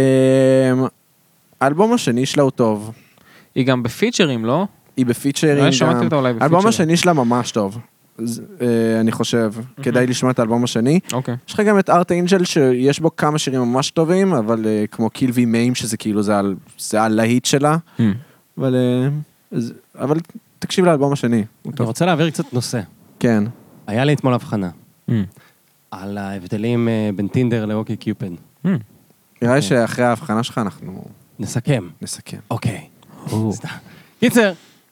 האלבום השני שלה הוא טוב. היא גם בפיצ'רים, לא? היא בפיצ'רים אולי שמעתי גם. אותה אולי האלבום בפיצ'רים. השני שלה ממש טוב. ז- אה, אני חושב, כדאי לשמוע את האלבום השני. אוקיי. יש לך גם את ארט אינג'ל שיש בו כמה שירים ממש טובים, אבל אה, כמו קיל וי מיים, שזה כאילו זה על- זה הלהיט שלה. אבל אה, אז- אבל תקשיב לאלבום השני. הוא אני טוב. רוצה להעביר קצת נושא. כן. היה לי אתמול הבחנה על ההבדלים אה, בין טינדר לאוקי קיופד. נראה לי שאחרי ההבחנה שלך אנחנו נסכם. נסכם. אוקיי. סתם. קיצר,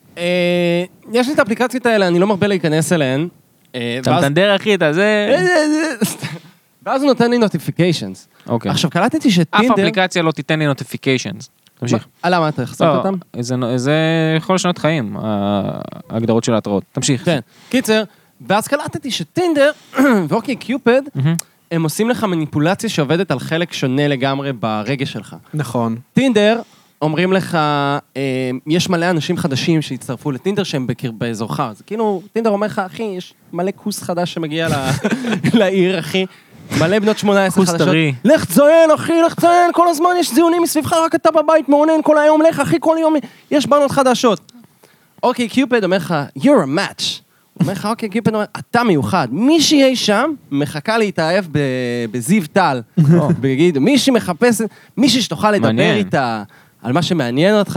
אה, יש לי את האפליקציות האלה, אני לא מרבה להיכנס אליהן. אה, אתה ואז- מטנדר אחי, אתה זה... ואז הוא נותן לי notifications. אוקיי. עכשיו, קלטתי אף שטינדר... אפליקציה לא תיתן לי notifications. תמשיך. אה, למה? אתה חסמת לא, אותם? זה- זה יכול לשנות חיים, ההגדרות של ההתראות. תמשיך. כן. קיצר, ואז קלטתי שטינדר ואוקי קיופד, מהמם. הם עושים לך מניפולציה שעובדת על חלק שונה לגמרי ברגש שלך. נכון. טינדר, אומרים לך, אה, יש מלא אנשים חדשים שהצטרפו לטינדר שהם בקר- באזורך. אז כאילו, טינדר אומר לך, אחי, יש מלא כוס חדש שמגיע ל- לעיר, אחי. מלא בנות שמונה עשרה כוס חדשות. טרי. לך תזיין, אחי, לך תזיין, כל הזמן יש זיונים מסביבך, רק אתה בבית מעונן כל היום, לך, אחי, כל יום יש בנות חדשות. אוקיי, קיופד אומר לך, you're a match. הוא אומר לך, אוקיי, קיופד אומר, אתה מיוחד. מישהי אי שם מחכה להתאהב ב- בזיו טל. בגיד, מישהי מחפשת, מישהי שתוכל לדבר מעניין. איתה על מה שמעניין אותך,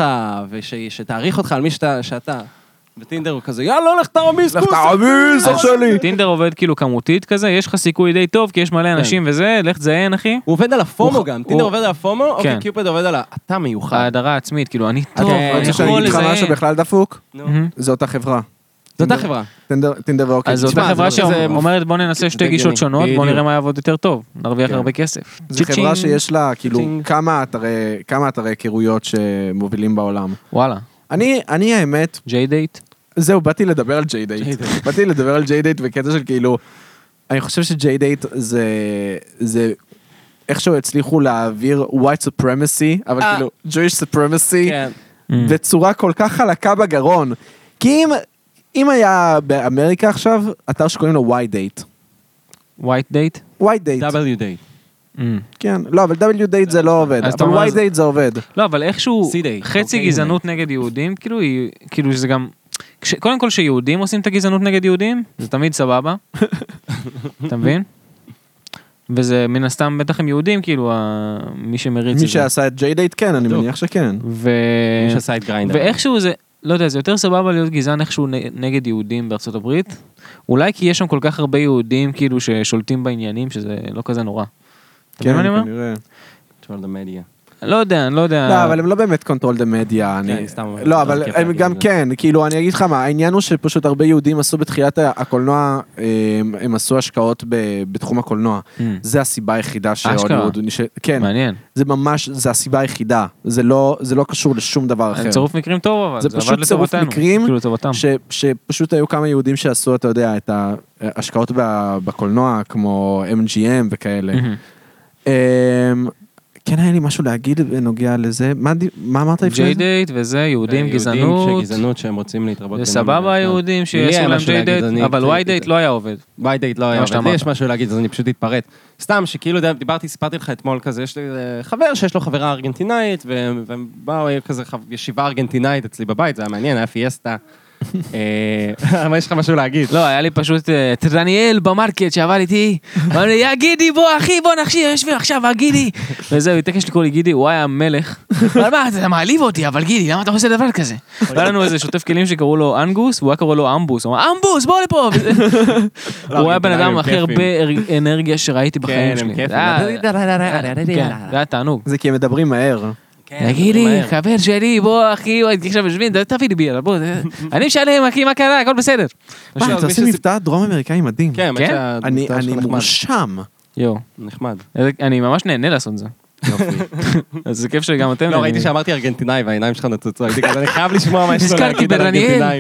ושתעריך אותך על מי שאתה- שאתה. וטינדר הוא כזה, יאללה, לך תרביס, לך כוס. תרביס, אח שלי. טינדר עובד כאילו כמותית כזה, יש לך סיכוי די טוב, כי יש מלא אנשים וזה, לך תזיין אחי. הוא עובד על הפומו הוא- גם, הוא- טינדר עובד על הפומו, אוקיי, כן. קיופד עובד על ה... אתה מיוחד. ההדרה העצמית, כאילו, אני טוב, אתה אני רוצה שאני יכול אגיד לך משהו לזיין. בכלל דפוק? נו. מהמם. זו אותה חברה. זו אותה חברה. טינדר- טינדר ואוקיי. אז זו אותה תשמע, חברה זה לא- זה- שאומרת בוא ננסה שתי זה גישות הגיוני. שונות, בוא בדיוק. נראה מה יעבוד יותר טוב, נרוויח כן. הרבה כסף. זו חברה צ'יצ'ינג. שיש לה כאילו צ'ינג. כמה אתרי, כמה אתרי היכרויות שמובילים בעולם. וואלה, אני, אני האמת, ג'יי דייט. זהו, באתי לדבר על ג'יי דייט. ג'יי דייט. באתי לדבר על ג'יי דייט בקטע של כאילו, אני חושב שג'יי דייט זה, זה איכשהו הצליחו להעביר white supremacy, אבל אה. כאילו Jewish supremacy, כן. בצורה כל כך חלקה בגרון. כי אם, אם היה באמריקה עכשיו, אתר שקוראים לו white date. ווייט דייט? white date. W Day. כן, לא, אבל W date זה לא עובד, אז אתה אבל אומר, white אז- date זה עובד. לא, אבל איכשהו, C-Day. חצי אוקיי, גזענות נגד יהודים, כאילו, היא- כאילו שזה גם... כש- קודם כל שיהודים עושים את הגזענות נגד יהודים, זה תמיד סבבה. אתה מבין? וזה מן הסתם בטח הם יהודים, כאילו, ה- מי שמריץ את זה. מי שעשה את ג'יי דייט כן, אני בדיוק. מניח שכן. ו... מי שעשה את גריינדר. ואיכשהו זה, לא יודע, זה יותר סבבה להיות גזען איכשהו נ- נגד יהודים בארצות הברית. אולי כי יש שם כל כך הרבה יהודים כאילו ששולטים בעניינים, שזה לא כזה נורא. אתה מבין מה אני אומר? כנראה. Control the media. לא יודע, אני לא יודע. לא, אבל הם לא באמת control the media. אני- אני סתם אומר, לא, זה אבל כיף הם להגיד גם את זה. כן, כאילו, אני אגיד לך מה, העניין הוא שפשוט הרבה יהודים עשו בתחילת הקולנוע, הם- הם עשו השקעות ב- בתחום הקולנוע. Mm. זה הסיבה היחידה אשכרה. שהוליווד... נש- כן, מעניין. זה ממש, זה הסיבה היחידה. זה לא זה לא קשור לשום דבר אחר. צירוף מקרים טוב, אבל זה זה פשוט עבד צירוף לטובתנו. מקרים כאילו לטובתם. ש- שפשוט היו כמה יהודים שעשו, אתה יודע, את ההשקעות ב- בקולנוע, כמו אם ג'י אם וכאלה. מהמם. אמ, כן, היה לי משהו להגיד בנוגע לזה. מה די- מה אמרת לפני ג'יי זה? דייט וזה, יהודים, יהודים גזענות. שגזענות שהם רוצים להתרבות. זה ביניהם. סבבה היהודים לי שיעשו היה להם משהו ג'יי להגיד, דייט, אני- אבל וואי דייט לא היה עובד. וואי דייט לא היה, מה שאתה אבל לי אמרת. יש משהו להגיד, אז אני פשוט אתפרט. סתם שכאילו די- דיברתי, סיפרתי לך אתמול כזה, יש לי אה, חבר שיש לו חברה ארגנטינאית, והם והם באו, היה כזה חב- ישיבה ארגנטינאית אצלי בבית, זה היה מעניין, היה פיאסטה. אה, מה יש לך משהו להגיד? לא, היה לי פשוט אה, את דניאל במרקט שעבר איתי, אמר לי, יא גידי בוא אחי בוא נכשיר, יושבים עכשיו, גידי. וזהו, תקש לקרוא לי גידי, הוא היה מלך. אבל מה, אתה מעליב אותי, אבל גידי, למה אתה עושה דבר כזה? היה לנו איזה שוטף כלים שקראו לו אנגוס, והוא היה קורא לו אמבוס, הוא אמר, אמבוס, בוא לפה! הוא היה בן אדם הכי הרבה אנרגיה שראיתי בחיים שלי. זה היה תענוג. זה כי הם מדברים מהר. תגיד לי, חבר שלי, בוא אחי, עכשיו יושבים, תביא לי בירה, בוא, אני משלם, אחי, מה קרה, הכל בסדר. מה, אתה עושה מבטא דרום אמריקאי מדהים. כן, אני מורשם. יואו. נחמד. אני ממש נהנה לעשות זה. אז זה כיף שגם אתם... לא, ראיתי שאמרתי ארגנטינאי והעיניים שלך נצוצו, הייתי כזה, אני חייב לשמוע מה יש לו הזכרתי להגיד על ברניאל. ארגנטינאים.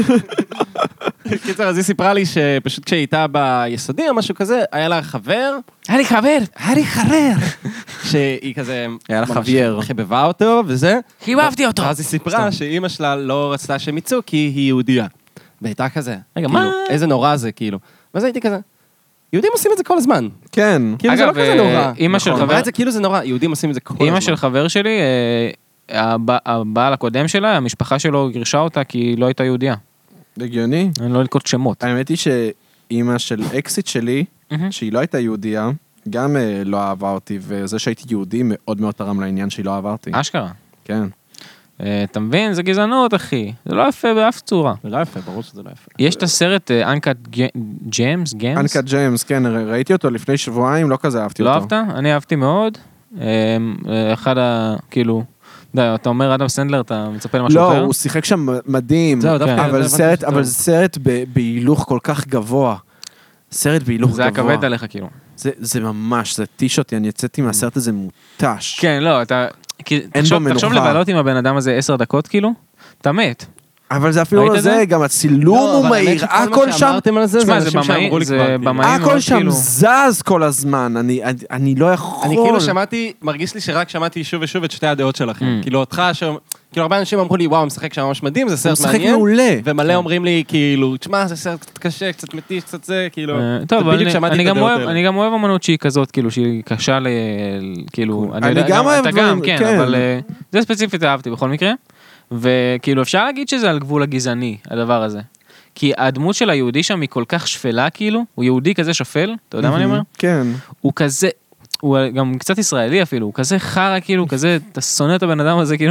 קיצר, אז היא סיפרה לי שפשוט כשהיא הייתה ביסודי או משהו כזה, היה לה חבר, היה לי חבר, היה לי חרר. שהיא כזה... היה לה ממש חבייר. חיבבה אותו וזה. חיבבתי אותו. ואז היא סיפרה שאימא שלה לא רצתה שהם יצאו כי היא יהודיה. והייתה כזה, רגע, כאילו, מה? איזה נורא זה, כאילו. ואז הייתי כזה, יהודים עושים את זה כל הזמן. כן. כאילו זה לא אגב, כזה נורא. אמא של נכון, חבר- אמרה את זה כאילו זה נורא, יהודים עושים את זה כל הזמן. אמא של חבר שלי, אה, הב- הבעל הקודם שלה, המשפחה שלו גירשה אותה כי היא לא הייתה יהודיה. הגיוני. אני לא לנקוט שמות. האמת היא שאימא של אקסיט שלי, שהיא לא הייתה יהודייה, גם אה, לא אהבה אותי, וזה שהייתי יהודי מאוד מאוד תרם לעניין שהיא לא אהבה אותי. אשכרה. כן. אה, אתה מבין? זה גזענות, אחי. זה לא יפה באף צורה. זה לא יפה, ברור שזה לא יפה. יש את הסרט אנקת ג'יימס, גיימס? אנקה ג'יימס, כן, ר- ראיתי אותו לפני שבועיים, לא כזה אהבתי לא אותו. אהבת? אני אהבתי מאוד. אה, אה, אחד ה... כאילו... די, אתה אומר אדם סנדלר, אתה מצפה למשהו לא, אחר? הוא שיחק שם מדהים, זהו, דווקא- אבל זה סרט, הבנתי אבל טוב. זה סרט ב- בהילוך כל כך גבוה. סרט בהילוך זה היה גבוה. כבד עליך, כאילו. זה, זה ממש, זה טיש אותי, אני יצאתי מהסרט הזה מותש. כן, לא, אתה... כי- בו תחשוב תחשוב מנוחה. לבלות עם הבן אדם הזה עשר דקות, כאילו, אתה מת. אבל זה אפילו ראית לא את זה, זה? גם הצילום לא, הוא אבל האמת מהיר, שכל הכל מה שם, שאמרתם על זה, זה תשמע, זה אנשים במאי- שאמרו לי זה כבר. כאילו. במאי- הכל מאוד שם כאילו- זז כל הזמן, אני, אני, אני לא יכול. אני כאילו שמעתי, מרגיש לי שרק שמעתי שוב ושוב את שתי הדעות שלכם. Mm. כאילו אותך, ש- כאילו הרבה אנשים אמרו לי, וואו, הוא משחק שם ממש מדהים, זה הוא סרט משחק מעניין. מעולה. ומלא אומרים לי, כאילו, תשמע, זה סרט קצת קשה, קצת מתיש, קצת זה, כאילו. אה, זה טוב, אבל בדיוק אני- שמעתי אני את גם הדעות אוהב- האלה. אני גם אוהב אמנות שהיא כזאת, כאילו, שהיא קשה ל... כאילו, אני יודע- גם אוהב אתה דברים, גם, כן, כן. אבל אה, זה ספציפית אהבתי בכל מקרה. וכאילו, אפשר להגיד שזה על גבול הגזעני, הדבר הזה. כי הדמות של היהודי שם היא כל כך שפלה, כאילו, הוא יהודי כזה שפל, אתה יודע מה אני אומר? כן. הוא כזה, הוא גם קצת ישראלי אפילו, הוא כזה חרא, כאילו, כזה, אתה שונא את הבן אדם הזה, כאילו,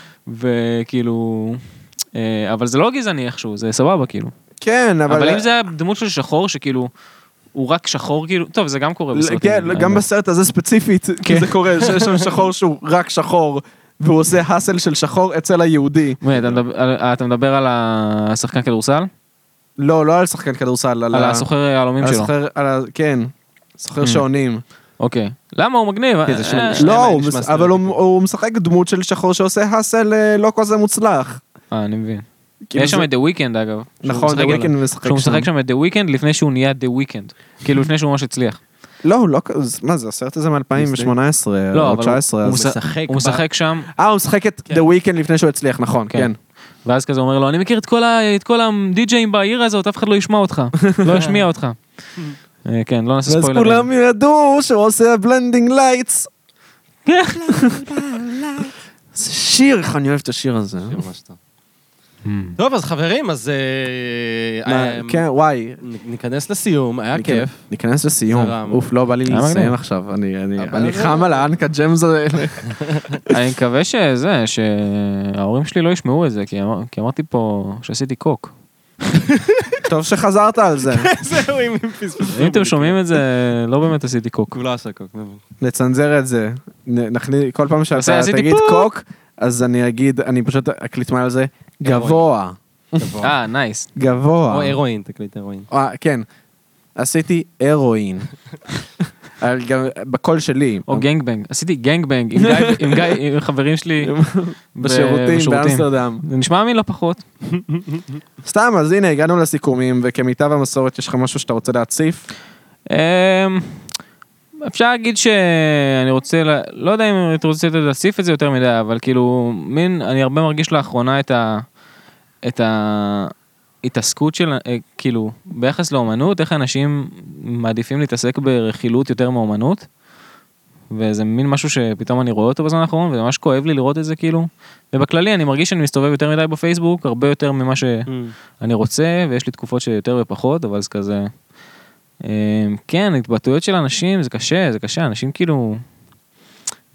וכאילו, אה, אבל זה לא גזעני איכשהו, זה סבבה, כאילו. כן, אבל... אבל אם זה הדמות של שחור, שכאילו, הוא רק שחור, כאילו, טוב, זה גם קורה בסרטים. כן, גם בסרט הזה ספציפית, כן. זה קורה, שיש שם שחור שהוא רק שחור, והוא עושה האסל של שחור אצל היהודי. וait, אתה מדבר- על- אתה מדבר על השחקן כדורסל? לא, לא על שחקן כדורסל, על על ה- הסוחר היהלומים על שלו? הסוחר, על ה- כן, סוחר Mm. שעונים. אוקיי. למה הוא מגניב? כן, זה שני- אה, שני- לא, מהם הוא נשמע מס- אבל הוא- סטריאוטיפי. הוא משחק דמות של שחור שעושה האסל אה, לא כזה מוצלח. אה, אני מבין. כאילו יש שם זה- את The Weeknd אגב. שהוא נכון, משחק The עליו. Weeknd משחק שהוא שם. משחק שם את The Weeknd לפני שהוא נהיה The Weeknd. כאילו לפני שהוא ממש הצליח. לא, לא, כזה- מה זה, הסרט הזה מ-אלפיים שמונה עשרה לא, או אבל תשע עשרה. הוא אז- משחק- משחק הוא ב- משחק שם, אה, הוא משחק את כן. The Weeknd לפני שהוא הצליח, נכון, כן. כן. ואז כזה הוא אומר לו, אני מכיר את כל ה- את כל הדי-ג'אים בעיר הזאת, אף אחד לא ישמע אותך. לא ישמיע אותך. אה, כן, לא נעשה ואז ספוילרים. כולם ידעו שהוא עושה בלנדינג לייטס. כן. זה שיר, איך אני אוהב את השיר הזה. ממש טוב. טוב, אז חברים, אז אה, מה, אה, כן, וואי. נ- ניכנס לסיום, היה ניכנס- כיף. ניכנס לסיום. זרם. אוף, לא בא לי היה לסיים מגניב. עכשיו. אני- אני אבל אני זה- חם על האנקה ג'מס האלה. אני מקווה שזה, שההורים שלי לא ישמעו את זה, כי אמר- כי אמרתי פה שעשיתי קוק. טוב שחזרת על זה. זהו, אם פספסו. אם אתם שומעים את זה, לא באמת עשיתי קוק. הוא לא עשה קוק. נו. נצנזר את זה. נ- נכניס, כל פעם שאתה עשיתי תגיד פוק. קוק, אז אני אגיד, אני פשוט אקליט מעל זה, גבוה. אה, נייס. גבוה. או הרואין, תקליט הרואין. אה, כן. עשיתי הרואין. אבל גם בקול שלי. או גנגבנג. עשיתי גנגבנג עם גיא- עם גיא, עם חברים שלי. בשירותים באמסטרדם. זה נשמע אמין לא פחות. סתם, אז הנה, הגענו לסיכומים, וכמיטב המסורת, יש לך משהו שאתה רוצה להציף? אמ, אפשר להגיד שאני רוצה, ל- לא יודע אם אתה רוצה להוסיף את זה יותר מדי, אבל כאילו, מין, אני הרבה מרגיש לאחרונה את ה... את ההתעסקות של, אה, כאילו, ביחס לאומנות, איך אנשים מעדיפים להתעסק ברכילות יותר מאומנות, וזה מין משהו שפתאום אני רואה אותו בזמן האחרון, וממש כואב לי לראות את זה, כאילו, ובכללי אני מרגיש שאני מסתובב יותר מדי בפייסבוק, הרבה יותר ממה שאני רוצה, ויש לי תקופות שיותר ופחות, אבל זה כזה, אה, כן, התבטאויות של אנשים, זה קשה, זה קשה, אנשים כאילו,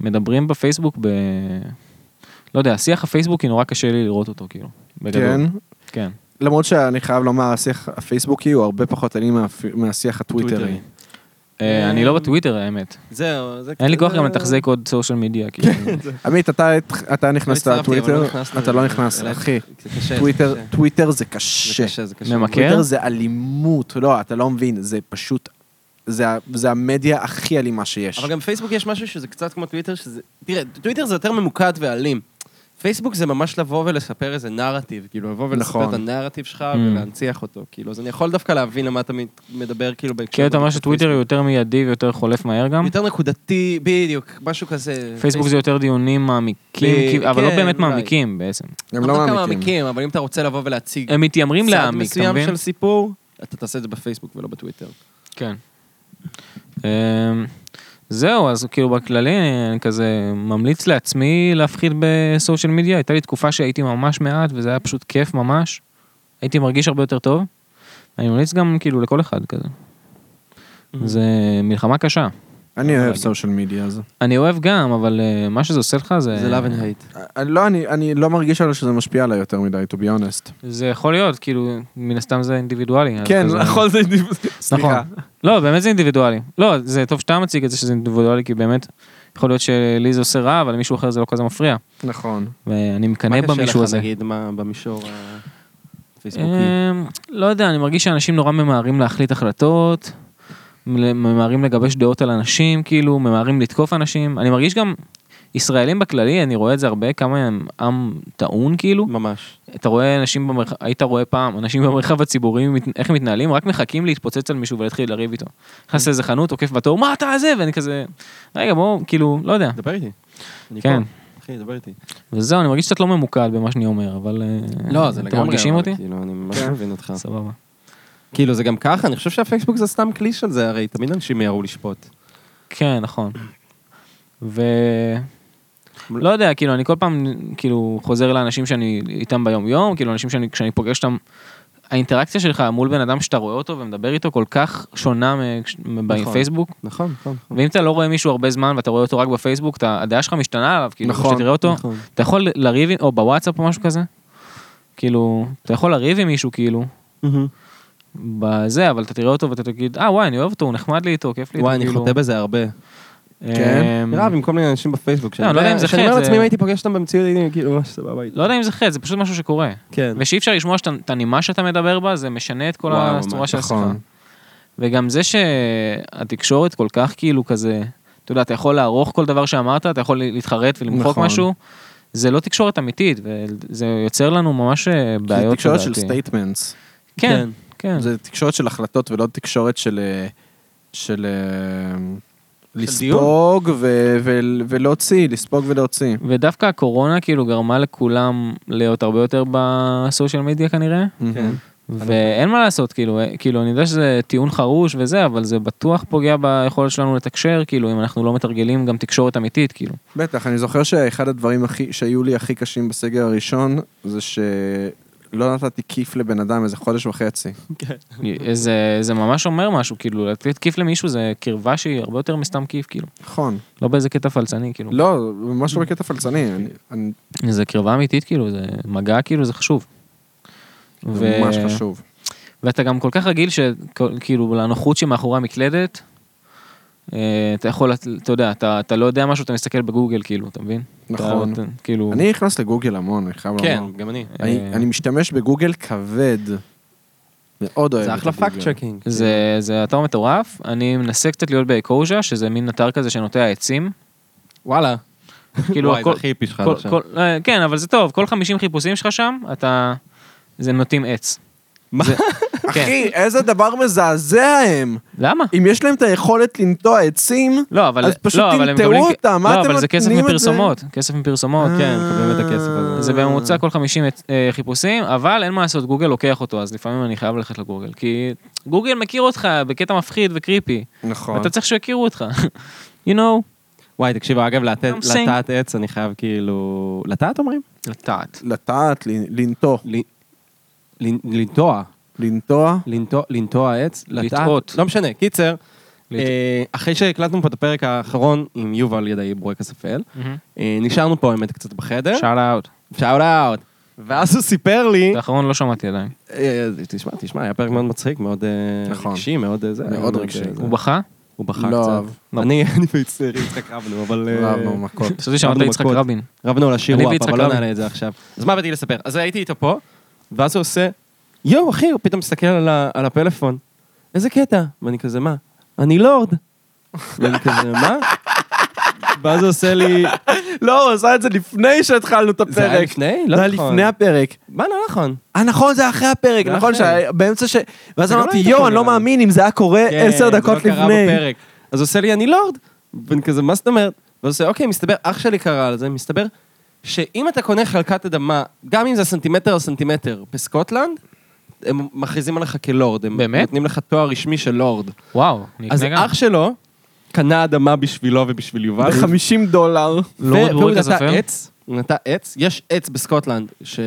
מדברים בפייסבוק ב... לא יודע, השיח הפייסבוקי נורא קשה לי לראות אותו, כאילו. בגדול. כן. כן. למרות שאני חייב לומר, השיח הפייסבוקי הוא הרבה פחות אלים מהשיח הטוויטרי. אני לא בטוויטר, האמת. זהו, זה... אין לי כוח גם לתחזק עוד סושיאל מדיה, כאילו. עמית, אתה נכנסת לטוויטר, אתה לא נכנס, אחי. טוויטר זה קשה. ממכר? טוויטר זה אלימות, לא, אתה לא מבין, זה פשוט, זה המדיה הכי אלימה שיש. אבל גם בפייסבוק יש משהו שזה קצת כמו טוויטר, שזה... תראה, טוויטר זה יותר ממוקד ואלים. פייסבוק זה ממש לבוא ולספר איזה נרטיב, כאילו לבוא ולספר את הנרטיב שלך ולהנציח אותו, כאילו, אז אני יכול דווקא להבין למה אתה מדבר, כאילו, בהקשר... כן, אתה אומר שטוויטר הוא יותר מיידי ויותר חולף מהר גם? יותר נקודתי, בדיוק, משהו כזה... פייסבוק זה יותר דיונים מעמיקים, אבל לא באמת מעמיקים בעצם. הם לא מעמיקים. אבל אם אתה רוצה לבוא ולהציג... הם מתיימרים להעמיק, אתה מבין? צד מסוים של סיפור, אתה תעשה את זה בפייסבוק ולא בטוויטר. כן. זהו, אז כאילו בכללי אני כזה ממליץ לעצמי להפחיד בסושיאל מדיה, הייתה לי תקופה שהייתי ממש מעט וזה היה פשוט כיף ממש, הייתי מרגיש הרבה יותר טוב, אני ממליץ גם כאילו לכל אחד כזה. זה מלחמה קשה. אני אוהב סושיאל מדיה הזו. אני אוהב גם, אבל מה שזה עושה לך זה... זה love and hate. לא, אני לא מרגיש עליו שזה משפיע עליי יותר מדי, to be honest. זה יכול להיות, כאילו, מן הסתם זה אינדיבידואלי. כן, נכון, זה אינדיבידואלי. סליחה. לא, באמת זה אינדיבידואלי. לא, זה טוב שאתה מציג את זה שזה אינדיבידואלי, כי באמת יכול להיות שלי זה עושה רע, אבל למישהו אחר זה לא כזה מפריע. נכון. ואני מקנא במישהו הזה. מה קשה לך, נגיד, מה במישור הפייסבוקי? לא יודע, אני מרגיש שאנשים נורא ממהרים להחליט החלטות, ממהרים לגבש דעות על אנשים, כאילו, ממהרים לתקוף אנשים. אני מרגיש גם, ישראלים בכללי, אני רואה את זה הרבה, כמה הם עם טעון, כאילו. ממש. אתה רואה אנשים במרחב, היית רואה פעם, אנשים במרחב הציבורי, איך הם מתנהלים, רק מחכים להתפוצץ על מישהו ולהתחיל לריב איתו. נכנס לאיזה חנות, עוקף בתור, מה אתה זה? ואני כזה, רגע, בוא, כאילו, לא יודע. דבר איתי. כן. אחי, דבר איתי. וזהו, אני מרגיש קצת לא ממוקד במה שאני אומר, אבל... לא, זה לגמרי. אתם מרגישים אותי? כאילו, אני ממש מבין אותך. סבבה. כאילו, זה גם ככה, אני חושב שהפייסבוק זה סתם כלי של זה, הרי תמיד אנשים יראו לשפוט. כן, נכון. ו... לא יודע, כאילו, אני כל פעם, כאילו, חוזר לאנשים שאני איתם ביום יום, כאילו, אנשים שאני, כשאני פוגש אותם, האינטראקציה שלך מול בן אדם שאתה רואה אותו ומדבר איתו כל כך שונה בפייסבוק. נכון, נכון. ואם אתה לא רואה מישהו הרבה זמן ואתה רואה אותו רק בפייסבוק, הדעה שלך משתנה עליו, כאילו, כשתראה אותו, אתה יכול לריב, או בוואטסאפ או משהו כזה, כאילו, אתה יכול לריב עם מישהו, כאילו, בזה, אבל אתה תראה אותו ואתה תגיד, אה, וואי, אני אוהב אותו, הוא נחמד לי איתו, כיף לי איתו. וואי, אני חוטא בזה הרבה. כן? רב עם כל מיני אנשים בפייסבוק. לא יודע אם זה חד. שאני אומר לעצמי, אם הייתי פוגש אותם במציאות, הייתי כאילו ממש סבבה. לא יודע אם זה חד, זה פשוט משהו שקורה. כן. ושאי אפשר לשמוע את הנימה שאתה מדבר בה, זה משנה את כל הצורה של השיחה. וגם זה שהתקשורת כל כך כאילו כזה, אתה יודע, אתה יכול לערוך כל דבר שאמרת, אתה יכול להתחרט ולמחוק משהו, זה לא תקשורת אמיתית, וזה יוצר לנו ממש בעיות. זה תקשורת של סטייטמנטס. כן, כן. זה תקשורת של החלטות ולא תקשורת של... של... לספוג ולהוציא, לספוג ולהוציא. ודווקא הקורונה כאילו גרמה לכולם להיות הרבה יותר בסושיאל מדיה כנראה. כן. ואין מה לעשות, כאילו, כאילו, אני יודע שזה טיעון חרוש וזה, אבל זה בטוח פוגע ביכולת שלנו לתקשר, כאילו, אם אנחנו לא מתרגלים גם תקשורת אמיתית, כאילו. בטח, אני זוכר שאחד הדברים הכי, שהיו לי הכי קשים בסגר הראשון, זה שלא נתתי כיף לבן אדם איזה חודש וחצי. זה, זה ממש אומר משהו, כאילו, לתת כיף למישהו זה קרבה שהיא הרבה יותר מסתם כיף, כאילו. נכון. לא באיזה קטע פלצני, כאילו. לא, ממש לא בקטע פלצני. זה קרבה אמיתית, כאילו, זה מגע, כאילו, זה חשוב. זה ממש חשוב. ואתה גם כל כך רגיל שכאילו לנוחות שמאחורי המקלדת, אתה יכול, אתה יודע, אתה לא יודע משהו, אתה מסתכל בגוגל, כאילו, אתה מבין? נכון. אני נכנס לגוגל המון, אני חייב לומר. כן, גם אני. אני משתמש בגוגל כבד. מאוד אוהב את זה אחלה פאקט צ'קינג. זה אתר מטורף. אני מנסה קצת להיות באקוז'ה, שזה מין אתר כזה שנוטע עצים. וואלה. וואי, זה הכי היפי שלך עכשיו. כן, אבל זה טוב, כל חמישים חיפושים שלך שם, אתה... זה נוטים עץ. מה? אחי, איזה דבר מזעזע הם. למה? אם יש להם את היכולת לנטוע עצים, לא, אבל, אז פשוט לא, אבל תנטעו אותם. לא, אבל זה כסף מפרסומות. כסף מפרסומות, כן. מקבלים את הכסף הזה. זה בממוצע כל חמישים חיפושים, אבל אין מה לעשות, גוגל לוקח אותו, אז לפעמים אני חייב ללכת לגוגל, כי גוגל מכיר אותך בקטע מפחיד וקריפי. נכון. אתה צריך שיכירו אותך. You know? וואי, תקשיב, אגב, לטעת עץ, אני חייב כאילו... לטעת אומרים? לטעת. לטעת, לנטוע. לנטוע. לנטוע? לנטוע עץ? לטעות. לא משנה, קיצר, אה, אחרי שהקלטנו פה את הפרק האחרון עם יובל ידעי בורקס אפל, אה, נשארנו פה האמת קצת בחדר. שאט אאוט. שאוט אאוט. ואז הוא סיפר לי... את האחרון לא שמעתי עדיין. אה, תשמע, תשמע, היה פרק מאוד מצחיק, מאוד אה, נכון. רגשי, מאוד אה, זה. מאוד רגשי. אה, הוא בכה? הוא בכה לא קצת. אהב. אני אני ויצטרי יצחק רבנו, אבל... אה, רבנו מכות. חשבתי שאמרת רבנו יצחק מכות. רבין. רבנו על השיר אני וואפ, ויצחק אבל לא רבין. נעלה את זה עכשיו. אז מה באתי לספר? אז הייתי איתו פה, ואז הוא עושה, יואו, אחי, הוא פתאום מסתכל על ה- על הפלאפון. איזה קטע? ואני כזה, מה? אני לורד. ואני כזה, מה? ואז הוא עושה לי... לא, הוא עשה את זה לפני שהתחלנו את הפרק. זה היה לפני? לא זה היה נכון. לפני הפרק. מה, לא נכון. אה, נכון, זה היה אחרי הפרק, זה נכון, אחרי. שבאמצע ש... ואז זה לא אמרתי, היית יואו, פה אני לא נראה לי." מאמין אם זה היה קורה כן, עשר דקות זה לא קרה לפני. בפרק. אז הוא עושה לי, אני לורד. ואני כזה, מה זאת אומרת? ואז הוא עושה, אוקיי, מסתבר, אח שלי קרא על זה, מסתבר שאם אתה קונה חלקת אדמה, גם אם זה סנטימטר או סנטימטר, בסקוטלנד, הם מכריזים עליך כלורד. הם באמת? נותנים לך תואר רשמי של לורד. וואו, אני אז אקנה גם. אח שלו קנה אדמה בשבילו ובשביל יובל. ב-חמישים דולר. לורד והוא בורקס נטע אפל? עץ, הוא נטע עץ, יש עץ בסקוטלנד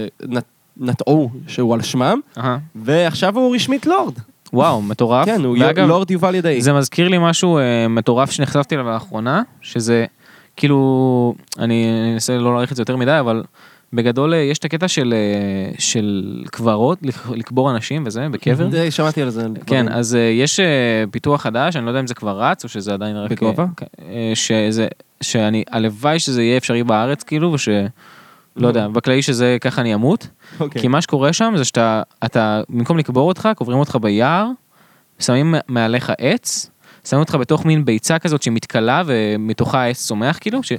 שנטעו, שהוא על שמם, אהה. ועכשיו הוא רשמית לורד. וואו, מטורף. כן, הוא ואגב, לורד יובל ידעי. זה מזכיר לי משהו אה, מטורף שנחשפתי אליו לאחרונה, שזה כאילו, אני אנסה לא להעריך את זה יותר מדי, אבל בגדול אה, יש את הקטע של, אה, של קברות, לק- לקבור אנשים וזה, בקבר. די, שמעתי על זה. כן, אז אה, יש אה, פיתוח חדש, אני לא יודע אם זה כבר רץ, או שזה עדיין רק... בגובה? אה, אה, שזה, שאני, הלוואי שזה יהיה אפשרי בארץ, כאילו, וש... לא יודע, בכללי שזה ככה אני אמות, אוקיי. כי מה שקורה שם זה שאתה, אתה, במקום לקבור אותך, קוברים אותך ביער, שמים מעליך עץ, שמים אותך בתוך מין ביצה כזאת שמתקלה ומתוכה העץ צומח כאילו, ש...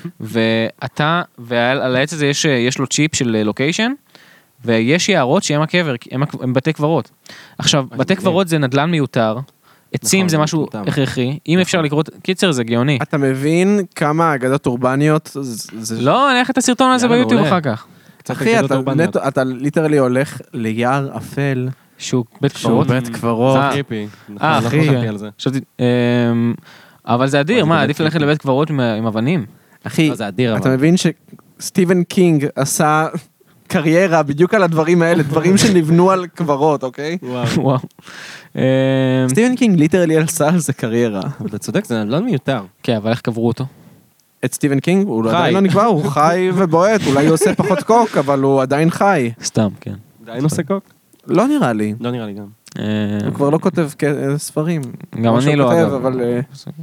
ואתה, ועל העץ הזה יש, יש לו צ'יפ של לוקיישן, ויש יערות שהם הקבר, הם, הם בתי קברות. עכשיו, בתי קברות זה נדלן מיותר, עצים נכון, זה משהו מטומטם. הכרחי, אם אפשר לקרוא, קיצר זה גאוני. אתה מבין כמה אגדות אורבניות זה... זה- לא, אני אקח את הסרטון הזה יאללה, ביוטיוב מעולה. אחר כך. קצת אחי, אגדות אתה אורבניות. נטו- אתה ליטרלי הולך ליער אפל, שהוא בית שהוא קברות. בית קברות. אה, קריפי. נכון, אה, לא אחי. חשבתי על זה. חשבתי, אמ, אבל זה אדיר, זה מה, באמת עדיף ללכת קריפי. לבית קברות עם- עם אבנים. אחי, לא, זה אדיר, אתה אבל. מבין שסטיבן קינג עשה קריירה בדיוק על הדברים האלה, דברים שנבנו על קברות, אוקיי? וואו. אמ, סטיבן קינג ליטרלי עשה על זה קריירה. אבל אתה צודק, זה נדל"ן מיותר. כן, אבל איך קברו אותו? את סטיבן קינג, הוא חי. עדיין לא נקבע, הוא חי ובועט, אולי הוא עושה פחות קוק, אבל הוא עדיין חי. סתם, כן. עדיין עושה קוק? לא נראה לי. לא נראה לי גם. אמ, הוא כבר לא כותב כ- ספרים. גם או שהוא אני לא, כותב, אגב. אבל... אה,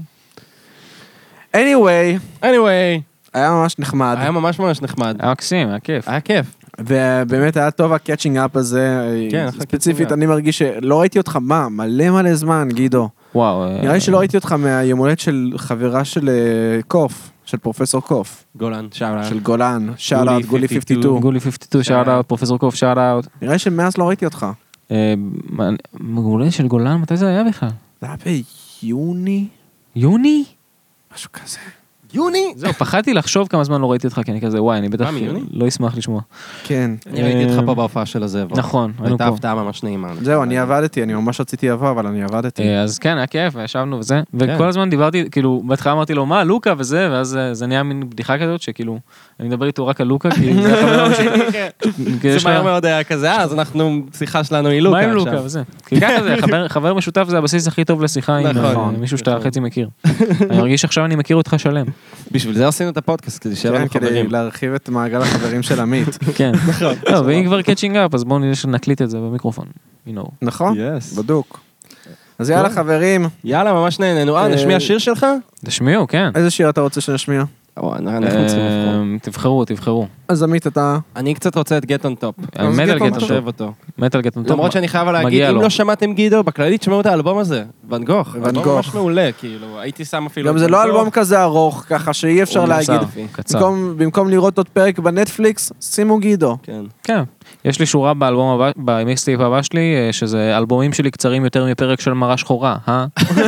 anyway, anyway, היה ממש נחמד. היה ממש ממש נחמד. היה מקסים, היה כיף. היה כיף. ובאמת היה טוב הקאצ'ינג אפ הזה. כן, אחלה ספציפית, catching up. אני מרגיש שלא ראיתי אותך, מה? מלא מלא זמן, גידו. וואו. נראה לי שלא ראיתי אותך מהיום הולדת של חברה של אה, קוף, של פרופסור קוף, גולן, שאלה. של גולן, שאט אאוט, גולי חמישים חמישים ושתיים. גולי חמישים ושתיים, שאט אאוט, פרופסור קוף, שאט אאוט. נראה לי שמאז לא ראיתי אותך. מגולה של גולן, מתי זה היה בכלל? זה היה ביוני? יוני? משהו כזה. יוני! זהו, פחדתי לחשוב כמה זמן לא ראיתי אותך, כי אני כזה, וואי, אני בטח מה, מיוני? לא אשמח לשמוע. כן. אני ראיתי אותך פה בהופעה של הזאב. נכון, היינו הייתה פה. הפתעה ממש נעימה. זהו, אני עבדתי, אני ממש רציתי לבוא, אבל אני עבדתי. אה, אז כן, היה כיף, וישבנו וזה, כן. וכל הזמן דיברתי, כאילו, בהתחלה אמרתי לו, מה, לוקה וזה, ואז אה, זה נהיה מין בדיחה כזאת, שכאילו, אני מדבר איתו רק על לוקה, כי זה החבר שלי. כי יש זה מהר לה- מאוד היה כזה, אה, אז אנחנו, שיחה שלנו היא לוקה מה עם עכשיו. לוקה וזה? כי ככה זה, חבר- חבר משותף זה הבסיס הכי טוב לשיחה עם נכון. אה, מישהו שאתה נכון. חצי מכיר. אני מרגיש שעכשיו אני מכיר אותך שלם. בשביל זה עשינו את הפודקאסט, כדי שיהיה כן, לנו כדי חברים. להרחיב את מעגל החברים של עמית. כן. לא, ואם כבר קאצ'ינג אפ, אז בואו נקליט את זה במיקרופון. You know. נכון? Yes. בדוק. אז יאללה חברים, יאללה, ממש נהנינו. אה, אה, נשמיע שיר שלך? תשמיעו, כן. איזה שיר אתה רוצה שנשמיע? או, אנחנו צריכים לבחור. אה, תבחרו, תבחרו. אז עמית, אתה... אני קצת רוצה את גט און טופ. אז מטל Get on גט Top. חושב אותו. מטל גט טוב. למרות שאני חייב להגיד, מגיע אם לו. לא שמעתם גידו, בכללי תשמעו את האלבום הזה. ואן גוך. ואן אלבום גוך. ממש מעולה, כאילו. הייתי שם אפילו... גם את זה ואן לא גוך. אלבום כזה ארוך, ככה שאי אפשר הוא להגיד. קצר, קצר. במקום- במקום לראות עוד פרק בנטפליקס, שימו גידו. כן. כן. יש לי שורה באלבום הבא, במיקסטייפ הבא שלי, אה, שזה אלבומים שלי קצרים יותר מפרק של מראה שחורה, אה?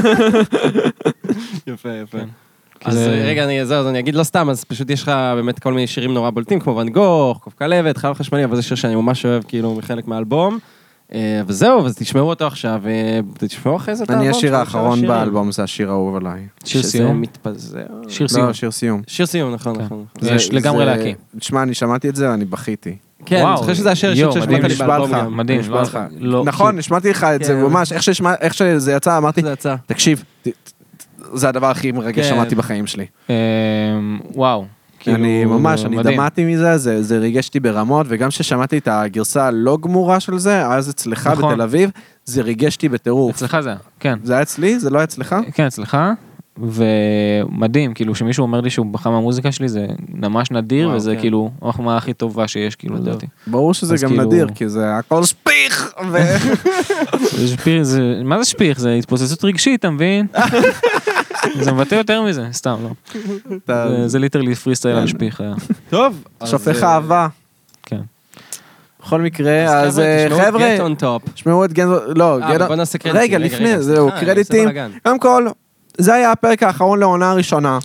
יפה, יפה. כן. אז זה- רגע, אני זהו, אז אני אגיד לא סתם, אז פשוט יש לך באמת כל מיני שירים נורא בולטים, כמו ואן גוך, קוף כלבת, חייל חשמלי, אבל זה שיר שאני ממש אוהב, כאילו, מחלק מהאלבום. אה, וזהו, אז תשמעו אותו עכשיו, ותשמעו אחרי זה את האלבום. אני השיר של האחרון השירים. באלבום, זה השיר האהוב עליי. שיר שזה סיום? מתפזר. שיר סיום. לא, שיר סיום. שיר סיום, נכון, כן. נכון. יש זה- לגמרי זה- להקיא. תשמע, אני שמעתי את זה, אני בכיתי. כן, אני זוכר שזה השיר יו, שהשמעת מדהים, לי נשבע באלבום לך. גם. מדהים, נשבע לא- לך. לא- נכון, השמעתי לך את זה כן. ממש, איך ששמע- איך שזה יצא, אמרתי, זה יצא. תקשיב, ת- ת- זה הדבר הכי מרגש כן. שמעתי בחיים שלי. אמ, וואו. אני כאילו, ממש, אני מדהים. דמעתי מזה, זה, זה ריגש אותי ברמות, וגם כששמעתי את הגרסה הלא גמורה של זה, אז אצלך נכון. בתל אביב, זה ריגש אותי בטירוף. אצלך זה היה, כן. זה היה אצלי? זה לא היה אצלך? כן, אצלך, ומדהים, כאילו שמישהו אומר לי שהוא בחר מהמוזיקה שלי, זה ממש נדיר, וואו, וזה כן. כאילו המחמאה הכי טובה שיש, כאילו, מדהים. לדעתי. ברור שזה אז גם כאילו- נדיר, כי זה הכל ספיך! ו- זה שפיר, זה, מה זה שפיך? זה התפוצצות רגשית, אתה מבין? זה מבטא יותר מזה, סתם, לא. אתה- זה- זה ליטרלי פרי סטייל על שפיך היה. טוב. שופך אז, אה, אהבה. כן. בכל מקרה, אז אה, תשמעו את חבר'ה, Get on Top. תשמעו את גנזו, לא, אה, גנזו- בוא נעשה קרדיטים. רגע, רגע, לפני, רגע, זהו, סליחה, אני קרדיטים. עושה בלאגן. קודם כל, זה היה הפרק האחרון לעונה הראשונה.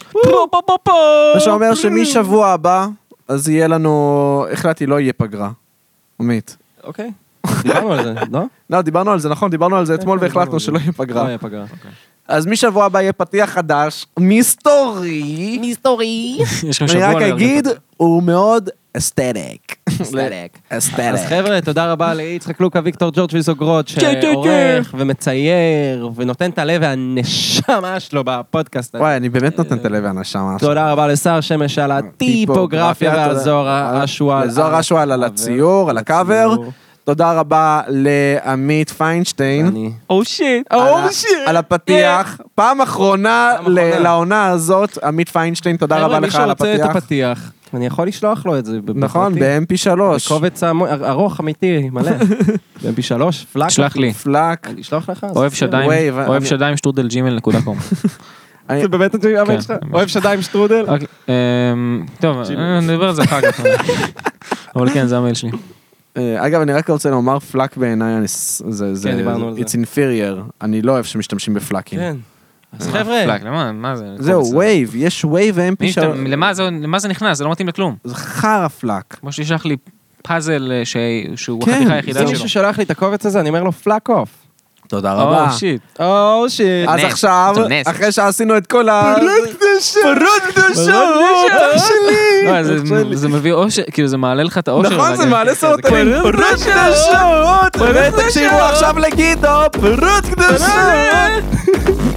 מה שאומר שמשבוע הבא, אז יהיה לנו, החלטתי, לא יהיה פגרה. עמית. אוקיי. דיברנו על זה, לא? לא, דיברנו על זה, נכון, דיברנו על זה אתמול כן, דיברנו והחלטנו על זה. שלא יהיה לא פגרה. יהיה פגרה. אז משבוע הבא יהיה פתיח חדש, מסתורי. מסתורי. יש לכם אני שבוע רק לארגן אגיד, אותו. הוא מאוד אסתטיק. אסתטיק. אז אסתטיק. חבר'ה, תודה רבה ליצחק לוקה, ויקטור ג'ורג' ויזוגרוד, צ'ה, צ'ה, צ'ה. שעורך ומצייר ונותן את הלב והנשמה שלו בפודקאסט הזה. וואי, אני באמת נותן את הלב והנשמה. תודה רבה לשר שמש על הטיפוגרפיה ועל זוהר אשואל. לזוהר אשואל על הציור, על הקאבר. תודה רבה לעמית פיינשטיין. אני- או שיט. על ה- על הפתיח. פעם אחרונה פעם ל- אחרונה. לעונה הזאת, עמית פיינשטיין, תודה חבר'ה, רבה מי לך על שרוצה את הפתיח. הפתיח, אני יכול לשלוח לו את זה. בפרטי. נכון, ב-אם פי שלוש. בקובץ עמו- ארוך, אמיתי, מלא. ב-אם פי שלוש, פלאק. שלח לי. פלאק. אני אשלח לך? אז אוהב תשאיר. שדיים, וייב, אוהב אני- שדיים שטרודל ג'ימל נקודה קום. אני- זה באמת המייל שלך? ממש. אוהב שדיים שטרודל? אוקיי, אמ, טוב, אה, נדבר על זה אחר כך. אבל כן, זה המייל שלי. אה, אגב, אני רק רוצה לומר, פלאק בעיניי, אני ס- זה, זה, דיברנו על זה. it's inferior. אני לא אוהב שמשתמשים בפלאקים. כן. אז חבר'ה, פלאק, למה, מה זה? זהו, וייב, יש וייב ו-אם פי מי שלוש. שאתה- למה זה- למה זה נכנס? זה לא מתאים לכלום. זה חרא פלאק. כמו שישלח לי פאזל אה, ש- שהוא כן, החתיכה זה היחידה מי שלו. ששולח לי את הקובץ הזה, אני אומר לו פלאק אוף. תודה רבה. או, שיט. או שיט. אז נס, עכשיו, זה נס. אחרי שעשינו את כל ה... פרות קדושות! פרות קדושות! אח שלי! לא, זה- זה מביא אושר, כאילו זה מעלה לך את האושר. נכון, זה להגיד, מעלה כן, זה סרטונים. כאילו- פרות קדושות! ותקשיבו עכשיו לגידו, פרות קדושות!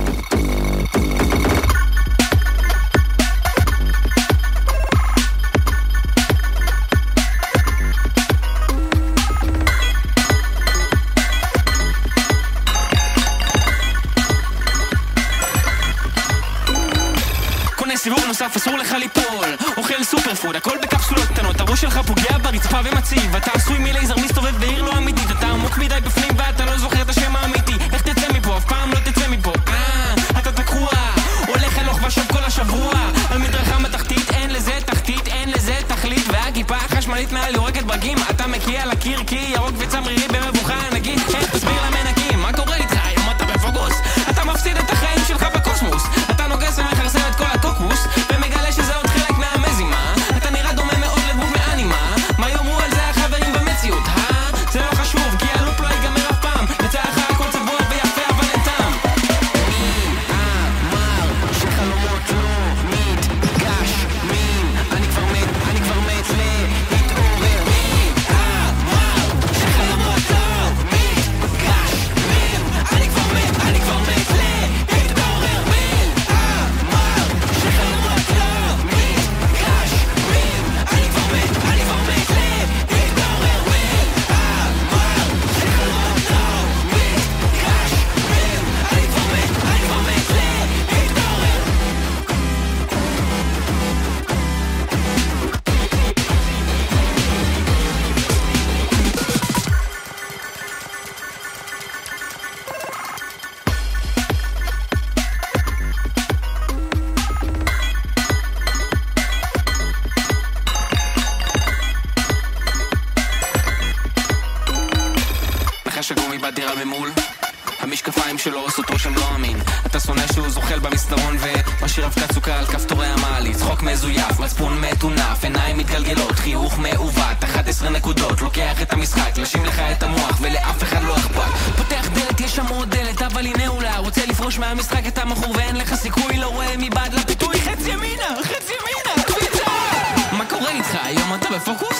קונה סיבוב נוסף, אסור לך ליפול. אוכל סופר פוד, הכל בקפסולות קטנות. הראש שלך פוגע ברצפה ומציב. אתה עשוי מלייזר מסתובב בעיר לא אמיתית. אתה עמוק מדי בפנים ואתה לא זוכר את השם האמיתי. איך תצא מפה? אף פעם לא תצא מפה. אה, אתה תקוע. הולך הלוך ושוב כל השבוע. על מדרכה מתחתית, אין לזה תחתית, אין לזה תכלית. והכיפה החשמלית מעל יורקת ברגים. אתה מקיא על הקיר כי ירוק וצמרירי במבוכה ענקית. איך תסביר למנקים? מה קורה איתך? היום אתה בפוקוס? אתה מפסיד את החיים שלך בקוסמוס. אתה נוגס ומחרסם את כל הקוקוס ומגלה שזה עוד חלק מהמזימה. אתה נראה דומה מאוד לדמות מאנימה. מה יאמרו על זה החברים במציאות? אה? זה לא חשוב כי הלופ לא ייגמר אף פעם. יצא לך הכל צבוע ויפה אבל אין טעם. מי אמר שחלומות לא מתגשמים? אני כבר מת, אני כבר מת להתעורר. מי אמר שחלומות לא מתגשמים? אני כבר מת, אני כבר מת להתעורר. מי אמר שחלומות לא מתגשמים? אני כבר מת, אני כבר מת להתעורר. מי אמר שחלומות לא מתגשמים? אני כבר מת, אני כבר מת להתעורר. נחש הגומי בדירה ממול, המשקפיים שלו עושות רושם לא אמין. אתה שונא שהוא זוחל במסדרון ומשאיר אבקת סוכר על כפתורי המעלית. צחוק מזויף, מצפון מטונף, עיניים מתגלגלות, חיוך מעוות, אחת עשרה נקודות. לוקח את המשחק, לשים לך את המוח ולאף אחד לא אכפת. פותח דלת, יש שם עוד דלת, אבל היא נעולה. רוצה לפרוש מהמשחק, אתה מכור ואין לך סיכוי. לא רואה מבעד לפיתוי, חץ ימינה, חץ ימינה, קביצה. מה קורה איתך? היום אתה בפוקוס?